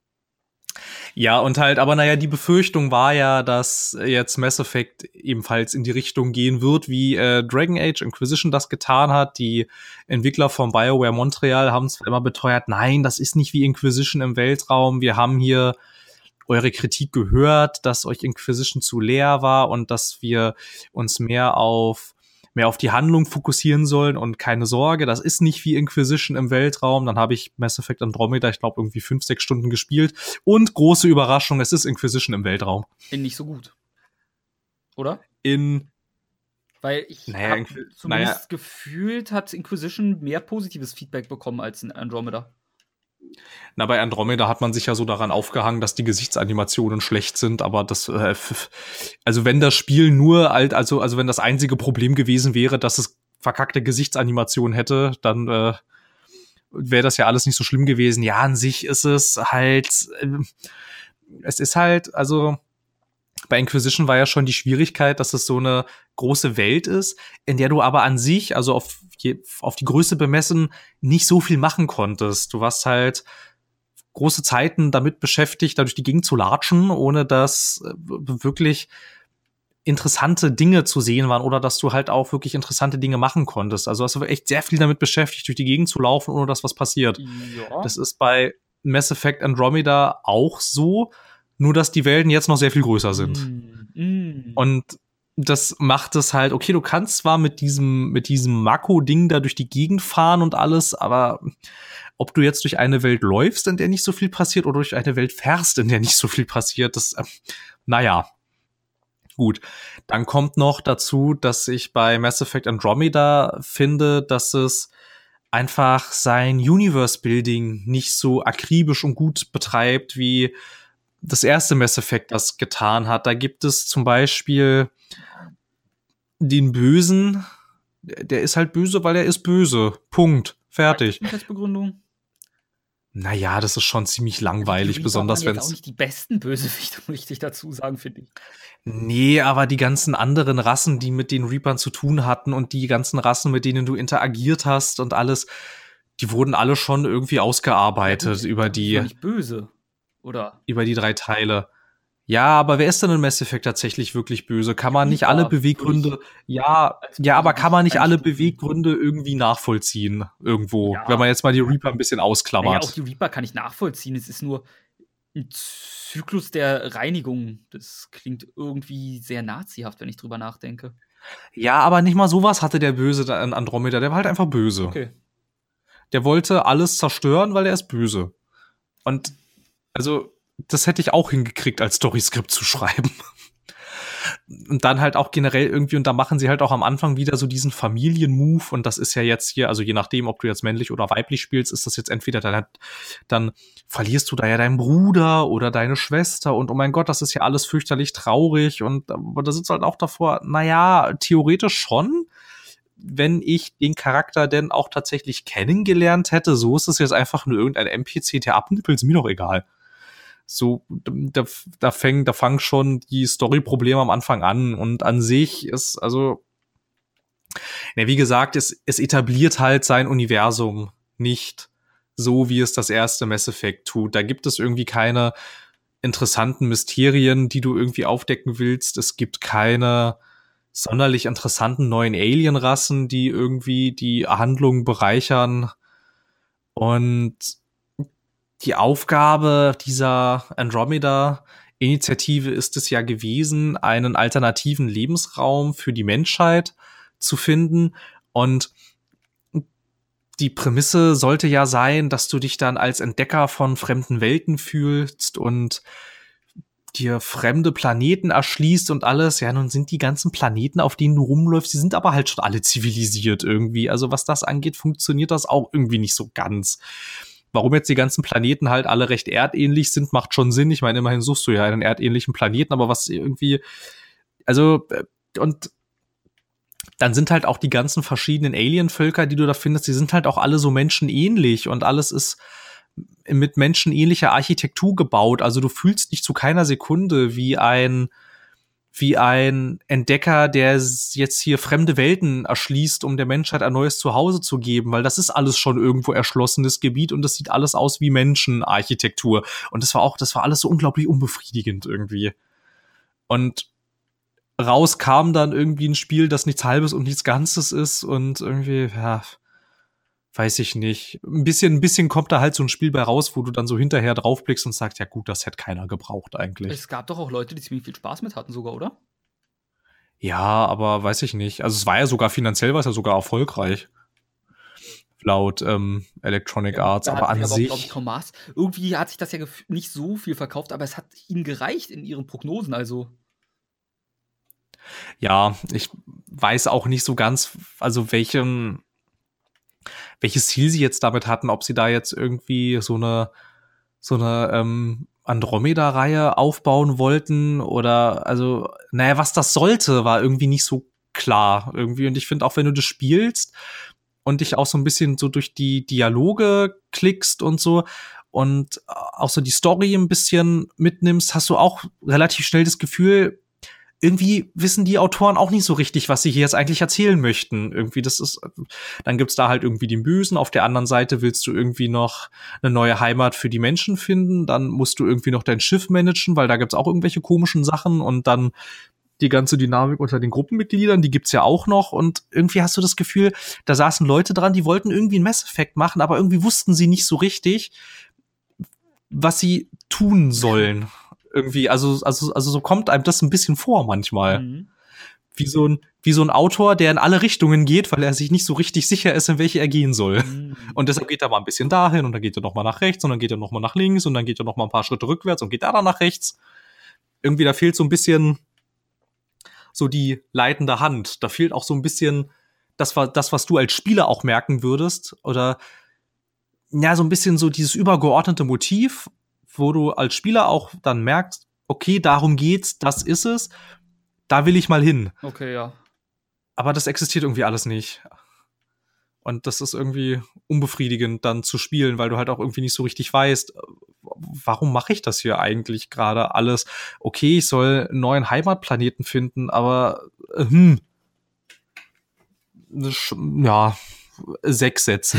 Ja, und halt, aber naja, die Befürchtung war ja, dass jetzt Mass Effect ebenfalls in die Richtung gehen wird, wie äh, Dragon Age Inquisition das getan hat. Die Entwickler von BioWare Montreal haben zwar immer beteuert, nein, das ist nicht wie Inquisition im Weltraum. Wir haben hier eure Kritik gehört, dass euch Inquisition zu leer war und dass wir uns mehr auf mehr auf die Handlung fokussieren sollen und keine Sorge, das ist nicht wie Inquisition im Weltraum. Dann habe ich Mass Effect Andromeda, ich glaube, irgendwie fünf, sechs Stunden gespielt. Und große Überraschung, es ist Inquisition im Weltraum. In nicht so gut. Oder? In Weil ich naja, hab zumindest naja. gefühlt, hat Inquisition mehr positives Feedback bekommen als in Andromeda. Na, bei Andromeda hat man sich ja so daran aufgehangen, dass die Gesichtsanimationen schlecht sind, aber das, äh, also wenn das Spiel nur alt, also, also wenn das einzige Problem gewesen wäre, dass es verkackte Gesichtsanimationen hätte, dann äh, wäre das ja alles nicht so schlimm gewesen. Ja, an sich ist es halt, äh, es ist halt, also bei Inquisition war ja schon die Schwierigkeit, dass es so eine große Welt ist, in der du aber an sich, also auf, je, auf die Größe bemessen, nicht so viel machen konntest. Du warst halt große Zeiten damit beschäftigt, dadurch die Gegend zu latschen, ohne dass wirklich interessante Dinge zu sehen waren oder dass du halt auch wirklich interessante Dinge machen konntest. Also hast du echt sehr viel damit beschäftigt, durch die Gegend zu laufen, ohne dass was passiert. Ja. Das ist bei Mass Effect Andromeda auch so, nur dass die Welten jetzt noch sehr viel größer sind. Mm, mm. Und das macht es halt, okay, du kannst zwar mit diesem, mit diesem Mako-Ding da durch die Gegend fahren und alles, aber ob du jetzt durch eine Welt läufst, in der nicht so viel passiert, oder durch eine Welt fährst, in der nicht so viel passiert, das, äh, naja. Gut, dann kommt noch dazu, dass ich bei Mass Effect Andromeda finde, dass es einfach sein Universe-Building nicht so akribisch und gut betreibt, wie das erste Mass Effect das getan hat. Da gibt es zum Beispiel den Bösen, der ist halt böse, weil er ist böse. Punkt. Fertig. Als Begründung. Naja, das ist schon ziemlich langweilig, die besonders wenn es auch nicht die besten Bösewichte, muss ich dazu sagen, finde ich. Nee, aber die ganzen anderen Rassen, die mit den Reapern zu tun hatten und die ganzen Rassen, mit denen du interagiert hast und alles, die wurden alle schon irgendwie ausgearbeitet ja, über die. Ist doch nicht böse, oder? Über die drei Teile. Ja, aber wer ist denn in Mass Effect tatsächlich wirklich böse? Kann man nicht alle Beweggründe, ja, ja, aber kann man nicht alle Beweggründe irgendwie nachvollziehen irgendwo, Ja. wenn man jetzt mal die Reaper ein bisschen Naja, ausklammert. auch die Reaper kann ich nachvollziehen. Es ist nur ein Zyklus der Reinigung. Das klingt irgendwie sehr nazihaft, wenn ich drüber nachdenke. Ja, aber nicht mal sowas hatte der Böse da in Andromeda. Der war halt einfach böse. Okay. Der wollte alles zerstören, weil er ist böse. Und also, das hätte ich auch hingekriegt, als Storyskript zu schreiben. Und dann halt auch generell irgendwie, und da machen sie halt auch am Anfang wieder so diesen Familienmove, und das ist ja jetzt hier, also je nachdem, ob du jetzt männlich oder weiblich spielst, ist das jetzt entweder dann, dann verlierst du da ja deinen Bruder oder deine Schwester, und oh mein Gott, das ist ja alles fürchterlich traurig, und aber da sitzt halt auch davor, naja, theoretisch schon, wenn ich den Charakter denn auch tatsächlich kennengelernt hätte. So ist es jetzt einfach nur irgendein N P C, der abnippelt, ist mir doch egal. So, da, da fangen, da fangen schon die Story-Probleme am Anfang an, und an sich ist, also, na, wie gesagt, es, es etabliert halt sein Universum nicht so, wie es das erste Mass Effect tut. Da gibt es irgendwie keine interessanten Mysterien, die du irgendwie aufdecken willst. Es gibt keine sonderlich interessanten neuen Alien-Rassen, die irgendwie die Handlung bereichern. Und die Aufgabe dieser Andromeda-Initiative ist es ja gewesen, einen alternativen Lebensraum für die Menschheit zu finden. Und die Prämisse sollte ja sein, dass du dich dann als Entdecker von fremden Welten fühlst und dir fremde Planeten erschließt und alles. Ja, nun sind die ganzen Planeten, auf denen du rumläufst, die sind aber halt schon alle zivilisiert irgendwie. Also was das angeht, funktioniert das auch irgendwie nicht so ganz. Warum jetzt die ganzen Planeten halt alle recht erdähnlich sind, macht schon Sinn. Ich meine, immerhin suchst du ja einen erdähnlichen Planeten, aber was irgendwie, also, und dann sind halt auch die ganzen verschiedenen Alien-Völker, die du da findest, die sind halt auch alle so menschenähnlich, und alles ist mit menschenähnlicher Architektur gebaut. Also du fühlst dich zu keiner Sekunde wie ein wie ein Entdecker, der jetzt hier fremde Welten erschließt, um der Menschheit ein neues Zuhause zu geben, weil das ist alles schon irgendwo erschlossenes Gebiet, und das sieht alles aus wie Menschenarchitektur. Und das war auch, das war alles so unglaublich unbefriedigend irgendwie. Und raus kam dann irgendwie ein Spiel, das nichts Halbes und nichts Ganzes ist, und irgendwie, ja, weiß ich nicht. Ein bisschen, ein bisschen kommt da halt so ein Spiel bei raus, wo du dann so hinterher draufblickst und sagst, ja gut, das hätte keiner gebraucht eigentlich. Es gab doch auch Leute, die ziemlich viel Spaß mit hatten sogar, oder? Ja, aber weiß ich nicht. Also es war ja sogar finanziell, war es ja sogar erfolgreich. Laut ähm, Electronic ja, Arts, aber an aber sich. Auch, ich, kaum Maß. Irgendwie hat sich das ja nicht so viel verkauft, aber es hat ihnen gereicht in ihren Prognosen, also. Ja, ich weiß auch nicht so ganz, also welchem welches Ziel sie jetzt damit hatten, ob sie da jetzt irgendwie so eine so eine ähm, Andromeda-Reihe aufbauen wollten oder, also, naja, was das sollte, war irgendwie nicht so klar irgendwie. Und ich finde, auch wenn du das spielst und dich auch so ein bisschen so durch die Dialoge klickst und so und auch so die Story ein bisschen mitnimmst, hast du auch relativ schnell das Gefühl, irgendwie wissen die Autoren auch nicht so richtig, was sie hier jetzt eigentlich erzählen möchten. Irgendwie, das ist, dann gibt's da halt irgendwie den Bösen. Auf der anderen Seite willst du irgendwie noch eine neue Heimat für die Menschen finden. Dann musst du irgendwie noch dein Schiff managen, weil da gibt's auch irgendwelche komischen Sachen. Und dann die ganze Dynamik unter den Gruppenmitgliedern, die gibt's ja auch noch. Und irgendwie hast du das Gefühl, da saßen Leute dran, die wollten irgendwie einen Mass Effect machen, aber irgendwie wussten sie nicht so richtig, was sie tun sollen. Irgendwie, also, also, also so kommt einem das ein bisschen vor manchmal. Mhm. Wie so ein, wie so ein Autor, der in alle Richtungen geht, weil er sich nicht so richtig sicher ist, in welche er gehen soll. Mhm. Und deshalb geht er mal ein bisschen dahin, und dann geht er noch mal nach rechts, und dann geht er noch mal nach links, und dann geht er noch mal ein paar Schritte rückwärts und geht da dann nach rechts. Irgendwie, da fehlt so ein bisschen, so die leitende Hand. Da fehlt auch so ein bisschen das, war das, was du als Spieler auch merken würdest. Oder ja, so ein bisschen so dieses übergeordnete Motiv, wo du als Spieler auch dann merkst, okay, darum geht's, das ist es, da will ich mal hin. Okay, ja. Aber das existiert irgendwie alles nicht. Und das ist irgendwie unbefriedigend dann zu spielen, weil du halt auch irgendwie nicht so richtig weißt, warum mache ich das hier eigentlich gerade alles? Okay, ich soll einen neuen Heimatplaneten finden, aber äh, hm. Ja, sechs Sätze.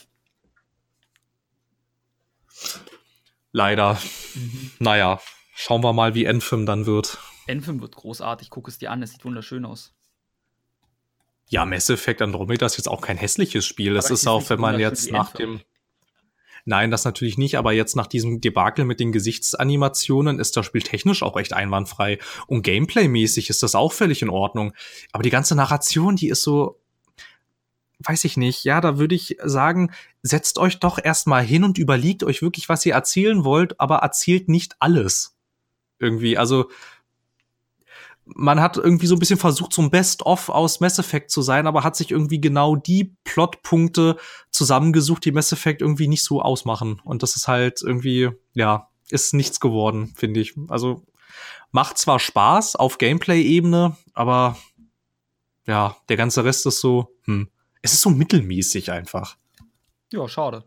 Leider. Mhm. Naja, schauen wir mal, wie Anthem dann wird. Anthem wird großartig, guck es dir an, es sieht wunderschön aus. Ja, Mass Effect Andromeda ist jetzt auch kein hässliches Spiel. Das ist auch, wenn man jetzt nach dem... Nein, das natürlich nicht, aber jetzt nach diesem Debakel mit den Gesichtsanimationen ist das Spiel technisch auch echt einwandfrei. Und Gameplay-mäßig ist das auch völlig in Ordnung. Aber die ganze Narration, die ist so... Weiß ich nicht, ja, da würde ich sagen, setzt euch doch erstmal hin und überlegt euch wirklich, was ihr erzählen wollt, aber erzählt nicht alles. Irgendwie, also man hat irgendwie so ein bisschen versucht, so ein Best-of aus Mass Effect zu sein, aber hat sich irgendwie genau die Plotpunkte zusammengesucht, die Mass Effect irgendwie nicht so ausmachen. Und das ist halt irgendwie, ja, ist nichts geworden, finde ich. Also macht zwar Spaß auf Gameplay-Ebene, aber ja, der ganze Rest ist so, hm. Es ist so mittelmäßig einfach. Ja, schade.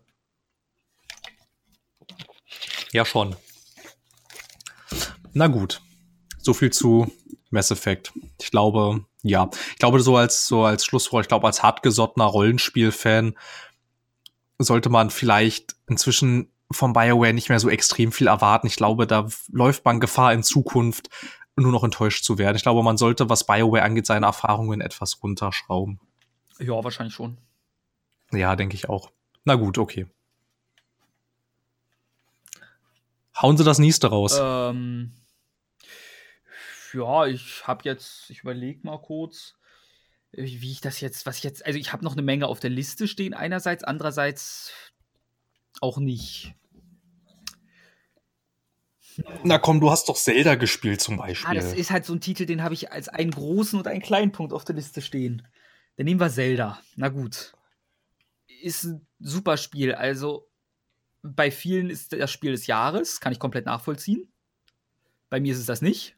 Ja, schon. Na gut. So viel zu Mass Effect. Ich glaube, ja. Ich glaube, so als, so als Schlusswort, ich glaube, als hartgesottener Rollenspiel-Fan sollte man vielleicht inzwischen von BioWare nicht mehr so extrem viel erwarten. Ich glaube, da läuft man Gefahr in Zukunft, nur noch enttäuscht zu werden. Ich glaube, man sollte, was BioWare angeht, seine Erfahrungen etwas runterschrauben. Ja, wahrscheinlich schon. Ja, denke ich auch. Na gut, okay. Hauen Sie das nächste raus. Ähm, ja, ich habe jetzt, ich überlege mal kurz, wie ich das jetzt, was ich jetzt, also ich habe noch eine Menge auf der Liste stehen einerseits, andererseits auch nicht. Na komm, du hast doch Zelda gespielt zum Beispiel. Ah, das ist halt so ein Titel, den habe ich als einen großen und einen kleinen Punkt auf der Liste stehen. Dann nehmen wir Zelda. Na gut. Ist ein super Spiel. Also bei vielen ist das Spiel des Jahres. Kann ich komplett nachvollziehen. Bei mir ist es das nicht.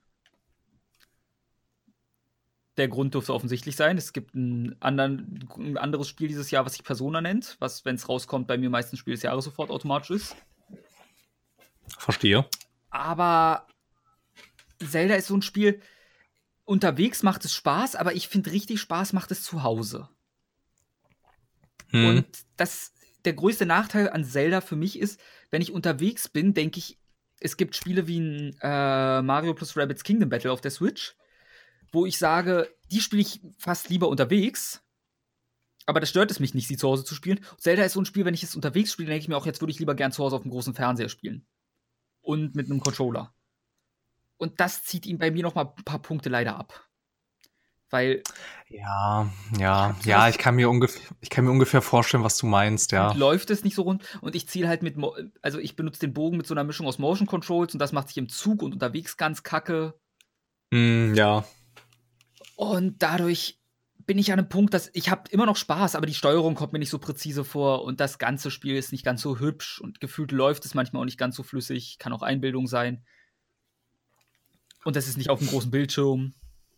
Der Grund dürfte offensichtlich sein. Es gibt ein, anderen, ein anderes Spiel dieses Jahr, was sich Persona nennt. Was, wenn es rauskommt, bei mir meistens Spiel des Jahres sofort automatisch ist. Verstehe. Aber Zelda ist so ein Spiel... Unterwegs macht es Spaß, aber ich finde, richtig Spaß macht es zu Hause. Hm. Und das, der größte Nachteil an Zelda für mich ist, wenn ich unterwegs bin, denke ich, es gibt Spiele wie ein äh, Mario plus Rabbids Kingdom Battle auf der Switch, wo ich sage, die spiele ich fast lieber unterwegs, aber das stört es mich nicht, sie zu Hause zu spielen. Zelda ist so ein Spiel, wenn ich es unterwegs spiele, denke ich mir auch, jetzt würde ich lieber gern zu Hause auf dem großen Fernseher spielen. Und mit einem Controller. Und das zieht ihm bei mir noch mal ein paar Punkte leider ab. Weil. Ja, ja, ja, ich kann mir ungefähr, ich kann mir ungefähr vorstellen, was du meinst, ja. Läuft es nicht so rund und ich ziele halt mit, also ich benutze den Bogen mit so einer Mischung aus Motion Controls und das macht sich im Zug und unterwegs ganz kacke. Mm, ja. Und dadurch bin ich an einem Punkt, dass ich habe immer noch Spaß, aber die Steuerung kommt mir nicht so präzise vor und das ganze Spiel ist nicht ganz so hübsch und gefühlt läuft es manchmal auch nicht ganz so flüssig, kann auch Einbildung sein. Und das ist nicht auf dem großen Bildschirm.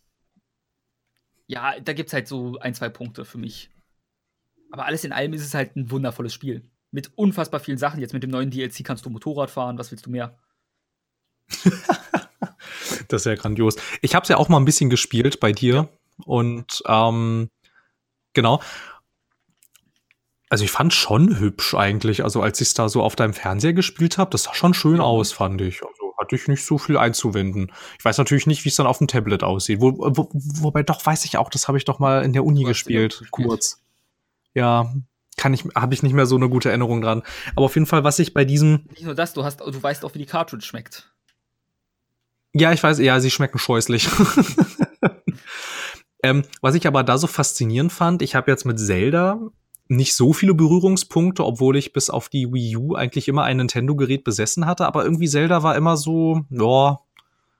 Ja, da gibt's halt so ein, zwei Punkte für mich. Aber alles in allem ist es halt ein wundervolles Spiel. Mit unfassbar vielen Sachen. Jetzt mit dem neuen D L C kannst du Motorrad fahren. Was willst du mehr? Das ist ja grandios. Ich habe es ja auch mal ein bisschen gespielt bei dir. Ja. Und ähm, genau. Also ich fand schon hübsch eigentlich. Also als ich es da so auf deinem Fernseher gespielt habe, das sah schon schön ja. aus, fand ich. Also hatte ich nicht so viel einzuwenden. Ich weiß natürlich nicht, wie es dann auf dem Tablet aussieht. Wo, wo, wobei doch weiß ich auch, das habe ich doch mal in der Uni gespielt, gespielt, kurz. Ja, kann ich, habe ich nicht mehr so eine gute Erinnerung dran. Aber auf jeden Fall, was ich bei diesem... Nicht nur das, du hast, du weißt auch, wie die Cartridge schmeckt. Ja, ich weiß, ja, sie schmecken scheußlich. ähm, was ich aber da so faszinierend fand, ich habe jetzt mit Zelda nicht so viele Berührungspunkte, obwohl ich bis auf die Wii U eigentlich immer ein Nintendo-Gerät besessen hatte, aber irgendwie Zelda war immer so, ja,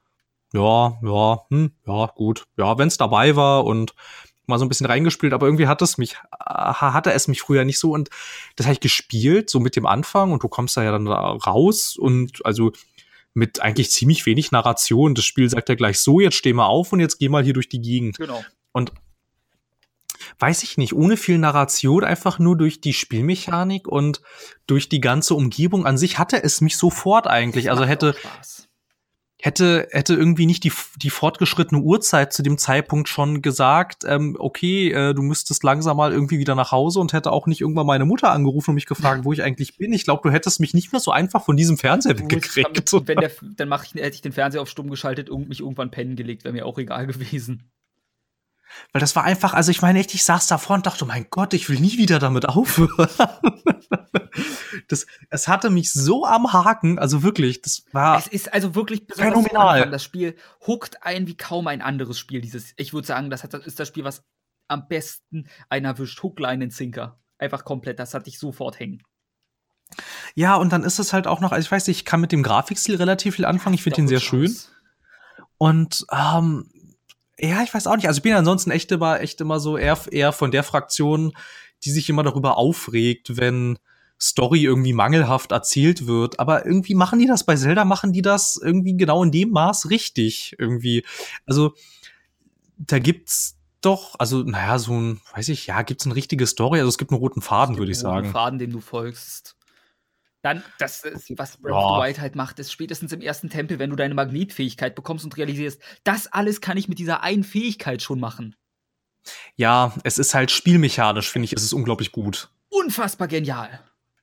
ja, ja, hm, ja, gut. Ja, wenn's dabei war und mal so ein bisschen reingespielt, aber irgendwie hat es mich, äh, hatte es mich früher nicht so und das habe ich gespielt, so mit dem Anfang und du kommst da ja dann raus und also mit eigentlich ziemlich wenig Narration. Das Spiel sagt ja gleich so, jetzt steh mal auf und jetzt geh mal hier durch die Gegend. Genau. Und weiß ich nicht, ohne viel Narration, einfach nur durch die Spielmechanik und durch die ganze Umgebung an sich hatte es mich sofort eigentlich. Also hätte hätte hätte irgendwie nicht die die fortgeschrittene Uhrzeit zu dem Zeitpunkt schon gesagt, ähm, okay, äh, du müsstest langsam mal irgendwie wieder nach Hause und hätte auch nicht irgendwann meine Mutter angerufen und mich gefragt, wo ich eigentlich bin. Ich glaube, du hättest mich nicht mehr so einfach von diesem Fernseher weggekriegt. Wenn der, dann mach ich, hätte ich den Fernseher auf stumm geschaltet und mich irgendwann pennen gelegt, wäre mir auch egal gewesen. Weil das war einfach, also ich meine echt, ich saß davor und dachte, oh mein Gott, ich will nie wieder damit aufhören. Das, es hatte mich so am Haken, also wirklich, das war Es ist also wirklich phänomenal. Anfang, das Spiel huckt ein wie kaum ein anderes Spiel. Dieses, ich würde sagen, das, hat, das ist das Spiel, was am besten einen erwischt. Hook, Line and Sinker. Einfach komplett, das hatte ich sofort hängen. Ja, und dann ist es halt auch noch, also ich weiß nicht, ich kann mit dem Grafikstil relativ viel anfangen, ich finde den sehr schön. Und ähm, ja, ich weiß auch nicht. Also ich bin ansonsten echt immer, echt immer so eher, eher von der Fraktion, die sich immer darüber aufregt, wenn Story irgendwie mangelhaft erzählt wird. Aber irgendwie machen die das bei Zelda, machen die das irgendwie genau in dem Maß richtig irgendwie. Also da gibt's doch, also naja, so ein, weiß ich, ja, gibt's eine richtige Story. Also es gibt einen roten Faden, würde ich sagen. Einen Faden, dem du folgst. Dann, das ist, was Breath of the Wild halt macht, ist spätestens im ersten Tempel, wenn du deine Magnetfähigkeit bekommst und realisierst, das alles kann ich mit dieser einen Fähigkeit schon machen. Ja, es ist halt spielmechanisch, finde ich, es ist unglaublich gut. Unfassbar genial.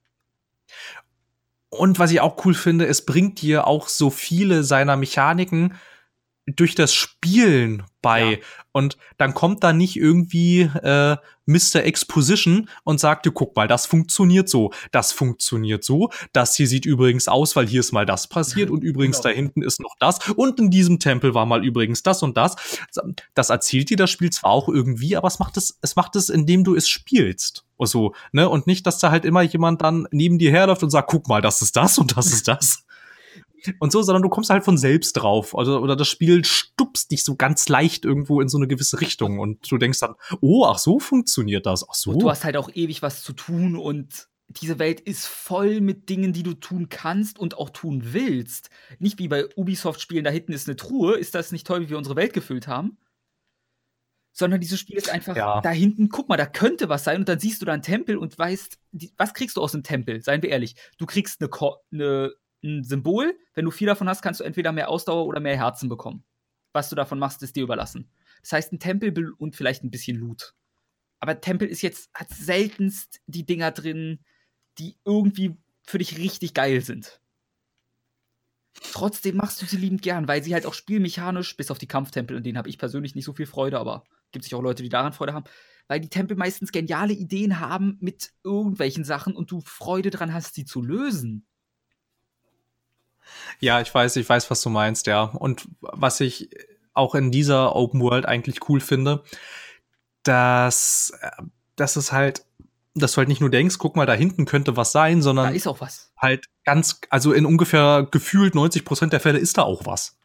Und was ich auch cool finde, es bringt dir auch so viele seiner Mechaniken durch das Spielen bei. Ja. Und dann kommt da nicht irgendwie äh, Mister Exposition und sagt dir, guck mal, das funktioniert so, das funktioniert so, das hier sieht übrigens aus, weil hier ist mal das passiert und übrigens genau. Da hinten ist noch das und in diesem Tempel war mal übrigens das und das. Das erzählt dir das Spiel zwar auch irgendwie, aber es macht es, es macht es, indem du es spielst. So, ne? Und nicht, dass da halt immer jemand dann neben dir herläuft und sagt, guck mal, das ist das und das ist das. Und so, sondern du kommst halt von selbst drauf. Also, oder das Spiel stupst dich so ganz leicht irgendwo in so eine gewisse Richtung. Und du denkst dann, oh, ach so funktioniert das. Ach so. Und du hast halt auch ewig was zu tun. Und diese Welt ist voll mit Dingen, die du tun kannst und auch tun willst. Nicht wie bei Ubisoft-Spielen, da hinten ist eine Truhe. Ist das nicht toll, wie wir unsere Welt gefüllt haben? Sondern dieses Spiel ist einfach, ja. Da hinten, guck mal, da könnte was sein. Und dann siehst du da einen Tempel und weißt, die, was kriegst du aus dem Tempel? Seien wir ehrlich. Du kriegst eine, Ko- eine ein Symbol. Wenn du viel davon hast, kannst du entweder mehr Ausdauer oder mehr Herzen bekommen. Was du davon machst, ist dir überlassen. Das heißt, ein Tempel und vielleicht ein bisschen Loot. Aber Tempel ist jetzt, hat seltenst die Dinger drin, die irgendwie für dich richtig geil sind. Trotzdem machst du sie liebend gern, weil sie halt auch spielmechanisch, bis auf die Kampftempel, an denen habe ich persönlich nicht so viel Freude, aber gibt sich auch Leute, die daran Freude haben, weil die Tempel meistens geniale Ideen haben mit irgendwelchen Sachen und du Freude dran hast, sie zu lösen. Ja, ich weiß, ich weiß, was du meinst, ja. Und was ich auch in dieser Open World eigentlich cool finde, dass, dass es halt, dass du halt nicht nur denkst, guck mal, da hinten könnte was sein, sondern da ist auch was. Halt ganz, also in ungefähr gefühlt neunzig Prozent der Fälle ist da auch was.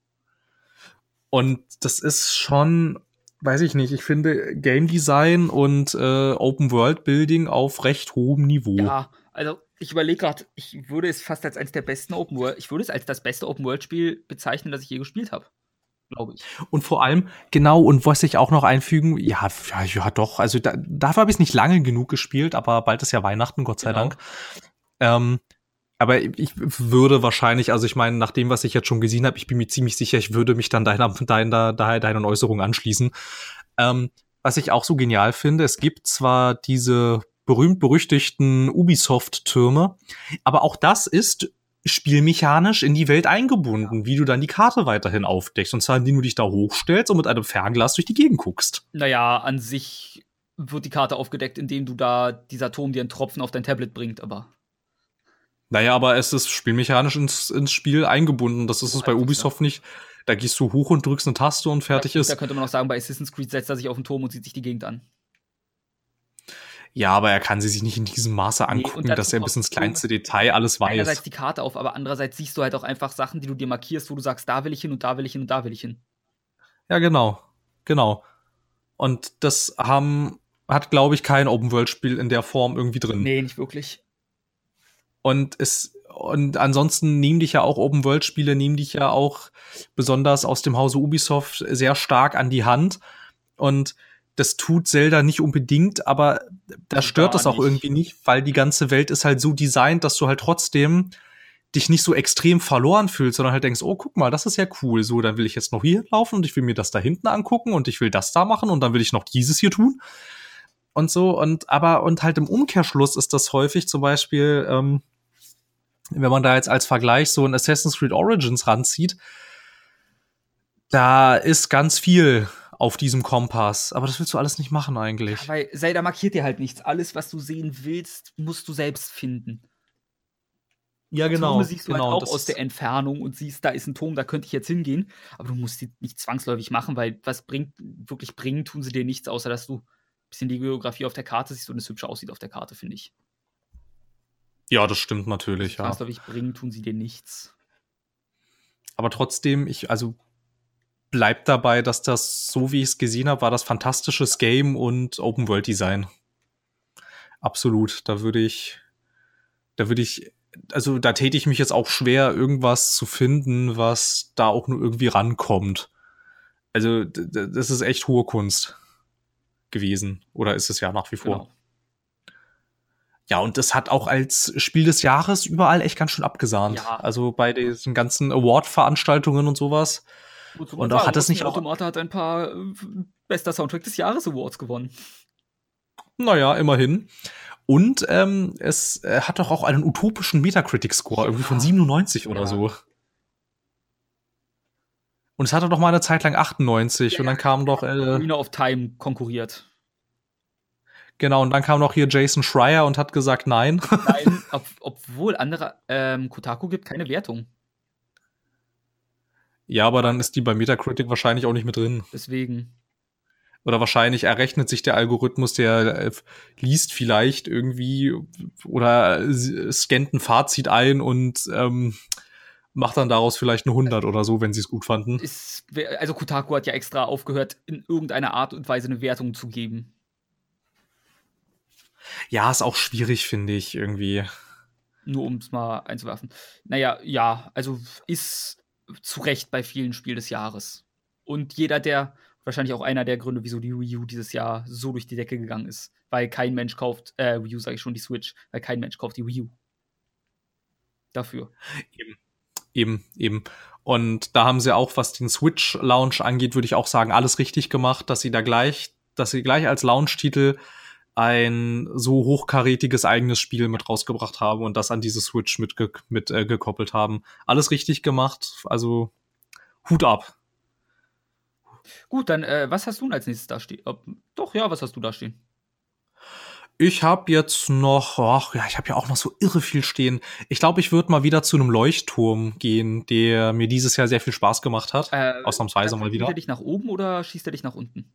Und das ist schon, weiß ich nicht, ich finde Game Design und äh, Open World Building auf recht hohem Niveau. Ja, also ich überlege gerade, ich würde es fast als eines der besten Open World, ich würde es als das beste Open World Spiel bezeichnen, das ich je gespielt habe. Glaube ich. Und vor allem, genau, und was ich auch noch einfügen, ja, ja, ja doch, also da, dafür habe ich es nicht lange genug gespielt, aber bald ist ja Weihnachten, Gott sei genau. Dank. Ähm, aber ich würde wahrscheinlich, also ich meine, nach dem, was ich jetzt schon gesehen habe, ich bin mir ziemlich sicher, ich würde mich dann deiner, deiner, deiner, deinen Äußerungen anschließen. Ähm, was ich auch so genial finde, es gibt zwar diese berühmt-berüchtigten Ubisoft-Türme, aber auch das ist spielmechanisch in die Welt eingebunden, wie du dann die Karte weiterhin aufdeckst. Und zwar, indem du dich da hochstellst und mit einem Fernglas durch die Gegend guckst. Naja, an sich wird die Karte aufgedeckt, indem du da dieser Turm dir einen Tropfen auf dein Tablet bringt, aber Naja, aber es ist spielmechanisch ins, ins Spiel eingebunden. Das ist es bei Ubisoft nicht. Da gehst du hoch und drückst eine Taste und fertig ja, ist. Da könnte man auch sagen, bei Assassin's Creed setzt er sich auf den Turm und sieht sich die Gegend an. Ja, aber er kann sie sich nicht in diesem Maße Nee, und angucken, dazu dass er kommt bis ins so kleinste Detail alles einerseits weiß. die Karte auf, aber andererseits siehst du halt auch einfach Sachen, die du dir markierst, wo du sagst: „Da will ich hin und da will ich hin und da will ich hin.“ Ja, genau. Genau. Und das haben, hat, glaube ich, kein Open-World-Spiel in der Form irgendwie drin. Nee, nicht wirklich. Und es, und ansonsten nehmen dich ja auch Open-World-Spiele, nehmen dich ja auch besonders aus dem Hause Ubisoft sehr stark an die Hand. Und das tut Zelda nicht unbedingt, aber da Also stört gar das auch nicht. irgendwie nicht, weil die ganze Welt ist halt so designt, dass du halt trotzdem dich nicht so extrem verloren fühlst, sondern halt denkst, oh, guck mal, das ist ja cool. So, dann will ich jetzt noch hier laufen und ich will mir das da hinten angucken und ich will das da machen und dann will ich noch dieses hier tun. Und so, und aber, und halt im Umkehrschluss ist das häufig zum Beispiel, ähm, wenn man da jetzt als Vergleich so ein Assassin's Creed Origins ranzieht, da ist ganz viel auf diesem Kompass. Aber das willst du alles nicht machen Ja, eigentlich. weil Zelda markiert dir halt nichts. Alles, was du sehen willst, musst du selbst finden. Ja, Türme genau. siehst du halt Genau. Und auch das aus der ist, Entfernung und siehst, da ist ein Turm, da könnte ich jetzt hingehen. Aber du musst die nicht zwangsläufig machen, weil was bringt, wirklich bringen, tun sie dir nichts, außer dass du ein bisschen die Geografie auf der Karte siehst und es hübsch aussieht auf der Karte, finde ich. ja, das stimmt Also natürlich, ja. zwangsläufig bringen, tun sie dir nichts. Aber trotzdem, ich, also bleibt dabei, dass das, so wie ich es gesehen habe, war das fantastisches Game und Open-World-Design. Absolut. Da würde ich, da würde ich, also da täte ich mich jetzt auch schwer, irgendwas zu finden, was da auch nur irgendwie rankommt. Also, d- d- das ist echt hohe Kunst gewesen. Oder ist es ja nach wie vor. Genau. Ja, und das hat auch als Spiel des Jahres überall echt ganz schön abgesahnt. Ja, Also bei diesen ganzen Award-Veranstaltungen und sowas. wozu man Und auch sagen hat es muss, nicht Nier auch, Automata hat ein paar äh, bester Soundtrack des Jahres Awards gewonnen. naja, immerhin. Und ähm, es äh, hat doch auch einen utopischen Metacritic-Score, Ja. irgendwie von siebenundneunzig oder Ja. so. Und es hatte doch mal eine Zeit lang achtundneunzig Ja, und ja, dann kam doch, äh, Arena of Time konkurriert. genau, und dann kam noch hier Jason Schreier und hat gesagt, nein. Nein, ob, obwohl andere, ähm, Kotaku gibt keine Wertung. Ja, aber dann ist die bei Metacritic wahrscheinlich auch nicht mit drin. Deswegen. Oder wahrscheinlich errechnet sich der Algorithmus, der äh, liest vielleicht irgendwie oder äh, scannt ein Fazit ein und ähm, macht dann daraus vielleicht eine hundert oder so, wenn sie es gut fanden. Ist, also Kotaku hat ja extra aufgehört, in irgendeiner Art und Weise eine Wertung zu geben. Ja, ist auch schwierig, finde ich, irgendwie. Nur um es mal einzuwerfen. Naja, ja, also ist zu Recht bei vielen Spiel des Jahres. Und jeder, der, wahrscheinlich auch einer der Gründe, wieso die Wii U dieses Jahr so durch die Decke gegangen ist. Weil kein Mensch kauft, äh, Wii U sage ich schon, die Switch, weil kein Mensch kauft die Wii U. Dafür. Eben, eben, eben. Und da haben sie auch, was den Switch-Launch angeht, würde ich auch sagen, alles richtig gemacht, dass sie da gleich, dass sie gleich als Launch-Titel ein so hochkarätiges eigenes Spiel mit rausgebracht haben und das an diese Switch mit, ge mit äh, gekoppelt haben. Alles richtig gemacht, also Hut ab. Gut, dann, äh, was hast du denn als nächstes da stehen? Ob, doch, ja, was hast du da stehen? Ich habe jetzt noch, ach ja, ich habe ja auch noch so irre viel stehen. Ich glaube, ich würde mal wieder zu einem Leuchtturm gehen, der mir dieses Jahr sehr viel Spaß gemacht hat. Äh, Ausnahmsweise mal Schießt wieder. er dich nach oben oder schießt er dich nach unten?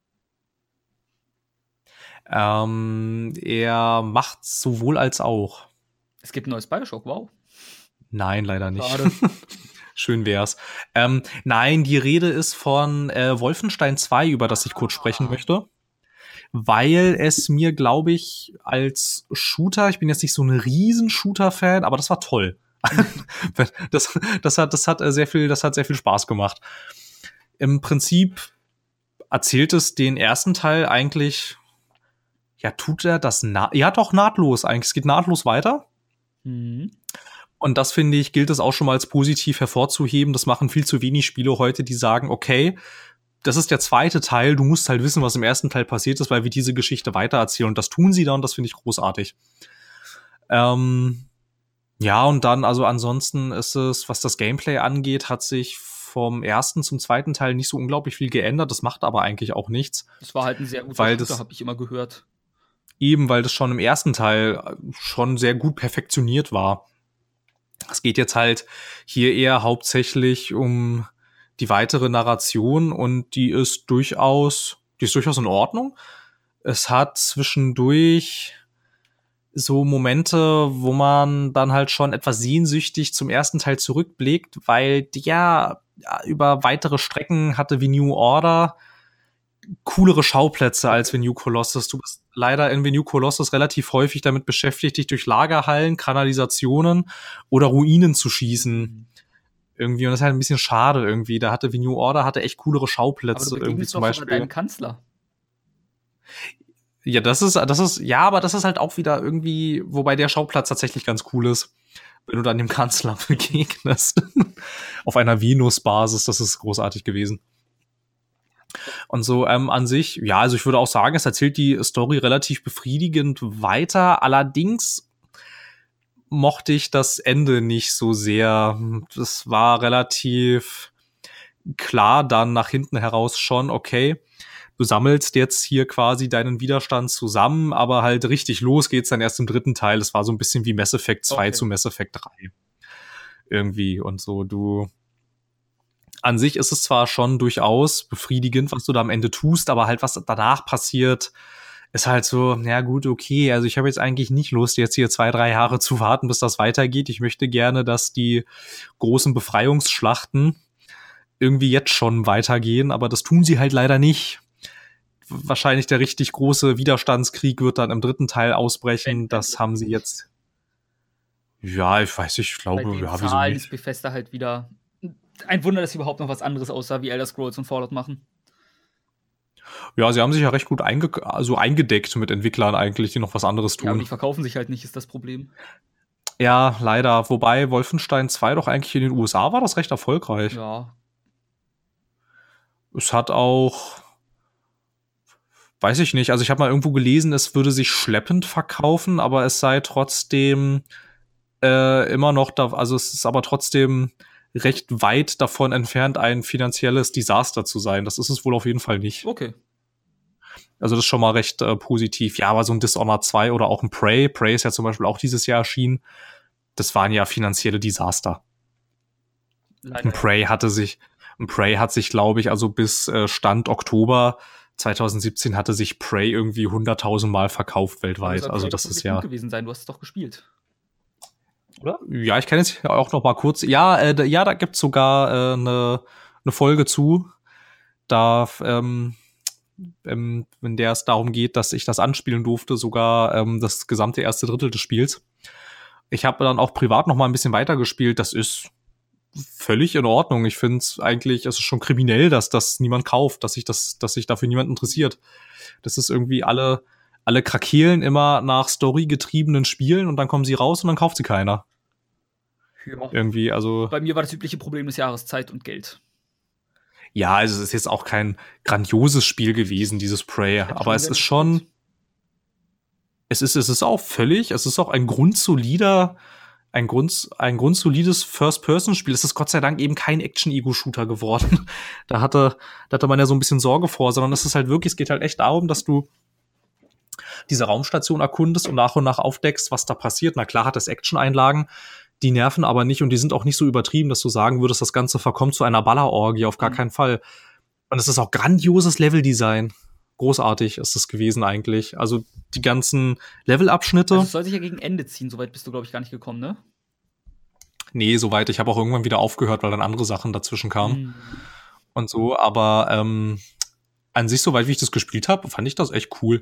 Ähm, er macht sowohl als auch. Es gibt ein neues Bioshock, wow. Nein, leider nicht. Schade. Schön wär's. Ähm, nein, die Rede ist von äh, Wolfenstein zwei, über das ich kurz sprechen möchte. Weil es mir, glaube ich, als Shooter, ich bin jetzt nicht so ein riesen Shooter-Fan, aber das war toll. das, das hat, das hat äh, sehr viel, das hat sehr viel Spaß gemacht. Im Prinzip erzählt es den ersten Teil eigentlich, ja, tut er das na ja doch nahtlos eigentlich. Es geht nahtlos weiter. Mhm. Und das, finde ich, gilt es auch schon mal als positiv hervorzuheben. Das machen viel zu wenig Spiele heute, die sagen, okay, das ist der zweite Teil, du musst halt wissen, was im ersten Teil passiert ist, weil wir diese Geschichte weitererzählen. Und das tun sie da und das finde ich großartig. Ähm, ja, und dann, also ansonsten ist es, was das Gameplay angeht, hat sich vom ersten zum zweiten Teil nicht so unglaublich viel geändert. Das macht aber eigentlich auch nichts. Das war halt ein sehr guter Weil Shooter, das- habe ich immer gehört. Eben, weil das schon im ersten Teil schon sehr gut perfektioniert war. Es geht jetzt halt hier eher hauptsächlich um die weitere Narration und die ist durchaus, die ist durchaus in Ordnung. Es hat zwischendurch so Momente, wo man dann halt schon etwas sehnsüchtig zum ersten Teil zurückblickt, weil der über weitere Strecken hatte wie New Order coolere Schauplätze als New Colossus. Du bist leider in New Colossus relativ häufig damit beschäftigt, dich durch Lagerhallen, Kanalisationen oder Ruinen zu schießen. Irgendwie, und das ist halt ein bisschen schade irgendwie. Da hatte wie New Order hatte echt coolere Schauplätze, irgendwie zum Beispiel. Deinem Kanzler. Ja, das ist, das ist, ja, aber das ist halt auch wieder irgendwie, wobei der Schauplatz tatsächlich ganz cool ist, wenn du dann dem Kanzler begegnest. Auf einer Venus-Basis, das ist großartig gewesen. Und so ähm, an sich, ja, also ich würde auch sagen, es erzählt die Story relativ befriedigend weiter. Allerdings mochte ich das Ende nicht so sehr. Das war relativ klar dann nach hinten heraus schon, okay, du sammelst jetzt hier quasi deinen Widerstand zusammen, aber halt richtig los geht's dann erst im dritten Teil. Es war so ein bisschen wie Mass Effect zwei okay. zu Mass Effect drei. Irgendwie und so, du an sich ist es zwar schon durchaus befriedigend, was du da am Ende tust, aber halt was danach passiert, ist halt so, ja gut, okay, also ich habe jetzt eigentlich nicht Lust, jetzt hier zwei, drei Jahre zu warten, bis das weitergeht. Ich möchte gerne, dass die großen Befreiungsschlachten irgendwie jetzt schon weitergehen, aber das tun sie halt leider nicht. Wahrscheinlich der richtig große Widerstandskrieg wird dann im dritten Teil ausbrechen. Das haben sie jetzt. Ja, ich weiß, ich glaube, Bei den ja, wieso Zahlen nicht. Ist Bethesda halt wieder ein Wunder, dass sie überhaupt noch was anderes aussah wie Elder Scrolls und Fallout machen. Ja, sie haben sich ja recht gut einge- also eingedeckt mit Entwicklern eigentlich, die noch was anderes tun. Ja, aber die verkaufen sich halt nicht, ist das Problem. Ja, leider. Wobei Wolfenstein zwei doch eigentlich in den U S A war das recht erfolgreich. Ja. Es hat auch, weiß ich nicht, also ich habe mal irgendwo gelesen, es würde sich schleppend verkaufen, aber es sei trotzdem äh, immer noch, da, also es ist aber trotzdem recht weit davon entfernt, ein finanzielles Desaster zu sein. Das ist es wohl auf jeden Fall nicht. Okay. Also das ist schon mal recht äh, positiv. Ja, aber so ein Dishonored zwei oder auch ein Prey, Prey ist ja zum Beispiel auch dieses Jahr erschienen, das waren ja finanzielle Desaster. Leider. Ein Prey hatte sich, ein Prey hat sich, glaube ich, also bis äh, Stand Oktober zwanzig siebzehn hatte sich Prey irgendwie hunderttausend Mal verkauft weltweit. Das also das ist ja gut gewesen sein. Du hast es doch gespielt. Oder? Ja, ich kann jetzt auch noch mal kurz. Ja, äh, ja, da gibt's sogar eine äh, ne, ne Folge zu. Da, ähm, ähm, in der es darum geht, dass ich das anspielen durfte, sogar ähm, das gesamte erste Drittel des Spiels. Ich habe dann auch privat noch mal ein bisschen weitergespielt. Das ist völlig in Ordnung. Ich finde es eigentlich, es ist schon kriminell, dass das niemand kauft, dass sich das, dass sich dafür niemand interessiert. Das ist irgendwie alle alle krakeelen immer nach storygetriebenen Spielen und dann kommen sie raus und dann kauft sie keiner. Ja. Irgendwie, also. Bei mir war das übliche Problem des Jahres Zeit und Geld. Ja, also es ist jetzt auch kein grandioses Spiel gewesen, dieses Prey, aber es ist schon, gut. es ist, es ist auch völlig, es ist auch ein grundsolider, ein Grund, ein grundsolides First-Person-Spiel. Es ist Gott sei Dank eben kein Action-Ego-Shooter geworden. Da hatte, da hatte man ja so ein bisschen Sorge vor, sondern es ist halt wirklich, es geht halt echt darum, dass du diese Raumstation erkundest und nach und nach aufdeckst, was da passiert. Na klar hat es Action-Einlagen, die nerven aber nicht und die sind auch nicht so übertrieben, dass du sagen würdest, das Ganze verkommt zu einer Ballerorgie, auf gar mhm. keinen Fall. Und es ist auch grandioses Leveldesign. Großartig ist es gewesen eigentlich. Also die ganzen Levelabschnitte. Also es soll sich ja gegen Ende ziehen, soweit bist du, glaube ich, gar nicht gekommen, ne? Nee, soweit. Ich habe auch irgendwann wieder aufgehört, weil dann andere Sachen dazwischen kamen. Mhm. Und so, aber ähm, an sich, soweit wie ich das gespielt habe, fand ich das echt cool.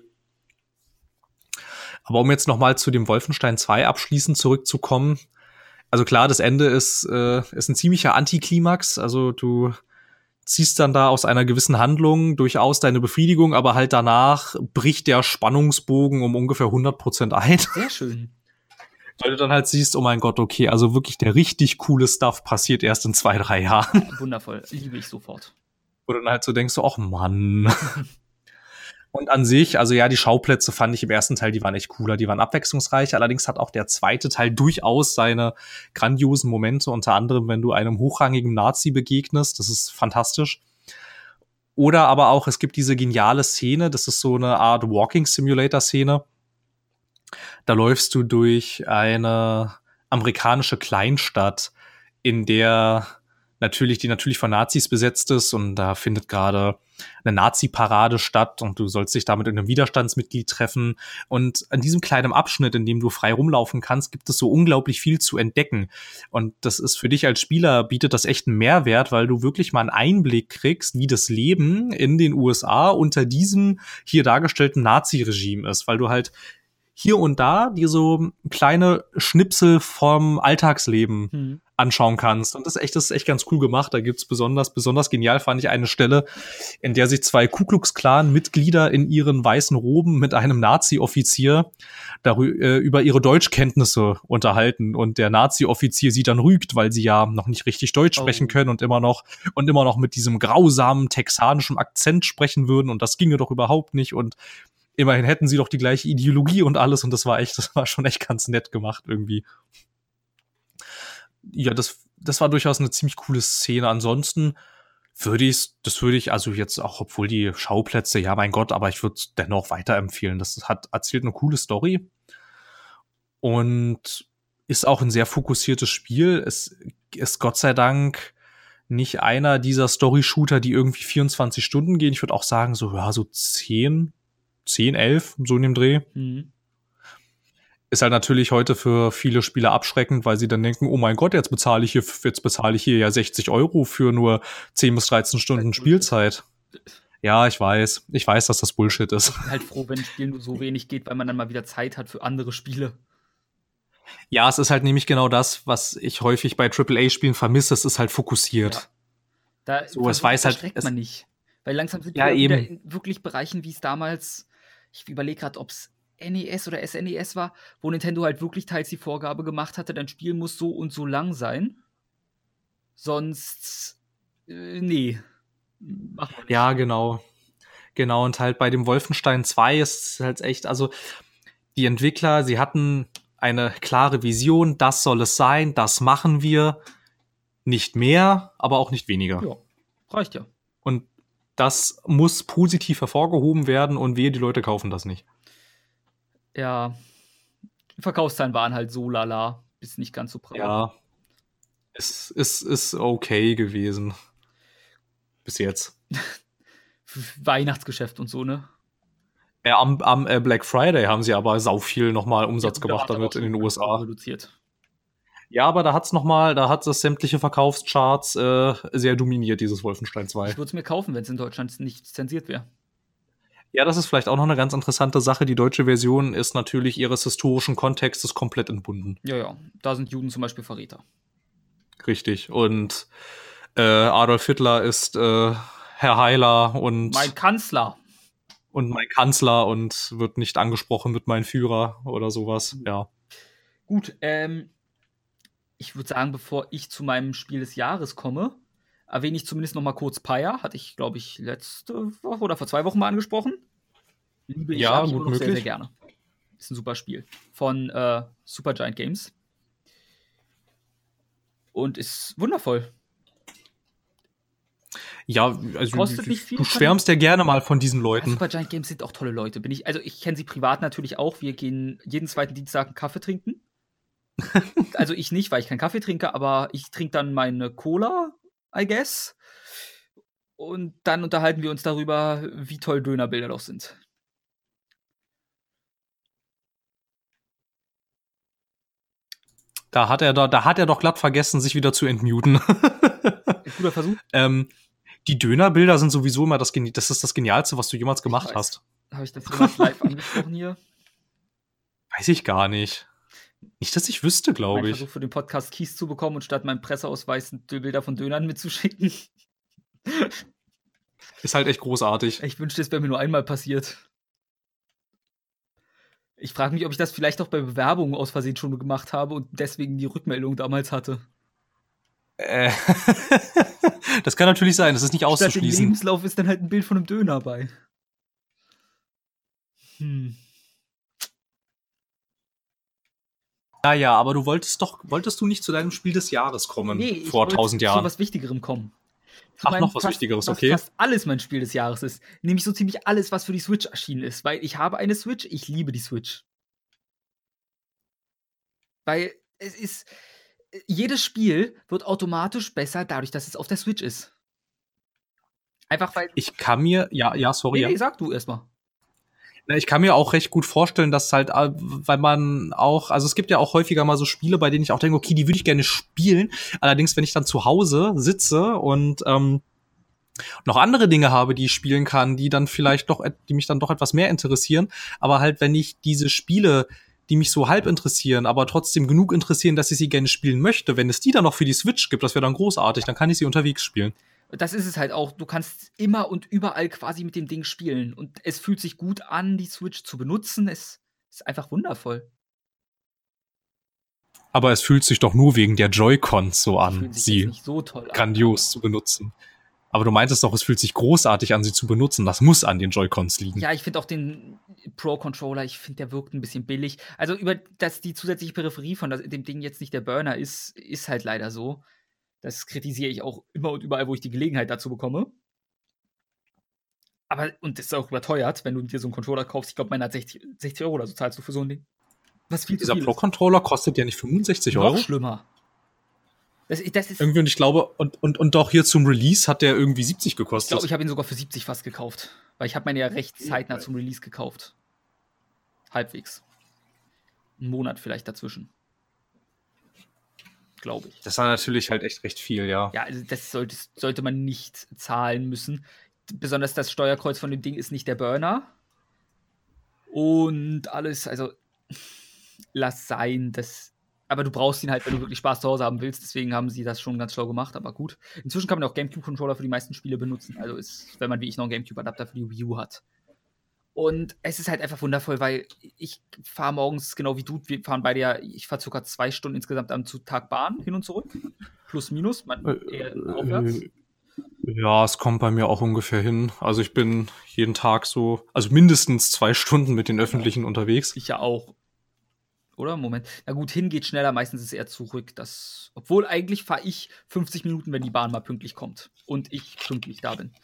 Aber um jetzt noch mal zu dem Wolfenstein zwei abschließend zurückzukommen, also klar, das Ende ist, äh, ist ein ziemlicher Antiklimax. Also du ziehst dann da aus einer gewissen Handlung durchaus deine Befriedigung, aber halt danach bricht der Spannungsbogen um ungefähr hundert Prozent ein. Sehr schön. Weil du dann halt siehst, oh mein Gott, okay, also wirklich der richtig coole Stuff passiert erst in zwei, drei Jahren. Wundervoll, liebe ich sofort. Wo du dann halt so denkst, so, ach Mann. Und an sich, also ja, die Schauplätze fand ich im ersten Teil, die waren echt cooler, die waren abwechslungsreich. Allerdings hat auch der zweite Teil durchaus seine grandiosen Momente, unter anderem, wenn du einem hochrangigen Nazi begegnest. Das ist fantastisch. Oder aber auch, es gibt diese geniale Szene, das ist so eine Art Walking-Simulator-Szene. Da läufst du durch eine amerikanische Kleinstadt, in der natürlich, die natürlich von Nazis besetzt ist und da findet gerade eine Nazi-Parade statt und du sollst dich damit in einem Widerstandsmitglied treffen. Und an diesem kleinen Abschnitt, in dem du frei rumlaufen kannst, gibt es so unglaublich viel zu entdecken. Und das ist für dich als Spieler, bietet das echt einen Mehrwert, weil du wirklich mal einen Einblick kriegst, wie das Leben in den U S A unter diesem hier dargestellten Nazi-Regime ist, weil du halt hier und da dir so kleine Schnipsel vom Alltagsleben hm. anschauen kannst. Und das ist echt, das ist echt ganz cool gemacht. Da gibt's besonders, besonders genial fand ich eine Stelle, in der sich zwei Ku Klux Klan-Mitglieder in ihren weißen Roben mit einem Nazi-Offizier darü- äh, über ihre Deutschkenntnisse unterhalten. Und der Nazi-Offizier sie dann rügt, weil sie ja noch nicht richtig Deutsch sprechen Oh. können und immer noch, und immer noch mit diesem grausamen texanischen Akzent sprechen würden. Und das ginge doch überhaupt nicht. Und immerhin hätten sie doch die gleiche Ideologie und alles und das war echt, das war schon echt ganz nett gemacht irgendwie. Ja, das, das war durchaus eine ziemlich coole Szene. Ansonsten würde ich, das würde ich also jetzt auch, obwohl die Schauplätze, ja mein Gott, aber ich würde es dennoch weiterempfehlen. Das hat erzählt eine coole Story und ist auch ein sehr fokussiertes Spiel. Es ist Gott sei Dank nicht einer dieser Story-Shooter, die irgendwie vierundzwanzig Stunden gehen. Ich würde auch sagen, so, ja, so zehn, zehn, elf, so in dem Dreh. Mhm. Ist halt natürlich heute für viele Spieler abschreckend, weil sie dann denken, oh mein Gott, jetzt bezahle ich hier, jetzt bezahle ich hier ja sechzig Euro für nur zehn bis dreizehn Stunden Spielzeit. Ja, ich weiß. Ich weiß, dass das Bullshit ist. Ich bin halt froh, wenn ein Spiel nur so wenig geht, weil man dann mal wieder Zeit hat für andere Spiele. Ja, es ist halt nämlich genau das, was ich häufig bei Triple A Spielen vermisse. Es ist halt fokussiert. Ja. Da so, es weiß halt, streckt man nicht. Weil langsam sind ja, wir eben. wieder in wirklich Bereichen, wie es damals, ich überlege gerade, ob es N E S oder S N E S war, wo Nintendo halt wirklich teils die Vorgabe gemacht hatte, dein Spiel muss so und so lang sein. Sonst, äh, nee. Machen wir nicht. Ja, genau. Genau, und halt bei dem Wolfenstein zwei ist es halt echt, also die Entwickler, sie hatten eine klare Vision, das soll es sein, das machen wir. Nicht mehr, aber auch nicht weniger. Ja, reicht ja. Und das muss positiv hervorgehoben werden und wehe, die Leute kaufen das nicht. Ja, die Verkaufszahlen waren halt so lala, bis nicht ganz so brav. Ja, es ist, ist okay gewesen. Bis jetzt. Weihnachtsgeschäft und so, ne? Ja, am am äh, Black Friday haben sie aber sau viel nochmal Umsatz ja, gemacht damit in den U S A. Reduziert. Ja, aber da hat's noch mal, da hat es sämtliche Verkaufscharts äh, sehr dominiert, dieses Wolfenstein zwei. Ich würde es mir kaufen, wenn es in Deutschland nicht zensiert wäre. Ja, das ist vielleicht auch noch eine ganz interessante Sache. Die deutsche Version ist natürlich ihres historischen Kontextes komplett entbunden. Ja, ja. Da sind Juden zum Beispiel Verräter. Richtig. Und äh, Adolf Hitler ist äh, Herr Heiler und mein Kanzler. Und mein Kanzler und wird nicht angesprochen mit meinem Führer oder sowas. Ja. Gut, ähm, ich würde sagen, bevor ich zu meinem Spiel des Jahres komme, erwähne ich zumindest noch mal kurz Pyre. Hatte ich, glaube ich, letzte Woche oder vor zwei Wochen mal angesprochen. Liebe ich ja, ich gut noch möglich. sehr, sehr gerne. Ist ein super Spiel. Von äh, Supergiant Games. Und ist wundervoll. Ja, also Kostet du, nicht viel, du schwärmst ja gerne mal von diesen Leuten. Ja, Supergiant Games sind auch tolle Leute. Bin ich, also ich kenne sie privat natürlich auch. Wir gehen jeden zweiten Dienstag einen Kaffee trinken. Also ich nicht, weil ich keinen Kaffee trinke, aber ich trinke dann meine Cola, I guess. Und dann unterhalten wir uns darüber, wie toll Dönerbilder doch sind. Da hat er da, da hat er doch glatt vergessen, sich wieder zu entmuten. Guter Versuch. ähm, die Dönerbilder sind sowieso immer das, das ist das Genialste, was du jemals gemacht ich hast. Habe ich das jemals live angesprochen hier? Weiß ich gar nicht. Nicht, dass ich wüsste, glaube ich. Ich versuche für den Podcast Keys zu bekommen und statt meinem Presseausweis Bilder von Dönern mitzuschicken. Ist halt echt großartig. Ich wünschte, es wäre mir nur einmal passiert. Ich frage mich, ob ich das vielleicht auch bei Bewerbungen aus Versehen schon gemacht habe und deswegen die Rückmeldung damals hatte. Äh, das kann natürlich sein, das ist nicht Statt auszuschließen. Statt im Lebenslauf ist dann halt ein Bild von einem Döner bei. Hm. Naja, aber du wolltest doch, wolltest du nicht zu deinem Spiel des Jahres kommen, nee, vor tausend Jahren? Zu was Wichtigerem kommen. Zu Ach, noch was fast, Wichtigeres, was okay. Fast alles mein Spiel des Jahres ist. Nämlich so ziemlich alles, was für die Switch erschienen ist. Weil ich habe eine Switch, ich liebe die Switch. Weil es ist, jedes Spiel wird automatisch besser dadurch, dass es auf der Switch ist. Einfach weil. Ich kann mir, ja, ja, sorry. Nee, nee, ja. sag du erstmal. Ich kann mir auch recht gut vorstellen, dass halt, weil man auch, also es gibt ja auch häufiger mal so Spiele, bei denen ich auch denke, okay, die würde ich gerne spielen. Allerdings, wenn ich dann zu Hause sitze und ähm, noch andere Dinge habe, die ich spielen kann, die dann vielleicht doch, die mich dann doch etwas mehr interessieren. Aber halt, wenn ich diese Spiele, die mich so halb interessieren, aber trotzdem genug interessieren, dass ich sie gerne spielen möchte, wenn es die dann noch für die Switch gibt, das wäre dann großartig, dann kann ich sie unterwegs spielen. Das ist es halt auch. Du kannst immer und überall quasi mit dem Ding spielen. Und es fühlt sich gut an, die Switch zu benutzen. Es ist einfach wundervoll. Aber es fühlt sich doch nur wegen der Joy-Cons so an, Fühlt sich sie jetzt nicht so toll an. grandios zu benutzen. Aber du meintest doch, es fühlt sich großartig an, sie zu benutzen. Das muss an den Joy-Cons liegen. Ja, ich finde auch den Pro-Controller, ich finde, der wirkt ein bisschen billig. Also, über dass die zusätzliche Peripherie von das, dem Ding jetzt nicht der Burner ist, ist halt leider so. Das kritisiere ich auch immer und überall, wo ich die Gelegenheit dazu bekomme. Aber, und das ist auch überteuert, wenn du dir so einen Controller kaufst. Ich glaube, meiner hat sechzig, sechzig Euro oder so zahlst du für so ein Ding. Was viel zu Dieser viel ist. Pro-Controller kostet ja nicht fünfundsechzig Euro. Noch schlimmer. Das, das ist, Irgendwie, und ich glaube, und, und, und doch hier zum Release hat der irgendwie siebzig ich gekostet. glaube, ich habe ihn sogar für siebzig fast gekauft. Weil ich habe meine ja recht zeitnah zum Release gekauft. Halbwegs. Einen Monat vielleicht dazwischen. Glaube ich. Das war natürlich halt echt recht viel, ja. Ja, also das sollte, sollte man nicht zahlen müssen. Besonders das Steuerkreuz von dem Ding ist nicht der Burner. Und alles, also lass sein, das. Aber du brauchst ihn halt, wenn du wirklich Spaß zu Hause haben willst. Deswegen haben sie das schon ganz schlau gemacht, aber gut. Inzwischen kann man auch GameCube-Controller für die meisten Spiele benutzen. Also ist, wenn man wie ich noch einen GameCube-Adapter für die Wii U hat. Und es ist halt einfach wundervoll, weil ich fahre morgens, genau wie du, wir fahren beide ja, ich fahre circa zwei Stunden insgesamt am Tag Bahn hin und zurück. Plus, minus, man, eher aufwärts. Ja, es kommt bei mir auch ungefähr hin. Also ich bin jeden Tag so, also mindestens zwei Stunden mit den Öffentlichen unterwegs. Ich ja auch. Oder? Moment. Na gut, hin geht schneller, meistens ist es eher zurück. Das, obwohl eigentlich fahre ich fünfzig Minuten, wenn die Bahn mal pünktlich kommt. Und ich pünktlich da bin.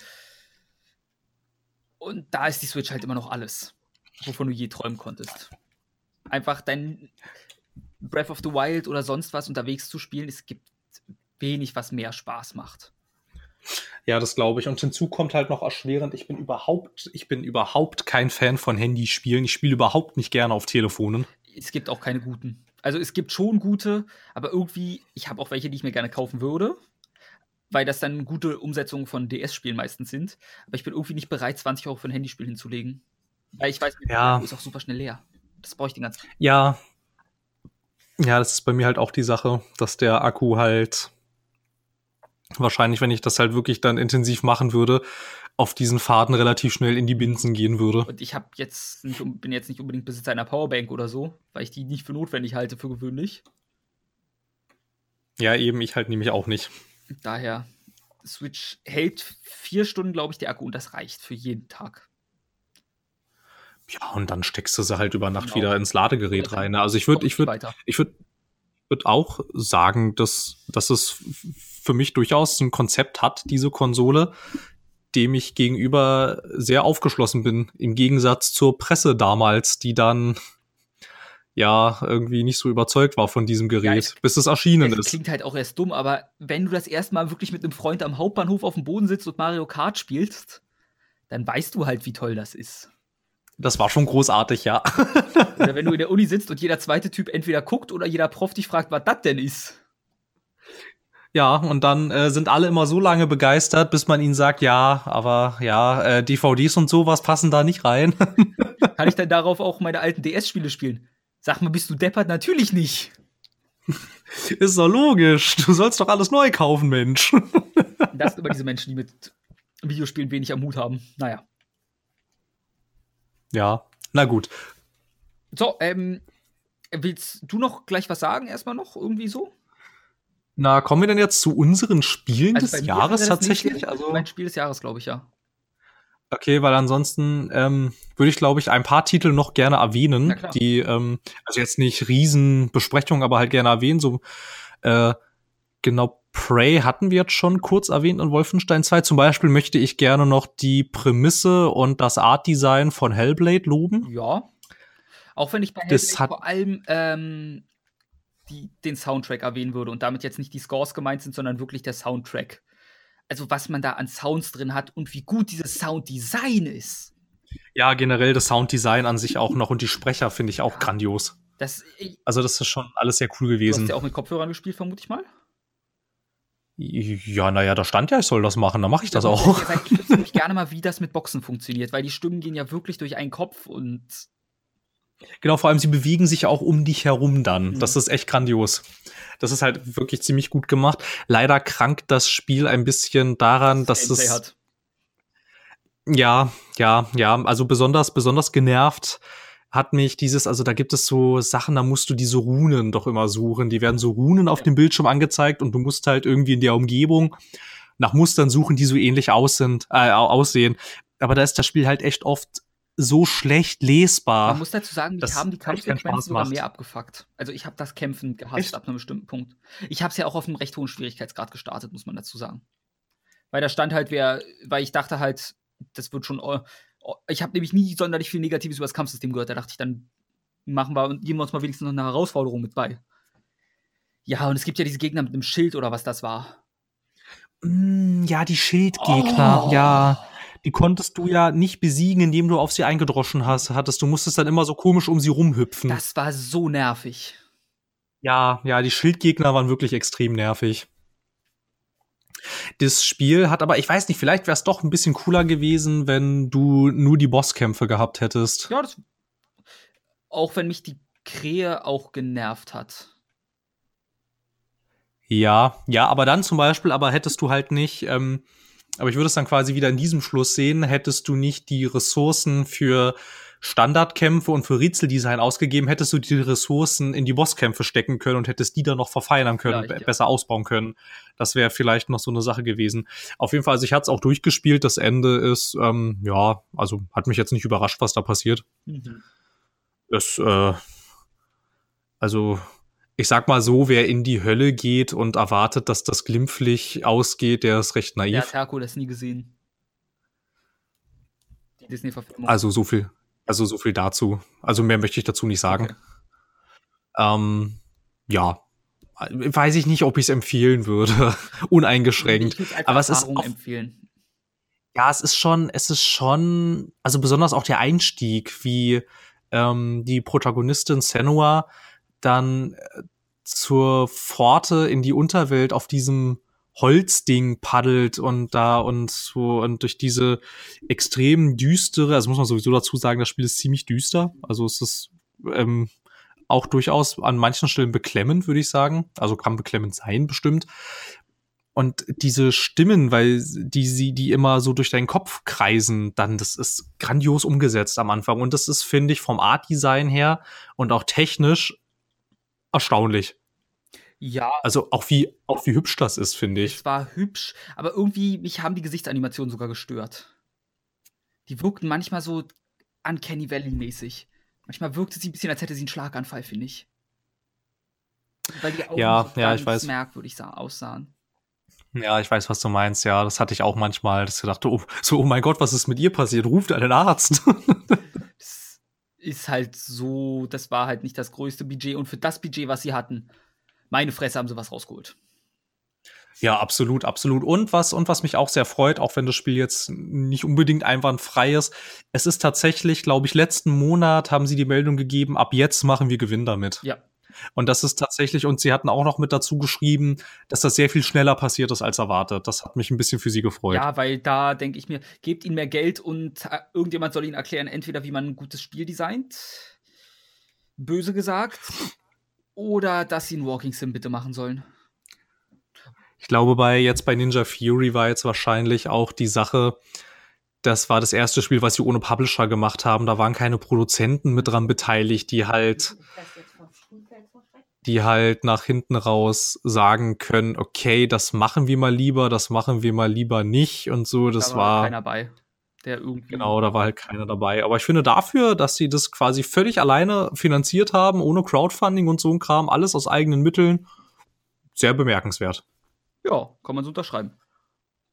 Und da ist die Switch halt immer noch alles, wovon du je träumen konntest. Einfach dein Breath of the Wild oder sonst was unterwegs zu spielen, es gibt wenig, was mehr Spaß macht. Ja, das glaube ich. Und hinzu kommt halt noch erschwerend, ich bin überhaupt, ich bin überhaupt kein Fan von Handyspielen. Ich spiele überhaupt nicht gerne auf Telefonen. Es gibt auch keine guten. Also es gibt schon gute, aber irgendwie, ich habe auch welche, die ich mir gerne kaufen würde, weil das dann gute Umsetzungen von D S-Spielen meistens sind. Aber ich bin irgendwie nicht bereit, zwanzig Euro für ein Handyspiel hinzulegen. Weil ich weiß, ja. ist auch super schnell leer. Das brauche ich den ganzen Tag. Ja. Ja, das ist bei mir halt auch die Sache, dass der Akku halt wahrscheinlich, wenn ich das halt wirklich dann intensiv machen würde, auf diesen Fahrten relativ schnell in die Binsen gehen würde. Und ich hab jetzt nicht, bin jetzt nicht unbedingt Besitzer einer Powerbank oder so, weil ich die nicht für notwendig halte für gewöhnlich. Ja, eben, ich halt nämlich auch nicht. Daher, Switch hält vier Stunden, glaube ich, der Akku und das reicht für jeden Tag. Ja, und dann steckst du sie halt über Nacht Genau. wieder ins Ladegerät rein. Also ich würde, ich würde, ich würde, würde auch sagen, dass, dass es für mich durchaus ein Konzept hat, diese Konsole, dem ich gegenüber sehr aufgeschlossen bin. Im Gegensatz zur Presse damals, die dann ja irgendwie nicht so überzeugt war von diesem Gerät, ja, es, bis es erschienen es ist. Das klingt halt auch erst dumm, aber wenn du das erste Mal wirklich mit einem Freund am Hauptbahnhof auf dem Boden sitzt und Mario Kart spielst, dann weißt du halt, wie toll das ist. Das war schon großartig, ja. Oder wenn du in der Uni sitzt und jeder zweite Typ entweder guckt oder jeder Prof dich fragt, was das denn ist. Ja, und dann äh, sind alle immer so lange begeistert, bis man ihnen sagt, ja, aber ja, äh, D V Ds und sowas passen da nicht rein. Kann ich dann darauf auch meine alten D S-Spiele spielen? Sag mal, bist du deppert? Natürlich nicht. Ist doch logisch. Du sollst doch alles neu kaufen, Mensch. Das sind immer diese Menschen, die mit Videospielen wenig am Hut haben. Naja. Ja, na gut. So, ähm, willst du noch gleich was sagen? Erstmal noch irgendwie so? Na, kommen wir denn jetzt zu unseren Spielen also des Jahres tatsächlich? Nächste, also mein Spiel des Jahres, glaube ich, ja. Okay, weil ansonsten ähm, würde ich, glaube ich, ein paar Titel noch gerne erwähnen, die, ähm, also jetzt nicht Riesenbesprechungen, aber halt gerne erwähnen. So, äh, genau, Prey hatten wir jetzt schon kurz erwähnt in Wolfenstein zwei. Zum Beispiel möchte ich gerne noch die Prämisse und das Artdesign von Hellblade loben. Ja. Auch wenn ich bei Hellblade vor allem ähm, die, den Soundtrack erwähnen würde und damit jetzt nicht die Scores gemeint sind, sondern wirklich der Soundtrack. Also was man da an Sounds drin hat und wie gut dieses Sounddesign ist. Ja, generell das Sounddesign an sich auch noch und die Sprecher finde ich auch ja. grandios. Das, also das ist schon alles sehr cool gewesen. Du hast ja auch mit Kopfhörern gespielt, vermute ich mal? Ja, naja, da stand ja, ich soll das machen, dann mache ich das ja, auch. Ich wüsste nämlich gerne mal, wie das mit Boxen funktioniert, weil die Stimmen gehen ja wirklich durch einen Kopf und genau, vor allem sie bewegen sich auch um dich herum dann. Mhm. Das ist echt grandios. Das ist halt wirklich ziemlich gut gemacht. Leider krankt das Spiel ein bisschen daran, das dass es hat. Ja, ja, ja, also besonders, besonders genervt hat mich dieses, also da gibt es so Sachen, da musst du diese Runen doch immer suchen. Die werden so Runen auf ja. dem Bildschirm angezeigt und du musst halt irgendwie in der Umgebung nach Mustern suchen, die so ähnlich aus sind, äh, aussehen. Aber da ist das Spiel halt echt oft so schlecht lesbar. Man muss dazu sagen, die haben die Kampfsequenzen sogar mehr abgefuckt. Also ich habe das Kämpfen gehasst echt? Ab einem bestimmten Punkt. Ich habe es ja auch auf einem recht hohen Schwierigkeitsgrad gestartet, muss man dazu sagen. Weil da stand halt, wer, weil ich dachte halt, das wird schon. Ich habe nämlich nie sonderlich viel Negatives über das Kampfsystem gehört. Da dachte ich, dann machen wir und geben wir uns mal wenigstens noch eine Herausforderung mit bei. Ja, und es gibt ja diese Gegner mit einem Schild oder was das war. Mm, ja, die Schildgegner, oh. ja. Die konntest du ja nicht besiegen, indem du auf sie eingedroschen hast, hattest. Du musstest dann immer so komisch um sie rumhüpfen. Das war so nervig. Ja, ja, die Schildgegner waren wirklich extrem nervig. Das Spiel hat aber, ich weiß nicht, vielleicht wäre es doch ein bisschen cooler gewesen, wenn du nur die Bosskämpfe gehabt hättest. Ja, das, auch wenn mich die Krähe auch genervt hat. Ja, ja, aber dann zum Beispiel, aber hättest du halt nicht, ähm, aber ich würde es dann quasi wieder in diesem Schluss sehen, hättest du nicht die Ressourcen für Standardkämpfe und für Rätseldesign ausgegeben, hättest du die Ressourcen in die Bosskämpfe stecken können und hättest die dann noch verfeinern können, b- besser ausbauen können. Das wäre vielleicht noch so eine Sache gewesen. Auf jeden Fall, also ich hatte es auch durchgespielt. Das Ende ist, ähm, ja, also hat mich jetzt nicht überrascht, was da passiert. Mhm. Es, äh, also ich sag mal so, wer in die Hölle geht und erwartet, dass das glimpflich ausgeht, der ist recht naiv. Der hat Herkules nie gesehen. Die Disney-Verfilmung. Also so viel. Also so viel dazu. Also mehr möchte ich dazu nicht sagen. Okay. Ähm, ja, weiß ich nicht, ob ich es empfehlen würde. Uneingeschränkt. Ich aber es ist auch, empfehlen. Ja, es ist schon, es ist schon, also besonders auch der Einstieg, wie ähm, die Protagonistin Senua dann äh, zur Pforte in die Unterwelt auf diesem Holzding paddelt und da und so und durch diese extrem düstere, also muss man sowieso dazu sagen, das Spiel ist ziemlich düster, also es ist ähm, auch durchaus an manchen Stellen beklemmend, würde ich sagen, also kann beklemmend sein bestimmt. Und diese Stimmen, weil die sie die immer so durch deinen Kopf kreisen, dann das ist grandios umgesetzt am Anfang und das ist, finde ich, vom Art-Design her und auch technisch erstaunlich. Ja. Also auch wie, auch wie hübsch das ist, finde ich. Es war hübsch, aber irgendwie, mich haben die Gesichtsanimationen sogar gestört. Die wirkten manchmal so Uncanny Valley-mäßig. Manchmal wirkte sie ein bisschen, als hätte sie einen Schlaganfall, finde ich. Weil die Augen ja, so ja, ganz ich weiß. merkwürdig sah, aussahen. Ja, ich weiß, was du meinst. Ja, das hatte ich auch manchmal, dass ich dachte, oh, so, oh mein Gott, was ist mit ihr passiert? Ruft einen Arzt. Das ist halt so, das war halt nicht das größte Budget und für das Budget, was sie hatten, meine Fresse, haben sie was rausgeholt. Ja, absolut, absolut. Und was, und was mich auch sehr freut, auch wenn das Spiel jetzt nicht unbedingt einwandfrei ist, es ist tatsächlich, glaube ich, letzten Monat haben sie die Meldung gegeben, ab jetzt machen wir Gewinn damit. Ja. Und das ist tatsächlich, und sie hatten auch noch mit dazu geschrieben, dass das sehr viel schneller passiert ist als erwartet. Das hat mich ein bisschen für sie gefreut. Ja, weil da denke ich mir, gebt ihnen mehr Geld und äh, irgendjemand soll ihnen erklären, entweder wie man ein gutes Spiel designt, böse gesagt, oder dass sie ein Walking Sim bitte machen sollen. Ich glaube, bei jetzt bei Ninja Fury war jetzt wahrscheinlich auch die Sache, das war das erste Spiel, was sie ohne Publisher gemacht haben. Da waren keine Produzenten mit dran beteiligt, die halt die halt nach hinten raus sagen können, okay, das machen wir mal lieber, das machen wir mal lieber nicht und so. Das da war, war keiner bei, der irgendwie genau, da war halt keiner dabei. Aber ich finde dafür, dass sie das quasi völlig alleine finanziert haben, ohne Crowdfunding und so ein Kram, alles aus eigenen Mitteln, sehr bemerkenswert. Ja, kann man so unterschreiben.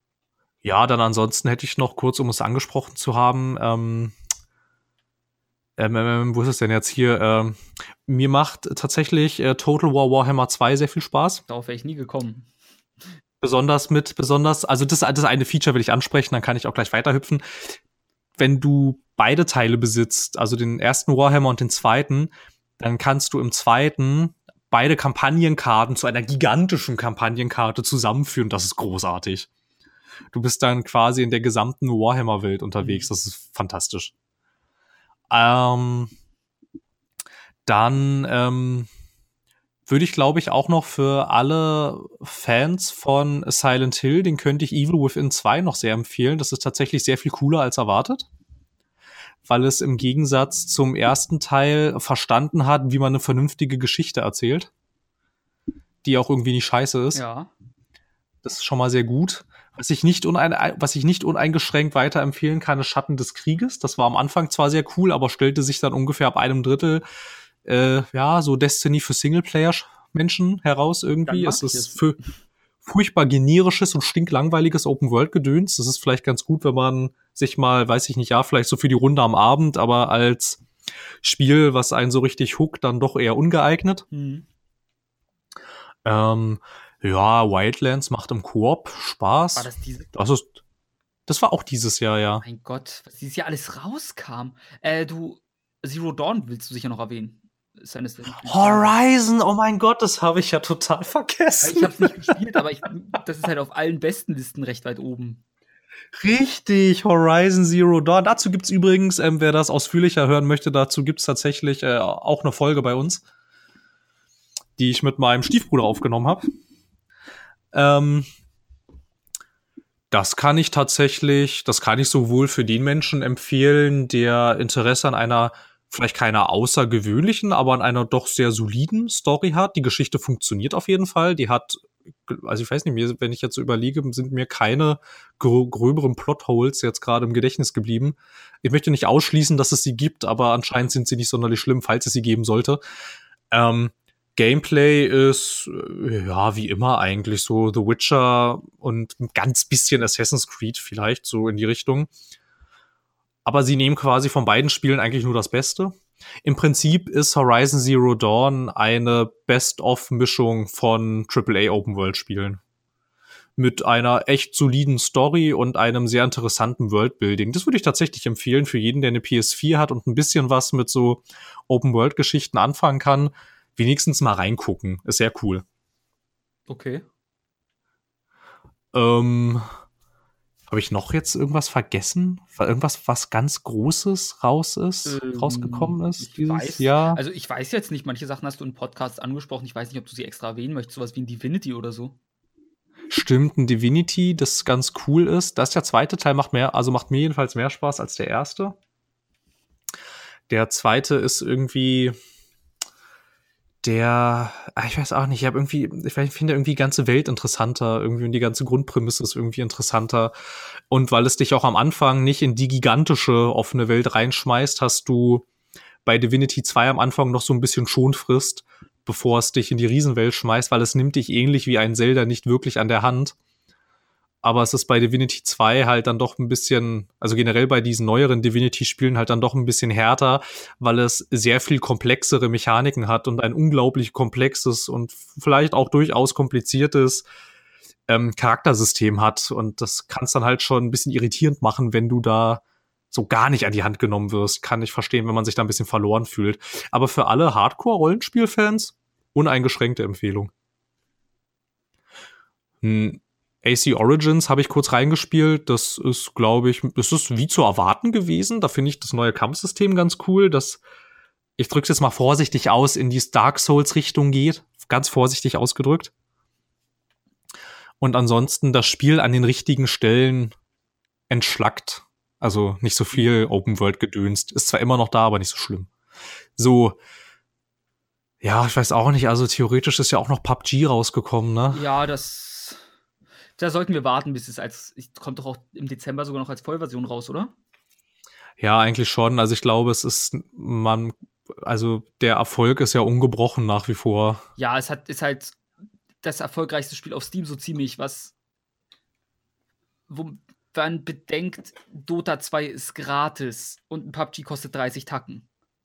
Ja, dann ansonsten hätte ich noch kurz, um es angesprochen zu haben, ähm, Ähm, ähm, wo ist es denn jetzt hier? Ähm, mir macht tatsächlich äh, Total War Warhammer zwei sehr viel Spaß. Darauf wäre ich nie gekommen. Besonders mit, besonders, also das, das eine Feature will ich ansprechen, dann kann ich auch gleich weiterhüpfen. Wenn du beide Teile besitzt, also den ersten Warhammer und den zweiten, dann kannst du im zweiten beide Kampagnenkarten zu einer gigantischen Kampagnenkarte zusammenführen. Das ist großartig. Du bist dann quasi in der gesamten Warhammer-Welt unterwegs. Das ist fantastisch. Ähm, dann ähm, würde ich, glaube ich, auch noch für alle Fans von Silent Hill, den könnte ich Evil Within zwei noch sehr empfehlen. Das ist tatsächlich sehr viel cooler als erwartet, weil es im Gegensatz zum ersten Teil verstanden hat, wie man eine vernünftige Geschichte erzählt, die auch irgendwie nicht scheiße ist. Ja. Das ist schon mal sehr gut. Was ich nicht, unein, was ich nicht uneingeschränkt weiterempfehlen kann, ist Schatten des Krieges. Das war am Anfang zwar sehr cool, aber stellte sich dann ungefähr ab einem Drittel äh, ja, so Destiny für Singleplayer-Menschen heraus irgendwie. Es ist es. für furchtbar generisches und stinklangweiliges Open-World-Gedöns. Das ist vielleicht ganz gut, wenn man sich mal, weiß ich nicht, ja, vielleicht so für die Runde am Abend, aber als Spiel, was einen so richtig hookt, dann doch eher ungeeignet. Mhm. Ähm, ja, Wildlands macht im Koop Spaß. War das diese? Das ist, das war auch dieses Jahr, ja. Mein Gott, was dieses Jahr alles rauskam. Äh, du, Zero Dawn willst du sicher noch erwähnen. Ist eines der Horizon, oh mein Gott, das habe ich ja total vergessen. Ich habe es nicht gespielt, aber ich, das ist halt auf allen besten Listen recht weit oben. Richtig, Horizon Zero Dawn. Dazu gibt's übrigens, ähm, wer das ausführlicher hören möchte, dazu gibt's tatsächlich äh, auch eine Folge bei uns, die ich mit meinem Stiefbruder aufgenommen habe. Ähm, das kann ich tatsächlich, das kann ich sowohl für den Menschen empfehlen, der Interesse an einer vielleicht keiner außergewöhnlichen, aber an einer doch sehr soliden Story hat. Die Geschichte funktioniert auf jeden Fall. Die hat, also ich weiß nicht, wenn ich jetzt so überlege, sind mir keine grö- gröberen Plotholes jetzt gerade im Gedächtnis geblieben. Ich möchte nicht ausschließen, dass es sie gibt, aber anscheinend sind sie nicht sonderlich schlimm, falls es sie geben sollte. Ähm, Gameplay ist, ja, wie immer eigentlich so The Witcher und ein ganz bisschen Assassin's Creed vielleicht, so in die Richtung. Aber sie nehmen quasi von beiden Spielen eigentlich nur das Beste. Im Prinzip ist Horizon Zero Dawn eine Best-of-Mischung von Triple A Open-World-Spielen. Mit einer echt soliden Story und einem sehr interessanten Worldbuilding. Das würde ich tatsächlich empfehlen für jeden, der eine P S vier hat und ein bisschen was mit so Open-World-Geschichten anfangen kann. Wenigstens mal reingucken. Ist sehr cool. Okay. Ähm... Habe ich noch jetzt irgendwas vergessen? War irgendwas, was ganz Großes raus ist, ähm, rausgekommen ist ich dieses weiß, Jahr? Also ich weiß jetzt nicht, manche Sachen hast du in Podcasts angesprochen. Ich weiß nicht, ob du sie extra erwähnen möchtest, sowas wie ein Divinity oder so. Stimmt, ein Divinity, das ganz cool ist. Das ist der zweite Teil, macht mehr, also macht mir jedenfalls mehr Spaß als der erste. Der zweite ist irgendwie der, ich weiß auch nicht, ich habe irgendwie, ich finde irgendwie die ganze Welt interessanter, irgendwie und die ganze Grundprämisse ist irgendwie interessanter. Und weil es dich auch am Anfang nicht in die gigantische offene Welt reinschmeißt, hast du bei Divinity zwei am Anfang noch so ein bisschen Schonfrist, bevor es dich in die Riesenwelt schmeißt, weil es nimmt dich ähnlich wie ein Zelda nicht wirklich an der Hand. Aber es ist bei Divinity zwei halt dann doch ein bisschen, also generell bei diesen neueren Divinity-Spielen halt dann doch ein bisschen härter, weil es sehr viel komplexere Mechaniken hat und ein unglaublich komplexes und vielleicht auch durchaus kompliziertes ähm, Charaktersystem hat. Und das kann es dann halt schon ein bisschen irritierend machen, wenn du da so gar nicht an die Hand genommen wirst. Kann ich verstehen, wenn man sich da ein bisschen verloren fühlt. Aber für alle Hardcore-Rollenspiel-Fans uneingeschränkte Empfehlung. Hm. A C Origins habe ich kurz reingespielt. Das ist, glaube ich, das ist wie zu erwarten gewesen. Da finde ich das neue Kampfsystem ganz cool, dass, ich drücke es jetzt mal vorsichtig aus, in die Dark Souls-Richtung geht. Ganz vorsichtig ausgedrückt. Und ansonsten das Spiel an den richtigen Stellen entschlackt. Also nicht so viel Open-World gedönst. Ist zwar immer noch da, aber nicht so schlimm. So, ja, ich weiß auch nicht. Also theoretisch ist ja auch noch P U B G rausgekommen, ne? Ja, das Da sollten wir warten, bis es als, kommt doch auch im Dezember sogar noch als Vollversion raus, oder? Ja, eigentlich schon. Also ich glaube, es ist, man, also der Erfolg ist ja ungebrochen nach wie vor. Ja, es hat, ist halt das erfolgreichste Spiel auf Steam so ziemlich, was, wo man bedenkt, Dota zwei ist gratis und ein P U B G kostet dreißig Tacken.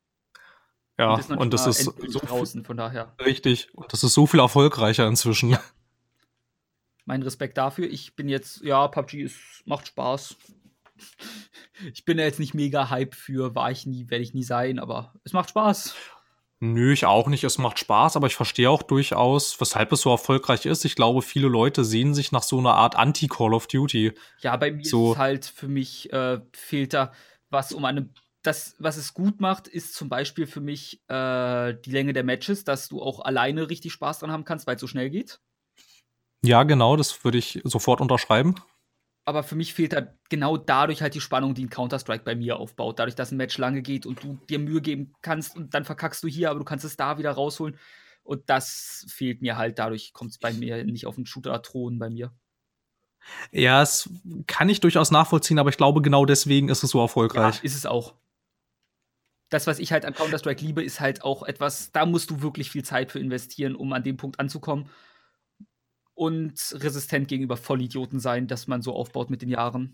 Ja, und ist noch und nicht das mal ist endgültig so viel, draußen, von daher. richtig. Und das ist so viel erfolgreicher inzwischen. Ja. Mein Respekt dafür. Ich bin jetzt, ja, P U B G ist, macht Spaß. Ich bin ja jetzt nicht mega Hype für, war ich nie, werde ich nie sein, aber es macht Spaß. Nö, ich auch nicht. Es macht Spaß, aber ich verstehe auch durchaus, weshalb es so erfolgreich ist. Ich glaube, viele Leute sehen sich nach so einer Art Anti-Call of Duty. Ja, bei mir ist So, es halt für mich äh, fehlt da was um eine. Das, was es gut macht, ist zum Beispiel für mich äh, die Länge der Matches, dass du auch alleine richtig Spaß dran haben kannst, weil es so schnell geht. ja, genau, das würde ich sofort unterschreiben. Aber für mich fehlt halt genau dadurch halt die Spannung, die ein Counter-Strike bei mir aufbaut. Dadurch, dass ein Match lange geht und du dir Mühe geben kannst und dann verkackst du hier, aber du kannst es da wieder rausholen. Und das fehlt mir halt. Dadurch kommt es bei mir nicht auf den Shooter-Thron bei mir. Ja, das kann ich durchaus nachvollziehen, aber ich glaube, genau deswegen ist es so Ja, erfolgreich. ist es auch. Das, was ich halt an Counter-Strike liebe, ist halt auch etwas, da musst du wirklich viel Zeit für investieren, um an dem Punkt anzukommen. Und resistent gegenüber Vollidioten sein, dass man so aufbaut mit den Jahren.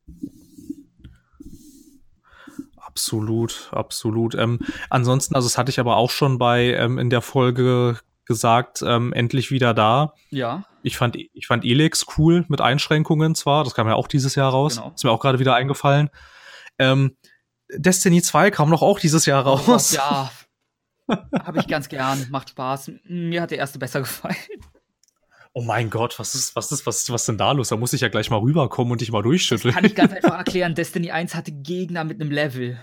Absolut, absolut. Ähm, ansonsten, also das hatte ich aber auch schon bei ähm, in der Folge gesagt, ähm, endlich wieder da. Ja, Ich fand, ich fand Elex cool, mit Einschränkungen zwar. Das kam ja auch dieses Jahr raus. genau. Ist mir auch gerade wieder eingefallen. Ähm, Destiny zwei kam doch auch dieses Jahr Oh raus. Gott, ja. Habe ich ganz gern. Macht Spaß. Mir hat der erste besser gefallen. Oh mein Gott, was ist, was ist, was ist, was ist denn da los? Da muss ich ja gleich mal rüberkommen und dich mal Das durchschütteln. kann ich ganz einfach erklären. Destiny eins hatte Gegner mit einem Level.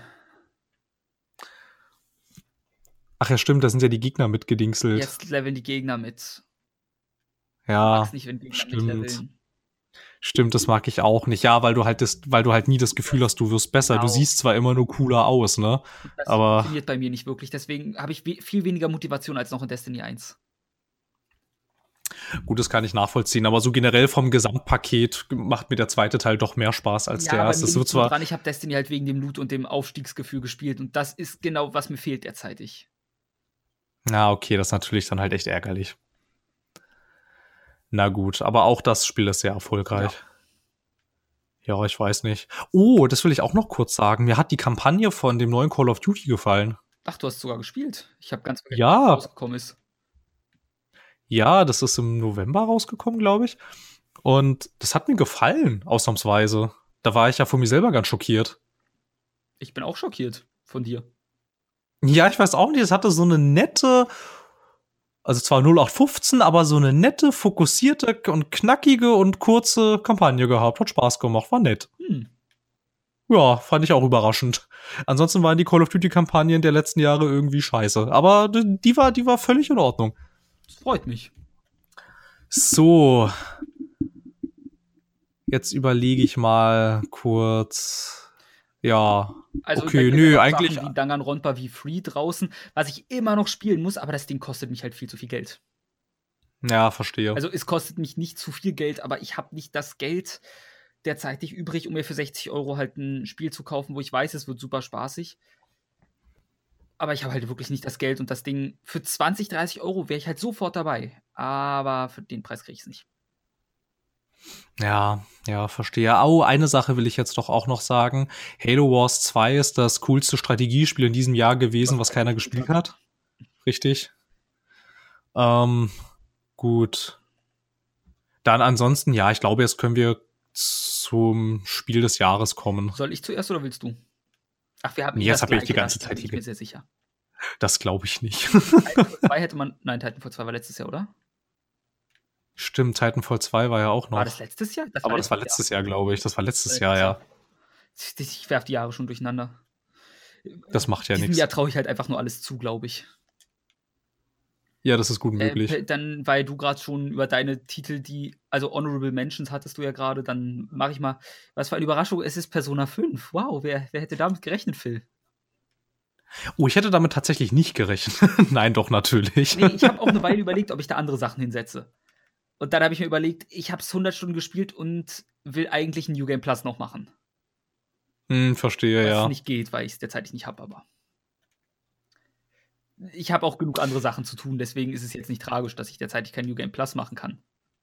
Ach ja, stimmt, da sind ja die Gegner mitgedingselt. Jetzt leveln die Gegner mit. Ich Ja, mag's nicht, wenn Gegner stimmt. mitleveln. Stimmt, das mag ich auch nicht. Ja, weil du halt das, weil du halt nie das Gefühl hast, du wirst besser. Genau. Du siehst zwar immer nur cooler aus, ne? Das Aber funktioniert bei mir nicht wirklich. Deswegen habe ich we- viel weniger Motivation als noch in Destiny eins. gut, das kann ich nachvollziehen. Aber so generell vom Gesamtpaket macht mir der zweite Teil doch mehr Spaß als Ja, der bei erste. mir Es wird liegt's nur zwar, dran, ich habe Destiny halt wegen dem Loot und dem Aufstiegsgefühl gespielt. Und das ist genau, was mir fehlt derzeitig. na okay, das ist natürlich dann halt echt ärgerlich. Na gut, aber auch das Spiel ist sehr erfolgreich. Ja, ich weiß nicht. Oh, das will ich auch noch kurz sagen. Mir hat die Kampagne von dem neuen Call of Duty gefallen. Ach, du hast sogar gespielt. Ich habe ganz vergessen, Ja. dass es rausgekommen ist. Ja, das ist im November rausgekommen, glaube ich. Und das hat mir gefallen, ausnahmsweise. Da war ich ja von mir selber ganz schockiert. Ich bin auch schockiert von dir. Ja, ich weiß auch nicht, es hatte so eine nette, also zwar null acht fünfzehn, aber so eine nette, fokussierte und knackige und kurze Kampagne gehabt. Hat Spaß gemacht, war nett. Hm. Ja, fand ich auch überraschend. Ansonsten waren die Call of Duty-Kampagnen der letzten Jahre irgendwie scheiße. Aber die war, die war völlig in Ordnung. Das freut mich. So. Jetzt überlege ich mal kurz. Ja. Also Okay, bei mir nö, wären noch eigentlich- Sachen wie Danganronpa wie Free draußen, was ich immer noch spielen muss, aber das Ding kostet mich halt viel zu viel Geld. Ja, verstehe. Also es kostet mich nicht zu viel Geld, aber ich habe nicht das Geld derzeitig übrig, um mir für sechzig Euro halt ein Spiel zu kaufen, wo ich weiß, es wird super spaßig. Aber ich habe halt wirklich nicht das Geld und das Ding für zwanzig, dreißig Euro wäre ich halt sofort dabei. Aber für den Preis kriege ich es nicht. Ja, ja, verstehe. Au, eine Sache will ich jetzt doch auch noch sagen. Halo Wars zwei ist das coolste Strategiespiel in diesem Jahr gewesen, was keiner gespielt hat. Richtig. Ähm, gut. Dann ansonsten, ja, ich glaube, jetzt können wir zum Spiel des Jahres kommen. Soll ich zuerst oder willst du? Ach, wir haben Nee, eh jetzt das hab ich die Gleiche, ganze da Zeit bin ich hier mir sehr sicher. Das glaube ich nicht. Titanfall zwei hätte man. Nein, Titanfall zwei war letztes Jahr, oder? Stimmt, Titanfall zwei war ja auch noch. War das letztes Jahr? Das Aber das war letztes Jahr, glaube ich. Das war letztes Jahr, Jahr. ja. Ich werfe die Jahre schon durcheinander. Das macht ja Diesem nichts. Jahr traue ich halt einfach nur alles zu, glaube ich. Ja, das ist gut möglich. Äh, dann, weil du gerade schon über deine Titel, die, also Honorable Mentions hattest du ja gerade, dann mache ich mal, was für eine Überraschung, es ist Persona fünf. Wow, wer, wer hätte damit gerechnet, Phil? Oh, ich hätte damit tatsächlich nicht gerechnet. Nein, doch, natürlich. Nee, ich habe auch eine Weile überlegt, ob ich da andere Sachen hinsetze. Und dann habe ich mir überlegt, ich habe es hundert Stunden gespielt und will eigentlich ein New Game Plus noch machen. Hm, verstehe, Was ja. nicht geht, weil ich es derzeit nicht habe, aber ich habe auch genug andere Sachen zu tun, deswegen ist es jetzt nicht tragisch, dass ich derzeit kein New Game Plus machen kann.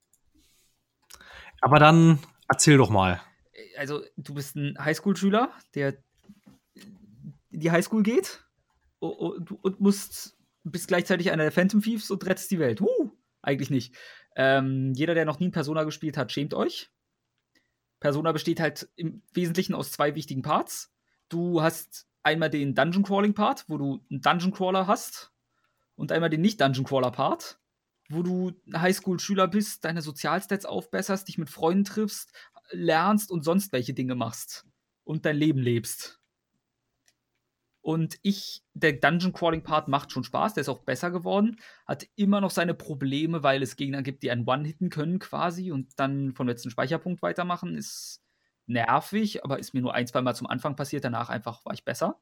Aber dann erzähl doch mal. Also, du bist ein Highschool-Schüler, der in die Highschool geht und, und musst, bist gleichzeitig einer der Phantom Thieves und rettest die Welt. Uh, eigentlich nicht. Ähm, jeder, der noch nie ein Persona gespielt hat, schämt euch. Persona besteht halt im Wesentlichen aus zwei wichtigen Parts. Du hast einmal den Dungeon-Crawling-Part, wo du einen Dungeon-Crawler hast, und einmal den Nicht-Dungeon-Crawler-Part, wo du Highschool-Schüler bist, deine Sozialstats aufbesserst, dich mit Freunden triffst, lernst und sonst welche Dinge machst und dein Leben lebst. Und ich, der Dungeon-Crawling-Part macht schon Spaß, der ist auch besser geworden, hat immer noch seine Probleme, weil es Gegner gibt, die einen One-hitten können quasi und dann vom letzten Speicherpunkt weitermachen, ist nervig, aber ist mir nur ein, zwei Mal zum Anfang passiert, danach einfach war ich besser.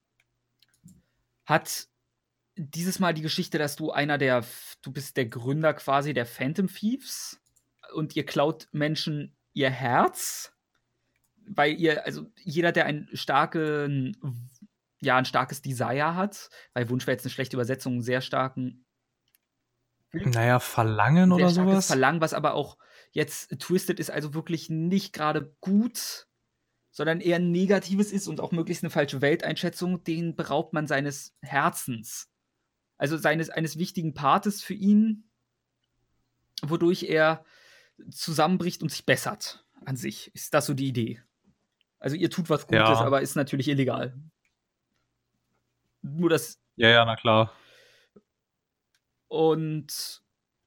Hat dieses Mal die Geschichte, dass du einer der, du bist der Gründer quasi der Phantom Thieves und ihr klaut Menschen ihr Herz, weil ihr, also jeder, der einen starken, ja, ein starkes Desire hat, weil Wunsch wäre jetzt eine schlechte Übersetzung, einen sehr starken Naja, Verlangen sehr oder starkes sowas? Verlangen, was aber auch jetzt Twisted ist, also wirklich nicht gerade gut, sondern eher negatives ist und auch möglichst eine falsche Welteinschätzung, den beraubt man seines Herzens. Also seines eines wichtigen Partes für ihn, wodurch er zusammenbricht und sich bessert an sich. Ist das so die Idee? Also ihr tut was Gutes, Ja. aber ist natürlich illegal. Nur das. Ja, ja, na klar. Und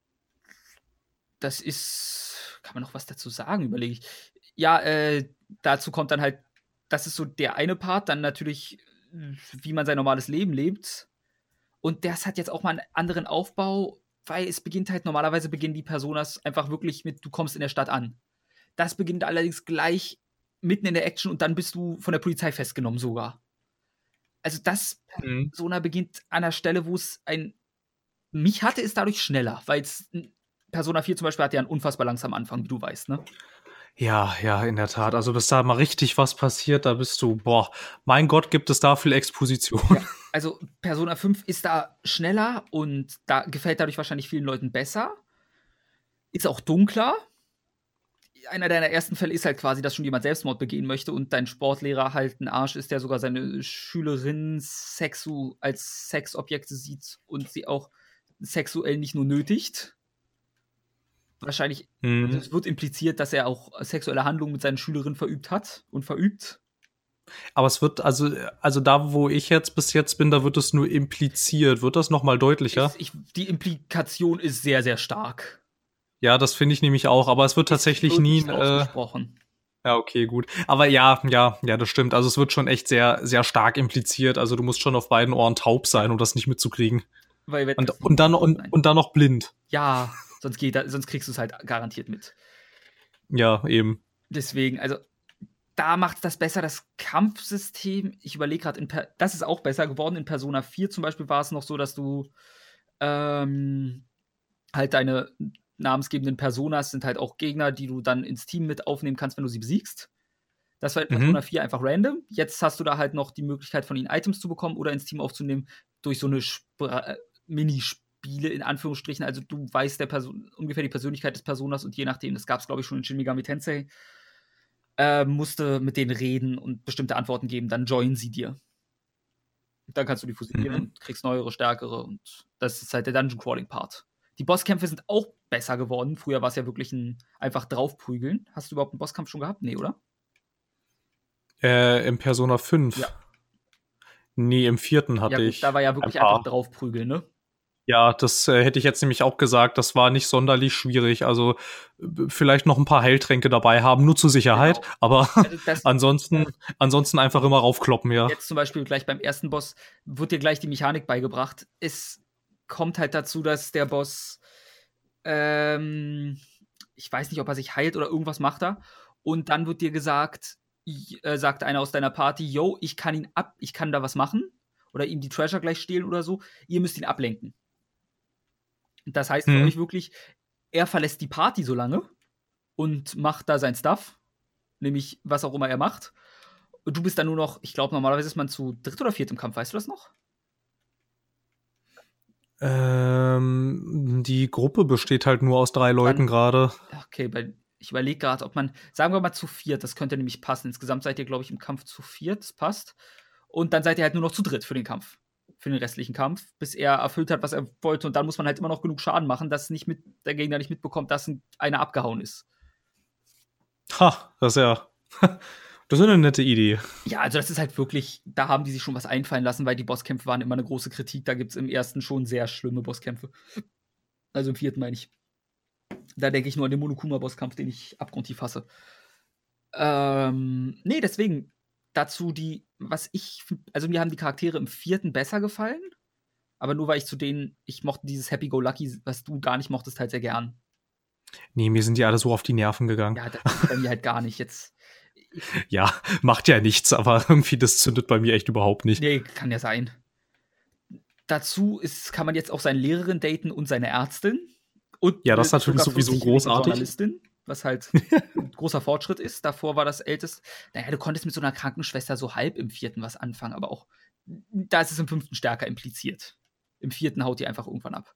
das ist. Kann man noch was dazu sagen, überlege ich. Ja, äh, dazu kommt dann halt, das ist so der eine Part, dann natürlich, wie man sein normales Leben lebt. Und das hat jetzt auch mal einen anderen Aufbau, weil es beginnt halt, normalerweise beginnen die Personas einfach wirklich mit, du kommst in der Stadt an. Das beginnt allerdings gleich mitten in der Action und dann bist du von der Polizei festgenommen sogar. Also das Mhm. Persona beginnt an der Stelle, wo es ein, mich hatte es dadurch schneller, weil es, Persona vier zum Beispiel hat ja einen unfassbar langsamen Anfang, wie du weißt, ne? Ja, ja, in der Tat. Also bis da mal richtig was passiert, da bist du, boah, mein Gott, gibt es da viel Exposition. Ja, also Persona fünf ist da schneller und da gefällt dadurch wahrscheinlich vielen Leuten besser. Ist auch dunkler. Einer deiner ersten Fälle ist halt quasi, dass schon jemand Selbstmord begehen möchte und dein Sportlehrer halt ein Arsch ist, der sogar seine Schülerin sexu als Sexobjekte sieht und sie auch sexuell nicht nur nötigt. Wahrscheinlich, Mhm. also es wird impliziert, dass er auch sexuelle Handlungen mit seinen Schülerinnen verübt hat und verübt. Aber es wird, also, also da, wo ich jetzt bis jetzt bin, da wird es nur impliziert. Wird das noch mal deutlicher? Ist, ich, die Implikation ist sehr, sehr stark. Ja, das finde ich nämlich auch, aber es wird tatsächlich Es wird nie nicht äh, ausgesprochen. Ja, okay, gut. Aber ja, ja, ja, das stimmt. Also es wird schon echt sehr, sehr stark impliziert. Also du musst schon auf beiden Ohren taub sein, um das nicht mitzukriegen. Weil wenn Und, das und, dann, und, Nein. und dann noch blind. Ja, sonst, geht, da- sonst kriegst du es halt garantiert mit. Ja, eben. Deswegen, also da macht das besser, das Kampfsystem. Ich überlege gerade, das ist auch besser geworden. In Persona vier zum Beispiel war es noch so, dass du ähm, halt deine namensgebenden Personas sind halt auch Gegner, die du dann ins Team mit aufnehmen kannst, wenn du sie besiegst. Das war in Persona Mhm. vier einfach random. Jetzt hast du da halt noch die Möglichkeit, von ihnen Items zu bekommen oder ins Team aufzunehmen durch so eine Spra- äh, Minispiele, in Anführungsstrichen. Also du weißt der Person ungefähr die Persönlichkeit des Personas und je nachdem, das gab es, glaube ich, schon in Shin Megami Tensei, äh, musste mit denen reden und bestimmte Antworten geben, dann joinen sie dir. Dann kannst du die fusionieren Mhm. und kriegst neuere, stärkere und das ist halt der Dungeon-Crawling-Part. Die Bosskämpfe sind auch besser geworden. Früher war es ja wirklich ein einfach draufprügeln. Hast du überhaupt einen Bosskampf schon gehabt? Nee, oder? Äh, im Persona fünf. Ja. Nee, im vierten hatte Ja gut, ich. da war ja wirklich ein paar. einfach draufprügeln, ne? Ja, das äh, hätte ich jetzt nämlich auch gesagt. Das war nicht sonderlich schwierig. Also äh, vielleicht noch ein paar Heiltränke dabei haben, nur zur Sicherheit. Genau. Aber Also das, ansonsten, ansonsten einfach immer raufkloppen, ja. jetzt zum Beispiel gleich beim ersten Boss wird dir gleich die Mechanik beigebracht. Es kommt halt dazu, dass der Boss, ähm, ich weiß nicht, ob er sich heilt oder irgendwas macht er. Und dann wird dir gesagt, j- äh, sagt einer aus deiner Party, yo, ich kann ihn ab, ich kann da was machen. Oder ihm die Treasure gleich stehlen oder so. Ihr müsst ihn ablenken. Das heißt für Hm. euch wirklich, er verlässt die Party so lange und macht da sein Stuff. Nämlich, was auch immer er macht. Und du bist dann nur noch, ich glaube, normalerweise ist man zu dritt oder viert im Kampf, weißt du das noch? Ähm, die Gruppe besteht halt nur aus drei Leuten gerade. Okay, bei, ich überlege gerade, ob man, sagen wir mal zu viert, das könnte nämlich passen. Insgesamt seid ihr, glaube ich, im Kampf zu viert, das passt. Und dann seid ihr halt nur noch zu dritt für den Kampf. für den restlichen Kampf, bis er erfüllt hat, was er wollte. Und dann muss man halt immer noch genug Schaden machen, dass nicht mit, der Gegner nicht mitbekommt, dass ein, einer abgehauen ist. Ha, das ist ja. Das ist eine nette Idee. Ja, also das ist halt wirklich, da haben die sich schon was einfallen lassen, weil die Bosskämpfe waren immer eine große Kritik. Da gibt es im ersten schon sehr schlimme Bosskämpfe. Also im vierten meine ich. Da denke ich nur an den Monokuma-Bosskampf, den ich abgrundtief hasse. Ähm, nee, deswegen dazu die, was ich, also mir haben die Charaktere im vierten besser gefallen, aber nur weil ich zu denen, ich mochte dieses Happy-Go-Lucky, was du gar nicht mochtest, halt sehr gern. Nee, mir sind die alle so auf die Nerven gegangen. Ja, das ist bei mir halt gar nicht jetzt. Ja, macht ja nichts, aber irgendwie das zündet bei mir echt überhaupt nicht. Nee, kann ja sein. Dazu ist, kann man jetzt auch seine Lehrerin daten und seine Ärztin. Und ja, das ist natürlich sowieso großartig. Journalistin, was halt ein großer Fortschritt ist. Davor war das älteste. Naja, du konntest mit so einer Krankenschwester so halb im vierten was anfangen, aber auch da ist es im fünften stärker impliziert. Im vierten haut die einfach irgendwann ab.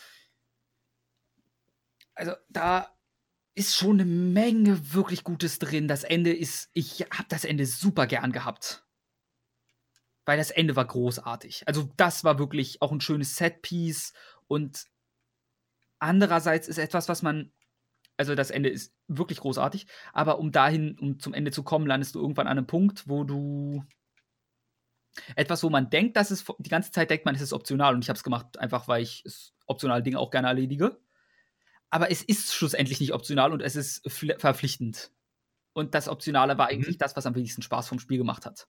Also da ist schon eine Menge wirklich Gutes drin. Das Ende ist, ich habe das Ende super gern gehabt. Weil das Ende war großartig. Also das war wirklich auch ein schönes Setpiece und andererseits ist etwas, was man, also das Ende ist wirklich großartig, aber um dahin, um zum Ende zu kommen, landest du irgendwann an einem Punkt, wo du etwas, wo man denkt, dass es, die ganze Zeit denkt man, es ist optional und ich habe es gemacht, einfach weil ich das optionale Ding auch gerne erledige. Aber es ist schlussendlich nicht optional und es ist verpflichtend. Und das Optionale war eigentlich mhm. das, was am wenigsten Spaß vom Spiel gemacht hat.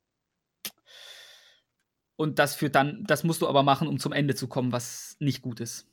Und das führt dann, das musst du aber machen, um zum Ende zu kommen, was nicht gut ist.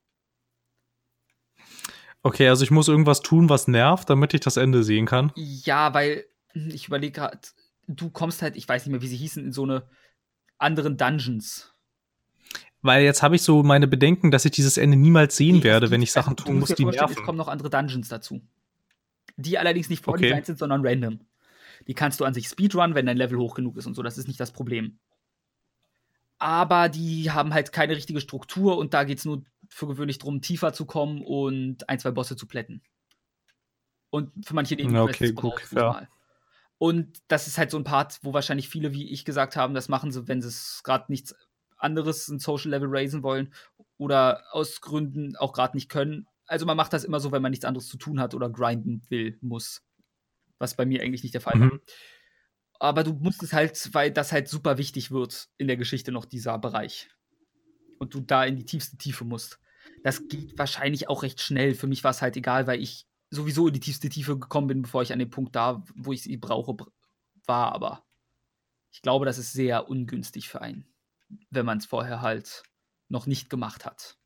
Okay, also ich muss irgendwas tun, was nervt, damit ich das Ende sehen kann. Ja, weil ich überlege gerade, du kommst halt, ich weiß nicht mehr, wie sie hießen, in so eine anderen Dungeons. Weil jetzt habe ich so meine Bedenken, dass ich dieses Ende niemals sehen nee, werde, wenn ich Sachen also, tun muss, die nerven. Es kommen noch andere Dungeons dazu. Die allerdings nicht vordesignt okay. sind, sondern random. Die kannst du an sich speedrun, wenn dein Level hoch genug ist und so. Das ist nicht das Problem. Aber die haben halt keine richtige Struktur und da geht es nur für gewöhnlich darum, tiefer zu kommen und ein, zwei Bosse zu plätten. Und für manche Nebenquests okay, guck, ja. mal. Und das ist halt so ein Part, wo wahrscheinlich viele, wie ich gesagt haben, das machen sie, wenn sie es gerade nichts anderes, ein Social Level raisen wollen oder aus Gründen auch gerade nicht können. Also man macht das immer so, wenn man nichts anderes zu tun hat oder grinden will, muss. Was bei mir eigentlich nicht der Fall mhm. war. Aber du musst es halt, weil das halt super wichtig wird in der Geschichte noch, dieser Bereich. Und du da in die tiefste Tiefe musst. Das geht wahrscheinlich auch recht schnell. Für mich war es halt egal, weil ich sowieso in die tiefste Tiefe gekommen bin, bevor ich an dem Punkt da, wo ich sie brauche, war. Aber ich glaube, das ist sehr ungünstig für einen, wenn man es vorher halt noch nicht gemacht hat.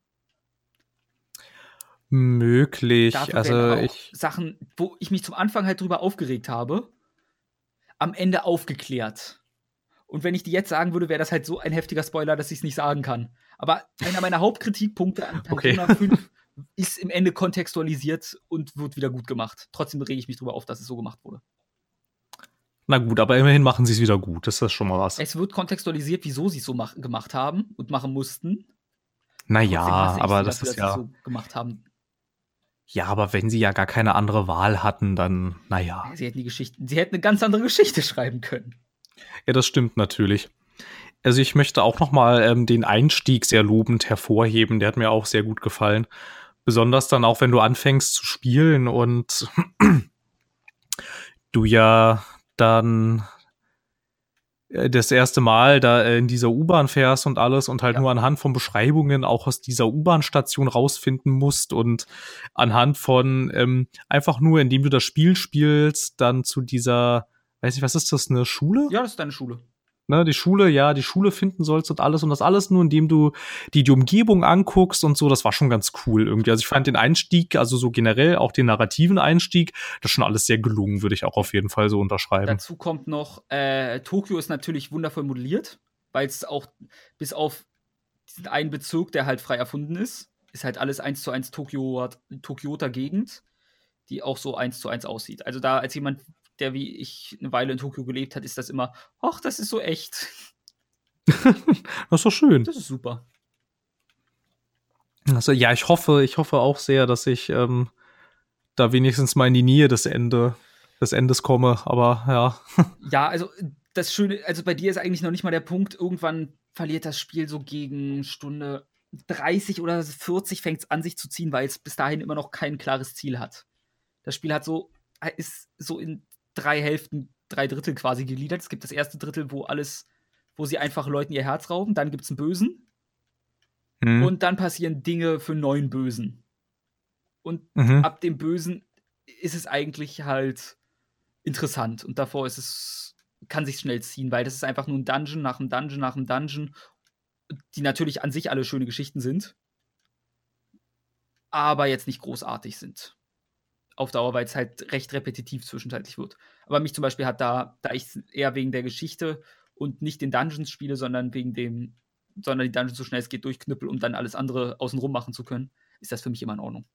Möglich. Dafür also ich Sachen, wo ich mich zum Anfang halt drüber aufgeregt habe, am Ende aufgeklärt. Und wenn ich die jetzt sagen würde, wäre das halt so ein heftiger Spoiler, dass ich es nicht sagen kann. Aber einer meiner Hauptkritikpunkte an Persona okay. fünf ist im Ende kontextualisiert und wird wieder gut gemacht. Trotzdem rege ich mich drüber auf, dass es so gemacht wurde. Na gut, aber immerhin machen sie es wieder gut. Das ist schon mal was. Es wird kontextualisiert, wieso sie es so mach- gemacht haben und machen mussten. Naja, aber das dafür, ist ja... so gemacht haben. Ja, aber wenn sie ja gar keine andere Wahl hatten, dann, naja. Sie hätten die Geschichte, sie hätten eine ganz andere Geschichte schreiben können. Ja, das stimmt natürlich. Also ich möchte auch noch mal ähm, den Einstieg sehr lobend hervorheben. Der hat mir auch sehr gut gefallen. Besonders dann auch, wenn du anfängst zu spielen und du ja dann das erste Mal da in dieser U-Bahn fährst und alles und halt ja. nur anhand von Beschreibungen auch aus dieser U-Bahn-Station rausfinden musst und anhand von ähm, einfach nur, indem du das Spiel spielst, dann zu dieser, weiß ich, was ist das, eine Schule? Ja, das ist deine Schule. Ne, die Schule, ja, die Schule finden sollst und alles und das alles nur, indem du die, die Umgebung anguckst und so, das war schon ganz cool irgendwie. Also ich fand den Einstieg, also so generell auch den narrativen Einstieg, das ist schon alles sehr gelungen, würde ich auch auf jeden Fall so unterschreiben. Dazu kommt noch, äh, Tokio ist natürlich wundervoll modelliert, weil es auch bis auf diesen einen Bezirk, der halt frei erfunden ist, ist halt alles eins zu eins Tokio, Tokioter Gegend, die auch so eins zu eins aussieht. Also da als jemand, der wie ich eine Weile in Tokio gelebt hat, ist das immer, ach, das ist so echt. Das ist doch schön. Das ist super. Also ja, ich hoffe, ich hoffe auch sehr, dass ich ähm, da wenigstens mal in die Nähe des Ende, des Endes komme, aber ja. Ja, also das Schöne, also bei dir ist eigentlich noch nicht mal der Punkt, irgendwann verliert das Spiel so gegen Stunde dreißig oder vierzig fängt es an, sich zu ziehen, weil es bis dahin immer noch kein klares Ziel hat. Das Spiel hat so, ist so in drei Hälften, drei Drittel quasi gegliedert. Es gibt das erste Drittel, wo alles, wo sie einfach Leuten ihr Herz rauben, dann gibt es einen Bösen mhm. und dann passieren Dinge für neun Bösen. Und mhm. ab dem Bösen ist es eigentlich halt interessant und davor ist es, kann sich schnell ziehen, weil das ist einfach nur ein Dungeon nach einem Dungeon nach einem Dungeon, die natürlich an sich alle schöne Geschichten sind, aber jetzt nicht großartig sind. Auf Dauer, weil es halt recht repetitiv zwischenzeitlich wird. Aber mich zum Beispiel hat da, da ich eher wegen der Geschichte und nicht den Dungeons spiele, sondern wegen dem, sondern die Dungeons so schnell es geht durchknüppel, um dann alles andere außenrum machen zu können, ist das für mich immer in Ordnung.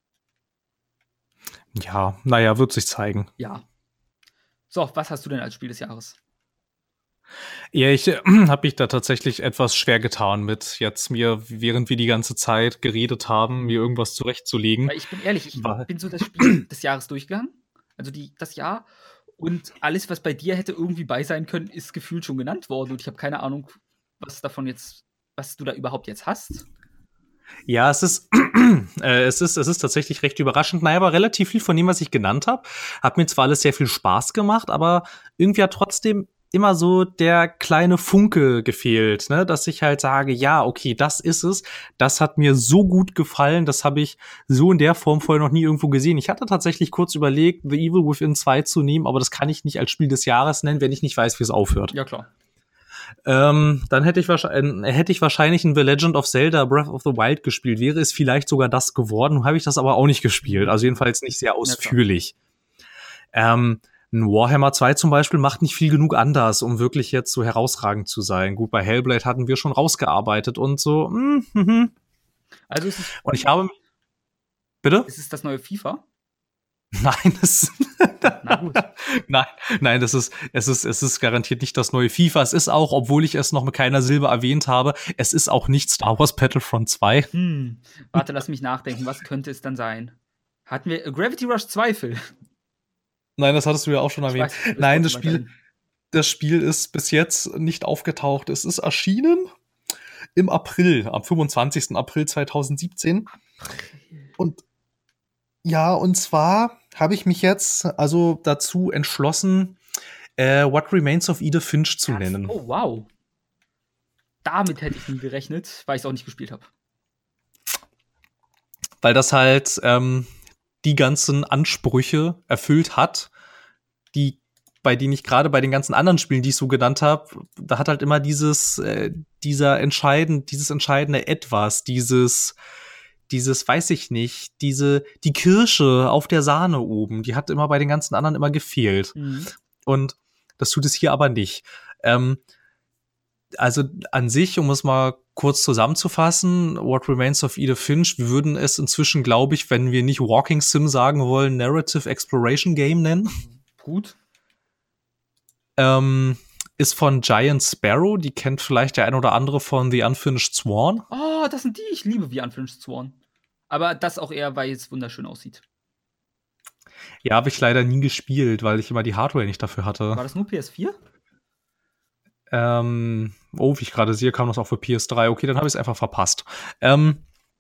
Ja, naja, wird sich zeigen. Ja. So, was hast du denn als Spiel des Jahres? Ja, ich äh, habe mich da tatsächlich etwas schwer getan mit jetzt mir, während wir die ganze Zeit geredet haben, mir irgendwas zurechtzulegen. Weil ich bin ehrlich, ich Weil bin so das Spiel des Jahres durchgegangen, also die, das Jahr, und alles, was bei dir hätte irgendwie bei sein können, ist gefühlt schon genannt worden und ich habe keine Ahnung, was davon jetzt, was du da überhaupt jetzt hast. Ja, es ist, äh, es ist, es ist tatsächlich recht überraschend. Naja, aber relativ viel von dem, was ich genannt habe, hat mir zwar alles sehr viel Spaß gemacht, aber irgendwie hat trotzdem immer so der kleine Funke gefehlt, ne, dass ich halt sage, ja, okay, das ist es, das hat mir so gut gefallen, das habe ich so in der Form vorher noch nie irgendwo gesehen. Ich hatte tatsächlich kurz überlegt, The Evil Within zwei zu nehmen, aber das kann ich nicht als Spiel des Jahres nennen, wenn ich nicht weiß, wie es aufhört. Ja, klar. Ähm, dann hätte ich, wahrscheinlich, hätte ich wahrscheinlich ein The Legend of Zelda Breath of the Wild gespielt, wäre es vielleicht sogar das geworden, habe ich das aber auch nicht gespielt, also jedenfalls nicht sehr ausführlich. Ja, ähm, ein Warhammer zwei zum Beispiel macht nicht viel genug anders, um wirklich jetzt so herausragend zu sein. Gut, bei Hellblade hatten wir schon rausgearbeitet und so. Mm, mm, also ist es und ich habe bitte? Ist es das neue FIFA? Nein, das Na gut. nein, nein, das ist es ist es ist garantiert nicht das neue FIFA. Es ist auch, obwohl ich es noch mit keiner Silbe erwähnt habe, es ist auch nicht Star Wars Battlefront zwei. Hm. Warte, lass mich nachdenken. Was könnte es dann sein? Hatten wir Gravity Rush zwei, Phil? Nein, das hattest du ja auch schon erwähnt. Weiß, Nein, das Spiel, das Spiel ist bis jetzt nicht aufgetaucht. Es ist erschienen im April, am fünfundzwanzigsten April zweitausendsiebzehn. April. Und ja, und zwar habe ich mich jetzt also dazu entschlossen, äh, What Remains of Edith Finch zu das, nennen. Oh, wow. Damit hätte ich nie gerechnet, weil ich es auch nicht gespielt habe. Weil das halt ähm, die ganzen Ansprüche erfüllt hat, die bei denen ich gerade bei den ganzen anderen Spielen, die ich so genannt habe, da hat halt immer dieses äh, dieser entscheidend dieses entscheidende Etwas, dieses dieses weiß ich nicht, diese die Kirsche auf der Sahne oben, die hat immer bei den ganzen anderen immer gefehlt. Mhm. Und das tut es hier aber nicht. Ähm, also an sich, um es mal kurz zusammenzufassen, What Remains of Edith Finch, wir würden es inzwischen, glaube ich, wenn wir nicht Walking Sim sagen wollen, Narrative Exploration Game nennen. Gut. Ähm, ist von Giant Sparrow, die kennt vielleicht der ein oder andere von The Unfinished Swan. Oh, das sind die, ich liebe The Unfinished Swan. Aber das auch eher, weil es wunderschön aussieht. Ja, habe ich leider nie gespielt, weil ich immer die Hardware nicht dafür hatte. War das nur P S vier? Ähm, oh, wie ich gerade sehe, kam das auch für P S drei. Okay, dann habe ich es einfach verpasst. Ähm,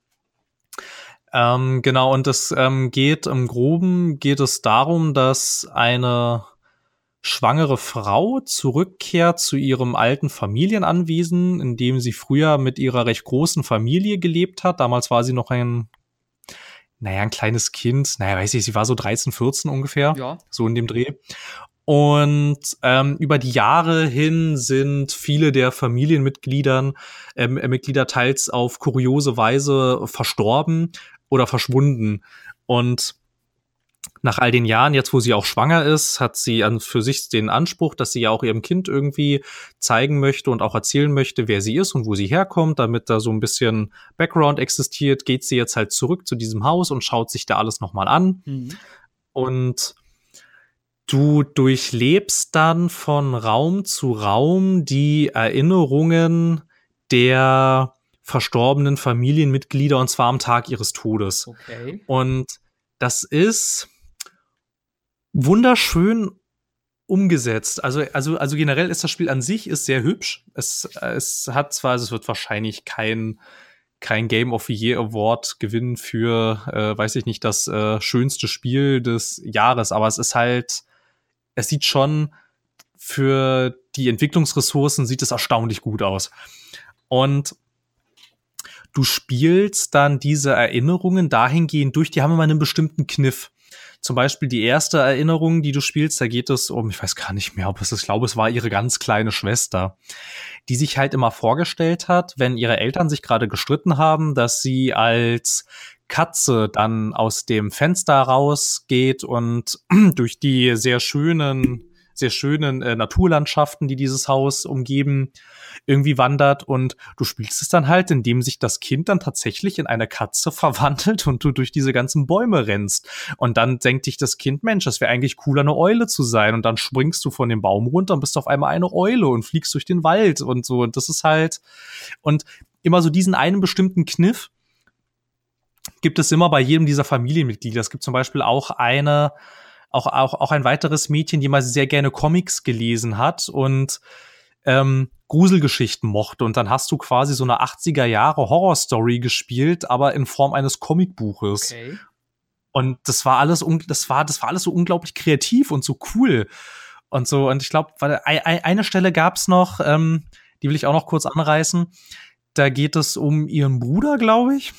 ähm, genau, und es ähm, geht im Groben, geht es darum, dass eine schwangere Frau zurückkehrt zu ihrem alten Familienanwesen, in dem sie früher mit ihrer recht großen Familie gelebt hat. Damals war sie noch ein, naja, ein kleines Kind. Naja, weiß ich, sie war so dreizehn, vierzehn ungefähr. Ja. So in dem Dreh. Und ähm, über die Jahre hin sind viele der Familienmitgliedern, ähm, äh, Mitglieder teils auf kuriose Weise verstorben oder verschwunden. Und nach all den Jahren, jetzt wo sie auch schwanger ist, hat sie an für sich den Anspruch, dass sie ja auch ihrem Kind irgendwie zeigen möchte und auch erzählen möchte, wer sie ist und wo sie herkommt, damit da so ein bisschen Background existiert, geht sie jetzt halt zurück zu diesem Haus und schaut sich da alles nochmal an. Mhm. Und du durchlebst dann von Raum zu Raum die Erinnerungen der verstorbenen Familienmitglieder, und zwar am Tag ihres Todes. Okay. Und das ist wunderschön umgesetzt. Also, also, also generell ist das Spiel an sich ist sehr hübsch. Es, es hat zwar, also es wird wahrscheinlich kein, kein Game of the Year Award gewinnen für, äh, weiß ich nicht, das äh, schönste Spiel des Jahres, aber es ist halt, es sieht schon für die Entwicklungsressourcen sieht es erstaunlich gut aus. Und du spielst dann diese Erinnerungen dahingehend durch, die haben immer einen bestimmten Kniff. Zum Beispiel die erste Erinnerung, die du spielst, da geht es um, ich weiß gar nicht mehr, ob es ist, ich glaube, es war ihre ganz kleine Schwester, die sich halt immer vorgestellt hat, wenn ihre Eltern sich gerade gestritten haben, dass sie als Katze dann aus dem Fenster rausgeht und durch die sehr schönen, sehr schönen äh, Naturlandschaften, die dieses Haus umgeben, irgendwie wandert und du spielst es dann halt, indem sich das Kind dann tatsächlich in eine Katze verwandelt und du durch diese ganzen Bäume rennst. Und dann denkt dich das Kind, Mensch, das wäre eigentlich cool, eine Eule zu sein. Und dann springst du von dem Baum runter und bist auf einmal eine Eule und fliegst durch den Wald und so. Und das ist halt, und immer so diesen einen bestimmten Kniff gibt es immer bei jedem dieser Familienmitglieder. Es gibt zum Beispiel auch eine, auch, auch, auch ein weiteres Mädchen, die mal sehr gerne Comics gelesen hat und ähm, Gruselgeschichten mochte. Und dann hast du quasi so eine achtziger Jahre Horrorstory gespielt, aber in Form eines Comicbuches. Okay. Und das war alles, das war, das war alles so unglaublich kreativ und so cool. Und so, und ich glaube, eine Stelle gab's noch, ähm, die will ich auch noch kurz anreißen. Da geht es um ihren Bruder, glaube ich,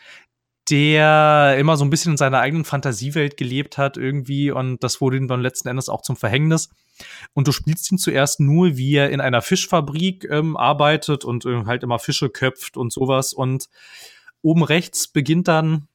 der immer so ein bisschen in seiner eigenen Fantasiewelt gelebt hat irgendwie und das wurde ihm dann letzten Endes auch zum Verhängnis. Und du spielst ihn zuerst nur, wie er in einer Fischfabrik ähm, arbeitet und äh, halt immer Fische köpft und sowas. Und oben rechts beginnt dann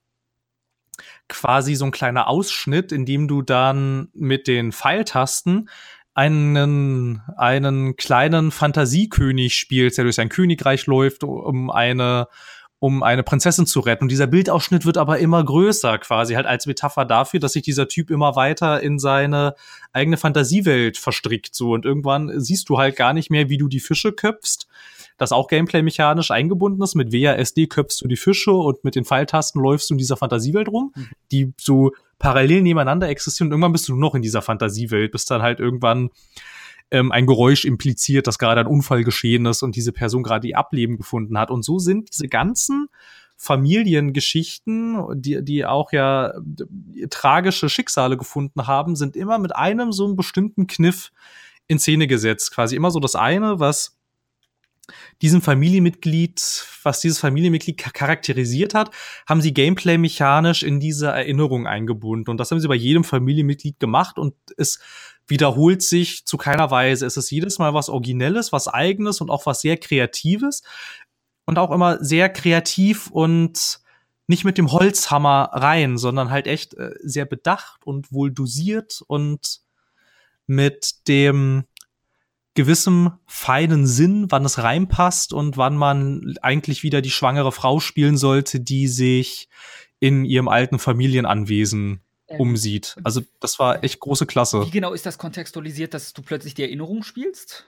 quasi so ein kleiner Ausschnitt, in dem du dann mit den Pfeiltasten einen, einen kleinen Fantasiekönig spielst, der durch sein Königreich läuft, um eine um eine Prinzessin zu retten. Und dieser Bildausschnitt wird aber immer größer, quasi halt als Metapher dafür, dass sich dieser Typ immer weiter in seine eigene Fantasiewelt verstrickt. So. Und irgendwann siehst du halt gar nicht mehr, wie du die Fische köpfst, das auch gameplay-mechanisch eingebunden ist. Mit W A S D köpfst du die Fische und mit den Pfeiltasten läufst du in dieser Fantasiewelt rum, mhm. die so parallel nebeneinander existieren. Und irgendwann bist du nur noch in dieser Fantasiewelt, bis dann halt irgendwann ähm, ein Geräusch impliziert, dass gerade ein Unfall geschehen ist und diese Person gerade ihr Ableben gefunden hat. Und so sind diese ganzen Familiengeschichten, die, die auch ja die, tragische Schicksale gefunden haben, sind immer mit einem so einem bestimmten Kniff in Szene gesetzt. Quasi immer so das eine, was diesem Familienmitglied, was dieses Familienmitglied charakterisiert hat, haben sie gameplay-mechanisch in diese Erinnerung eingebunden. Und das haben sie bei jedem Familienmitglied gemacht und es wiederholt sich zu keiner Weise. Es ist jedes Mal was Originelles, was Eigenes und auch was sehr Kreatives und auch immer sehr kreativ und nicht mit dem Holzhammer rein, sondern halt echt äh, sehr bedacht und wohl dosiert und mit dem gewissem feinen Sinn, wann es reinpasst und wann man eigentlich wieder die schwangere Frau spielen sollte, die sich in ihrem alten Familienanwesen ähm, umsieht. Also das war echt große Klasse. Wie genau ist das kontextualisiert, dass du plötzlich die Erinnerung spielst?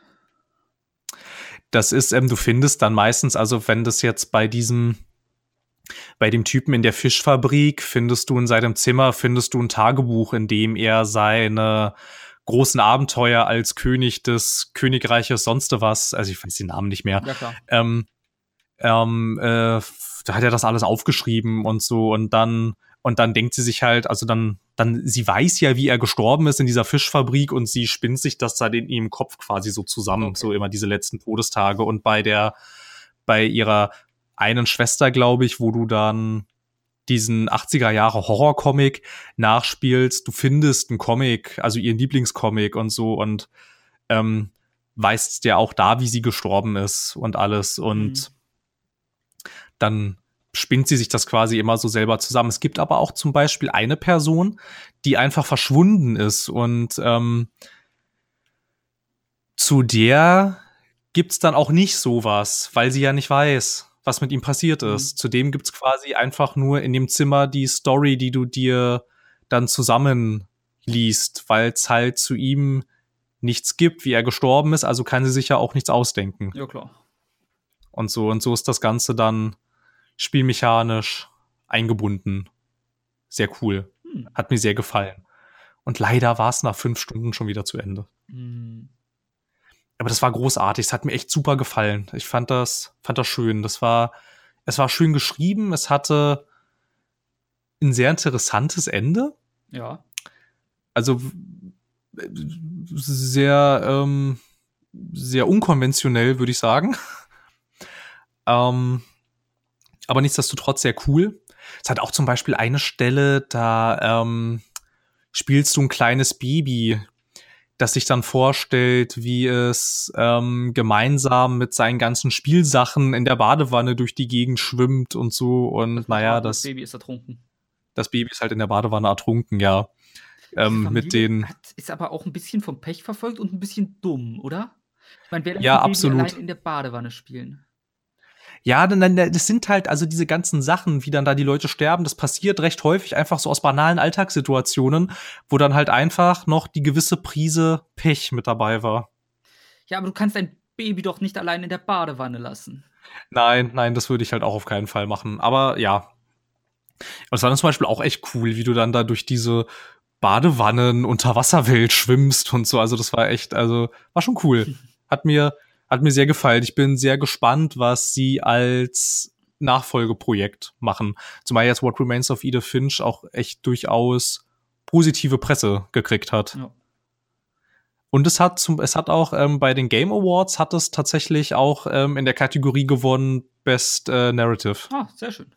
Das ist, ähm, du findest dann meistens, also wenn das jetzt bei diesem bei dem Typen in der Fischfabrik, findest du in seinem Zimmer, findest du ein Tagebuch, in dem er seine großen Abenteuer als König des Königreiches sonst was, also ich weiß den Namen nicht mehr, ja, klar. Ähm, ähm, äh, da hat er das alles aufgeschrieben und so und dann und dann denkt sie sich halt, also dann dann sie weiß ja, wie er gestorben ist in dieser Fischfabrik und sie spinnt sich das dann in ihrem Kopf quasi so zusammen, okay. So immer diese letzten Todestage und bei der bei ihrer einen Schwester, glaube ich, wo du dann diesen achtziger Jahre Horror-Comic nachspielst, du findest einen Comic, also ihren Lieblingscomic und so und ähm, weißt ja auch da, wie sie gestorben ist und alles und mhm. dann spinnt sie sich das quasi immer so selber zusammen. Es gibt aber auch zum Beispiel eine Person, die einfach verschwunden ist und ähm, zu der gibt's dann auch nicht sowas, weil sie ja nicht weiß, was mit ihm passiert ist. Mhm. Zudem gibt's quasi einfach nur in dem Zimmer die Story, die du dir dann zusammenliest, weil es halt zu ihm nichts gibt, wie er gestorben ist, also kann sie sich ja auch nichts ausdenken. Ja, klar. Und so, und so ist das Ganze dann spielmechanisch eingebunden. Sehr cool. Hm. Hat mir sehr gefallen. Und leider war es nach fünf Stunden schon wieder zu Ende. Hm. Aber das war großartig. Es hat mir echt super gefallen. Ich fand das, fand das schön. Das war, es war schön geschrieben. Es hatte ein sehr interessantes Ende. Ja. Also sehr, ähm, sehr unkonventionell, würde ich sagen. ähm, aber nichtsdestotrotz sehr cool. Es hat auch zum Beispiel eine Stelle, da ähm, spielst du ein kleines Baby, das sich dann vorstellt, wie es ähm, gemeinsam mit seinen ganzen Spielsachen in der Badewanne durch die Gegend schwimmt und so. Und Das naja, das das, Baby ist ertrunken. das Baby ist halt in der Badewanne ertrunken, ja. Ähm, mit den. Hat, ist aber auch ein bisschen vom Pech verfolgt und ein bisschen dumm, oder? Ich meine, wer lässt Ja, ein Baby absolut. allein in der Badewanne spielen? Ja, dann, dann, das sind halt also diese ganzen Sachen, wie dann da die Leute sterben, das passiert recht häufig einfach so aus banalen Alltagssituationen, wo dann halt einfach noch die gewisse Prise Pech mit dabei war. Ja, aber du kannst dein Baby doch nicht allein in der Badewanne lassen. Nein, nein, das würde ich halt auch auf keinen Fall machen. Aber ja. Das war dann zum Beispiel auch echt cool, wie du dann da durch diese Badewannen Unterwasserwelt schwimmst und so. Also das war echt, also war schon cool. Hat mir, hat mir sehr gefallen. Ich bin sehr gespannt, was sie als Nachfolgeprojekt machen. Zumal jetzt What Remains of Edith Finch auch echt durchaus positive Presse gekriegt hat. Ja. Und es hat zum, es hat auch ähm, bei den Game Awards hat es tatsächlich auch ähm, in der Kategorie gewonnen Best äh, Narrative. Ah, sehr schön.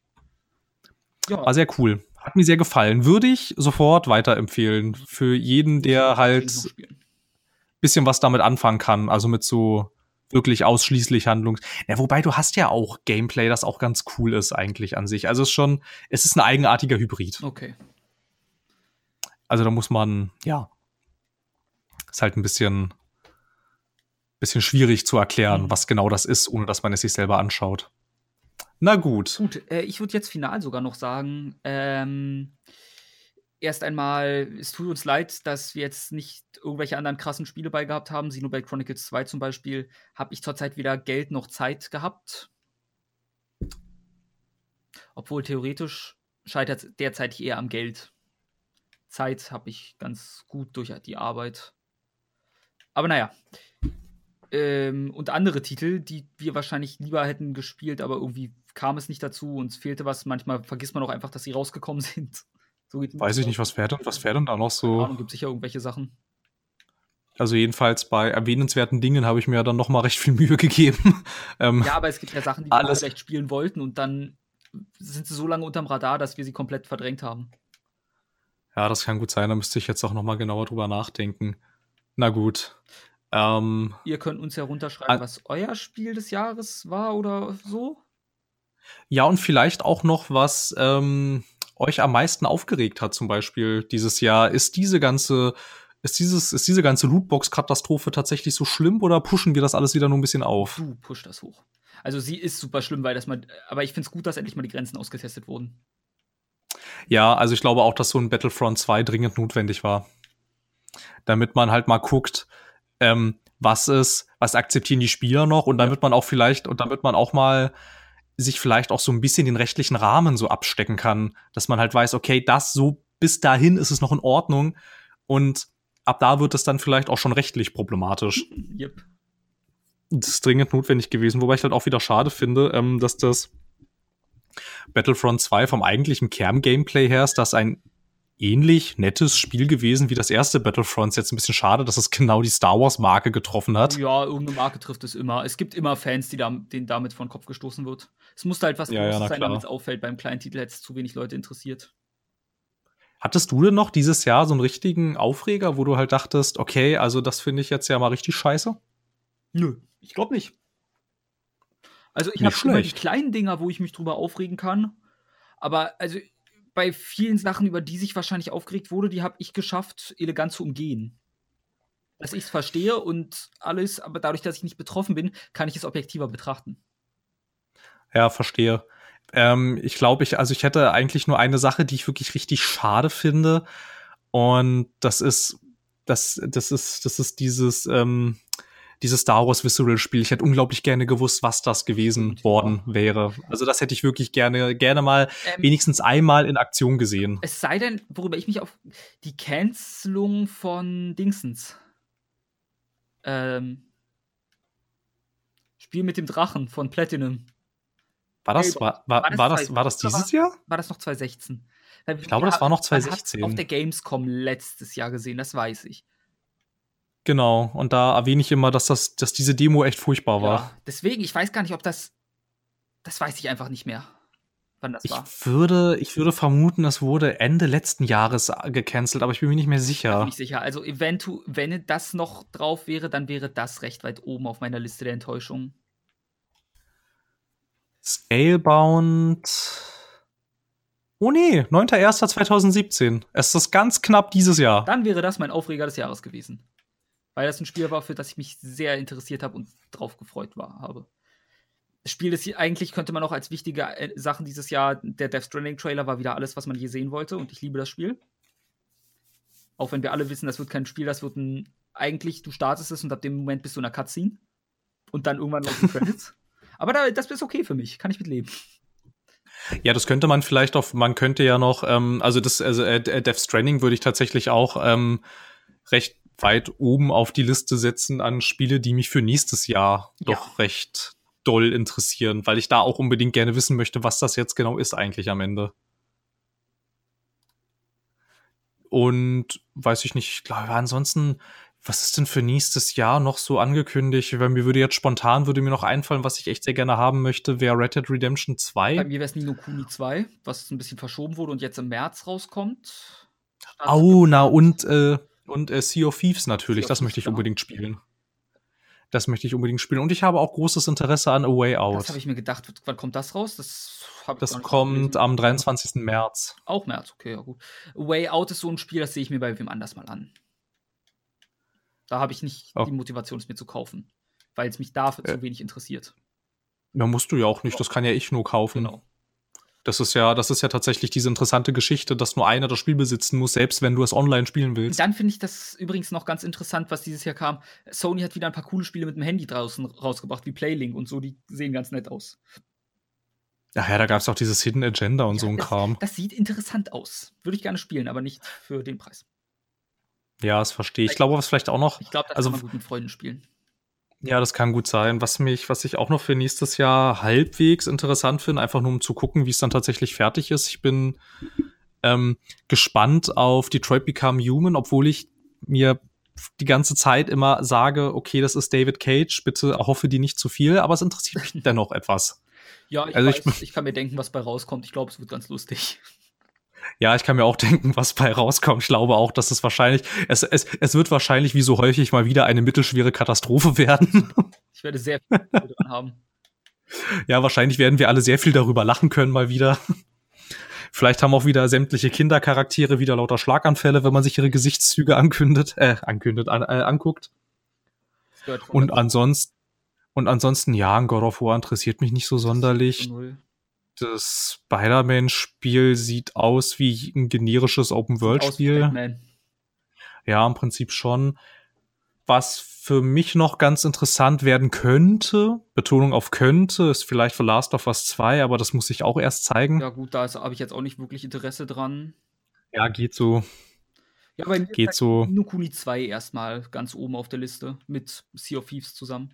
Ja. War sehr cool. Hat mir sehr gefallen. Würde ich sofort weiterempfehlen. Für jeden, der halt bisschen was damit anfangen kann. Also mit so wirklich ausschließlich Handlungs... Ja, wobei du hast ja auch Gameplay, das auch ganz cool ist eigentlich an sich. Also es ist schon, es ist ein eigenartiger Hybrid. Okay. Also da muss man, ja, ist halt ein bisschen, bisschen schwierig zu erklären, Mhm. was genau das ist, ohne dass man es sich selber anschaut. Na gut. Gut, äh, ich würde jetzt final sogar noch sagen, ähm, erst einmal, es tut uns leid, dass wir jetzt nicht irgendwelche anderen krassen Spiele bei gehabt haben. Xenoblade Chronicles zwei zum Beispiel, habe ich zurzeit weder Geld noch Zeit gehabt. Obwohl theoretisch scheitert es derzeit eher am Geld. Zeit habe ich ganz gut durch die Arbeit. Aber naja. Ähm, und andere Titel, die wir wahrscheinlich lieber hätten gespielt, aber irgendwie kam es nicht dazu, uns fehlte was. Manchmal vergisst man auch einfach, dass sie rausgekommen sind. So geht's mir Weiß ich auch. nicht, was wäre denn, was wäre denn da noch Keine so? Ahnung, gibt sicher irgendwelche Sachen. Also jedenfalls bei erwähnenswerten Dingen habe ich mir ja dann noch mal recht viel Mühe gegeben. ähm, Ja, aber es gibt ja Sachen, die alles. wir vielleicht spielen wollten und dann sind sie so lange unterm Radar, dass wir sie komplett verdrängt haben. Ja, das kann gut sein. Da müsste ich jetzt auch noch mal genauer drüber nachdenken. Na gut. Ähm, Ihr könnt uns ja runterschreiben, an- was euer Spiel des Jahres war oder so. ja, und vielleicht auch noch, was ähm, euch am meisten aufgeregt hat, zum Beispiel dieses Jahr. Ist diese ganze, ist dieses, ist diese ganze Lootbox-Katastrophe tatsächlich so schlimm oder pushen wir das alles wieder nur ein bisschen auf? Du push das hoch. Also sie ist super schlimm, weil das mal, aber ich finde es gut, dass endlich mal die Grenzen ausgetestet wurden. Ja, also ich glaube auch, dass so ein Battlefront zwei dringend notwendig war. Damit man halt mal guckt, ähm, was ist, was akzeptieren die Spieler noch und damit man auch vielleicht, und damit man auch mal sich vielleicht auch so ein bisschen den rechtlichen Rahmen so abstecken kann, dass man halt weiß, okay, das so, bis dahin ist es noch in Ordnung und ab da wird es dann vielleicht auch schon rechtlich problematisch. Yep. Das ist dringend notwendig gewesen, wobei ich halt auch wieder schade finde, ähm, dass das Battlefront zwei vom eigentlichen Kern-Gameplay her ist, das ein ähnlich nettes Spiel gewesen wie das erste Battlefront. Jetzt ein bisschen schade, dass es genau die Star Wars-Marke getroffen hat. Ja, irgendeine Marke trifft es immer. Es gibt immer Fans, die da, denen damit vor den Kopf gestoßen wird. Es musste halt was Ja, ja, Großes na sein, klar. damit es auffällt. Beim kleinen Titel hätte es zu wenig Leute interessiert. Hattest du denn noch dieses Jahr so einen richtigen Aufreger, wo du halt dachtest, okay, also das finde ich jetzt ja mal richtig scheiße? Nö, ich glaube nicht. Also ich Nicht habe immer die schlecht. kleinen Dinger, wo ich mich drüber aufregen kann. Aber also bei vielen Sachen, über die sich wahrscheinlich aufgeregt wurde, die habe ich geschafft, elegant zu umgehen. Dass ich es verstehe und alles, aber dadurch, dass ich nicht betroffen bin, kann ich es objektiver betrachten. Ja, verstehe. Ähm, ich glaube, ich, also ich hätte eigentlich nur eine Sache, die ich wirklich richtig schade finde. Und das ist, das, das ist, das ist dieses, ähm, dieses Star Wars Visceral-Spiel. Ich hätte unglaublich gerne gewusst, was das gewesen Ja. worden wäre. Also das hätte ich wirklich gerne, gerne mal Ähm, wenigstens einmal in Aktion gesehen. Es sei denn, worüber ich mich auf die Cancelung von Dingsens. Ähm, Spiel mit dem Drachen von Platinum. War das, war, war, War das war das, zwei- war das oder dieses Jahr? War das noch zwanzig sechzehn? Ich glaube, das war noch Man hat's zwanzig sechzehn. auf der Gamescom letztes Jahr gesehen, das weiß ich. Genau, und da erwähne ich immer, dass das, dass diese Demo echt furchtbar war. Ja, deswegen, ich weiß gar nicht, ob das. Das weiß ich einfach nicht mehr, wann das Ich war. würde, ich würde vermuten, es wurde Ende letzten Jahres gecancelt, aber ich bin mir nicht mehr Ich bin sicher. nicht sicher. Also, eventu wenn das noch drauf wäre, dann wäre das recht weit oben auf meiner Liste der Enttäuschungen. Scalebound. Oh nee, neunter erster zweitausendsiebzehn. Es ist ganz knapp dieses Jahr. Dann wäre das mein Aufreger des Jahres gewesen. Weil das ein Spiel war, für das ich mich sehr interessiert habe und drauf gefreut war, habe. Das Spiel ist hier, eigentlich könnte man auch als wichtige äh, Sachen dieses Jahr, der Death Stranding Trailer war wieder alles, was man je sehen wollte, und ich liebe das Spiel. Auch wenn wir alle wissen, das wird kein Spiel, das wird ein, eigentlich, du startest es und ab dem Moment bist du in einer Cutscene und dann irgendwann laufen Credits. Aber da, das ist okay für mich, kann ich mitleben. Ja, das könnte man vielleicht auch, man könnte ja noch, ähm, also das, also äh, Death Stranding würde ich tatsächlich auch ähm, recht weit oben auf die Liste setzen an Spiele, die mich für nächstes Jahr Ja. doch recht doll interessieren, weil ich da auch unbedingt gerne wissen möchte, was das jetzt genau ist eigentlich am Ende. Und weiß ich nicht, ich glaube, ansonsten, was ist denn für nächstes Jahr noch so angekündigt? Weil mir würde jetzt spontan, würde mir noch einfallen, was ich echt sehr gerne haben möchte, wäre Red Dead Redemption zwei. Bei mir wäre es Ni no Kuni zwei, was ein bisschen verschoben wurde und jetzt im März rauskommt. Oh, na und, äh, und äh, Sea of Thieves natürlich, Sea of das Thieves, möchte ich genau. unbedingt spielen. Das möchte ich unbedingt spielen. Und ich habe auch großes Interesse an A Way Das Out. habe ich mir gedacht, wann kommt das raus? Das, hab ich Das gar nicht kommt nachgelesen. am dreiundzwanzigsten März. Auch März, okay, ja gut. A Way Out ist so ein Spiel, das sehe ich mir bei wem anders mal an. Da habe ich nicht Oh. die Motivation, es mir zu kaufen, weil es mich dafür Äh. zu wenig interessiert. Ja, musst du ja auch nicht, das kann ja ich nur kaufen. Genau. Das ist ja, das ist ja tatsächlich diese interessante Geschichte, dass nur einer das Spiel besitzen muss, selbst wenn du es online spielen willst. Dann finde ich das übrigens noch ganz interessant, was dieses Jahr kam. Sony hat wieder ein paar coole Spiele mit dem Handy draußen rausgebracht, wie Playlink und so, die sehen ganz nett aus. Ach ja, da gab es auch dieses Hidden Agenda und Ja, so ein das, Kram. Das sieht interessant aus. Würde ich gerne spielen, aber nicht für den Preis. Ja, das verstehe ich. Ich glaube, was vielleicht auch noch, Ich glaube, das also kann man gut mit Freunden spielen. ja, das kann gut sein. Was mich, was ich auch noch für nächstes Jahr halbwegs interessant finde, einfach nur um zu gucken, wie es dann tatsächlich fertig ist. Ich bin ähm, gespannt auf Detroit Become Human, obwohl ich mir die ganze Zeit immer sage, okay, das ist David Cage, bitte erhoffe die nicht zu viel, aber es interessiert mich dennoch etwas. Ja, ich, Also weiß, ich- ich, kann mir denken, was bei rauskommt. Ich glaube, es wird ganz lustig. Ja, ich kann mir auch denken, was bei rauskommt. Ich glaube auch, dass es wahrscheinlich, es, es, es wird wahrscheinlich wie so häufig mal wieder eine mittelschwere Katastrophe werden. Ich werde sehr viel Freude dran haben. Ja, wahrscheinlich werden wir alle sehr viel darüber lachen können mal wieder. Vielleicht haben auch wieder sämtliche Kindercharaktere wieder lauter Schlaganfälle, wenn man sich ihre Gesichtszüge ankündet, äh, ankündet, an, äh, anguckt. Das gehört von Und dazu. ansonsten, und ansonsten, ja, ein God of War interessiert mich nicht so sonderlich. Zu null. Das Spider-Man-Spiel sieht aus wie ein generisches Sieht aus wie Open-World-Spiel. Batman. Ja, im Prinzip schon. Was für mich noch ganz interessant werden könnte, Betonung auf könnte, ist vielleicht für Last of Us zwei, aber das muss ich auch erst zeigen. Ja, gut, da habe ich jetzt auch nicht wirklich Interesse dran. Ja, geht so. Ja, bei mir Geht ist so. halt Ni no Kuni zwei erstmal ganz oben auf der Liste mit Sea of Thieves zusammen.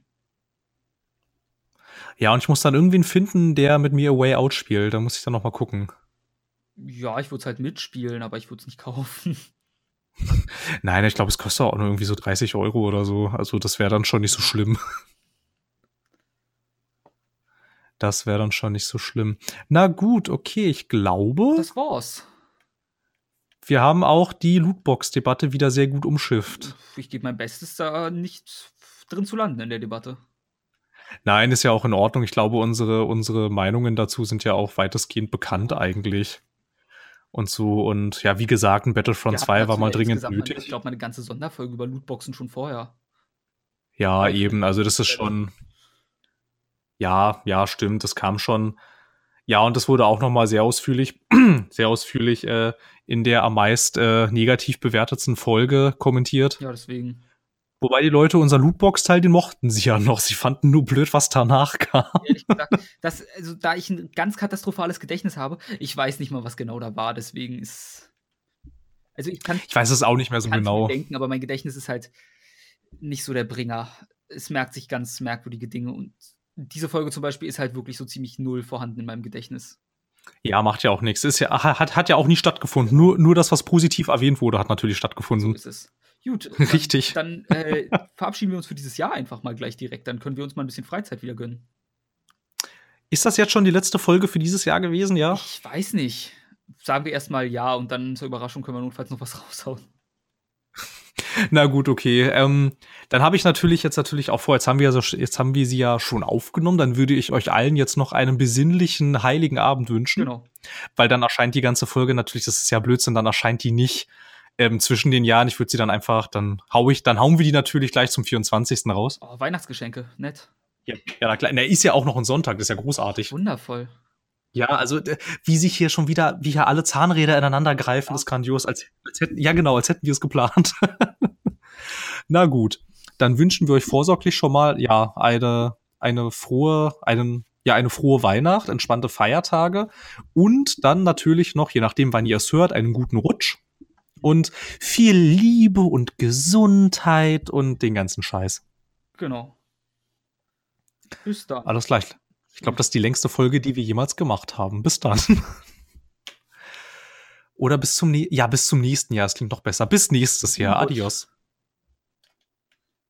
Ja, und ich muss dann irgendwen finden, der mit mir A Way Out spielt. Da muss ich dann noch mal gucken. Ja, ich würde es halt mitspielen, aber ich würde es nicht kaufen. Nein, ich glaube, es kostet auch nur irgendwie so dreißig Euro oder so. Also das wäre dann schon nicht so schlimm. Das wäre dann schon nicht so schlimm. Na gut, okay, ich glaube, Das war's. wir haben auch die Lootbox-Debatte wieder sehr gut umschifft. Ich gebe mein Bestes, da nicht drin zu landen in der Debatte. Nein, ist ja auch in Ordnung. Ich glaube, unsere, unsere Meinungen dazu sind ja auch weitestgehend bekannt eigentlich. Und so, und ja, wie gesagt, ein Battlefront Wir hatten zwei war dazu mal ja dringend insgesamt mal, nötig. Ich glaube, mal eine ganze Sonderfolge über Lootboxen schon vorher. Ja, Ja, eben, also das ist schon. Ja, ja, stimmt, das kam schon. Ja, und das wurde auch noch mal sehr ausführlich, sehr ausführlich äh, in der am meist äh, negativ bewertetsten Folge kommentiert. Ja, deswegen. Wobei die Leute unser Lootbox-Teil, den mochten sie ja noch. Sie fanden nur blöd, was danach kam. Ehrlich gesagt, das, also, da ich ein ganz katastrophales Gedächtnis habe, ich weiß nicht mal, was genau da war. Deswegen ist. Also ich kann. Ich weiß es auch nicht mehr so genau. Denken, aber mein Gedächtnis ist halt nicht so der Bringer. Es merkt sich ganz merkwürdige Dinge. Und diese Folge zum Beispiel ist halt wirklich so ziemlich null vorhanden in meinem Gedächtnis. Ja, macht ja auch nichts. Ist ja, hat, hat ja auch nie stattgefunden. Nur, nur das, was positiv erwähnt wurde, hat natürlich stattgefunden. So ist es. Gut. Dann, Richtig. Dann äh, verabschieden wir uns für dieses Jahr einfach mal gleich direkt. Dann können wir uns mal ein bisschen Freizeit wieder gönnen. Ist das jetzt schon die letzte Folge für dieses Jahr gewesen, ja? Ich weiß nicht. Sagen wir erstmal ja und dann zur Überraschung können wir notfalls noch was raushauen. Na gut, okay. Ähm, dann habe ich natürlich jetzt natürlich auch vor, jetzt haben wir so, jetzt haben wir sie ja schon aufgenommen, dann würde ich euch allen jetzt noch einen besinnlichen, heiligen Abend wünschen. Genau. Weil dann erscheint die ganze Folge natürlich, das ist ja Blödsinn, dann erscheint die nicht ähm, zwischen den Jahren. Ich würde sie dann einfach, dann hau ich, dann hauen wir die natürlich gleich zum vierundzwanzigsten raus. Oh, Weihnachtsgeschenke, nett. Ja, ja, na klar. Na, ist ja auch noch ein Sonntag, das ist ja großartig. Wundervoll. Ja, also wie sich hier schon wieder, wie hier alle Zahnräder ineinander greifen, ja. Ist grandios, als, als hätten, ja genau, als hätten wir es geplant. Na gut, dann wünschen wir euch vorsorglich schon mal, ja, eine, eine frohe, einen, ja, eine frohe Weihnacht, entspannte Feiertage und dann natürlich noch, je nachdem, wann ihr es hört, einen guten Rutsch und viel Liebe und Gesundheit und den ganzen Scheiß. Genau. Bis dann. Alles gleich. Ich glaube, das ist die längste Folge, die wir jemals gemacht haben. Bis dann. Oder bis zum, ja, bis zum nächsten Jahr. Das klingt doch besser. Bis nächstes Jahr. Adios.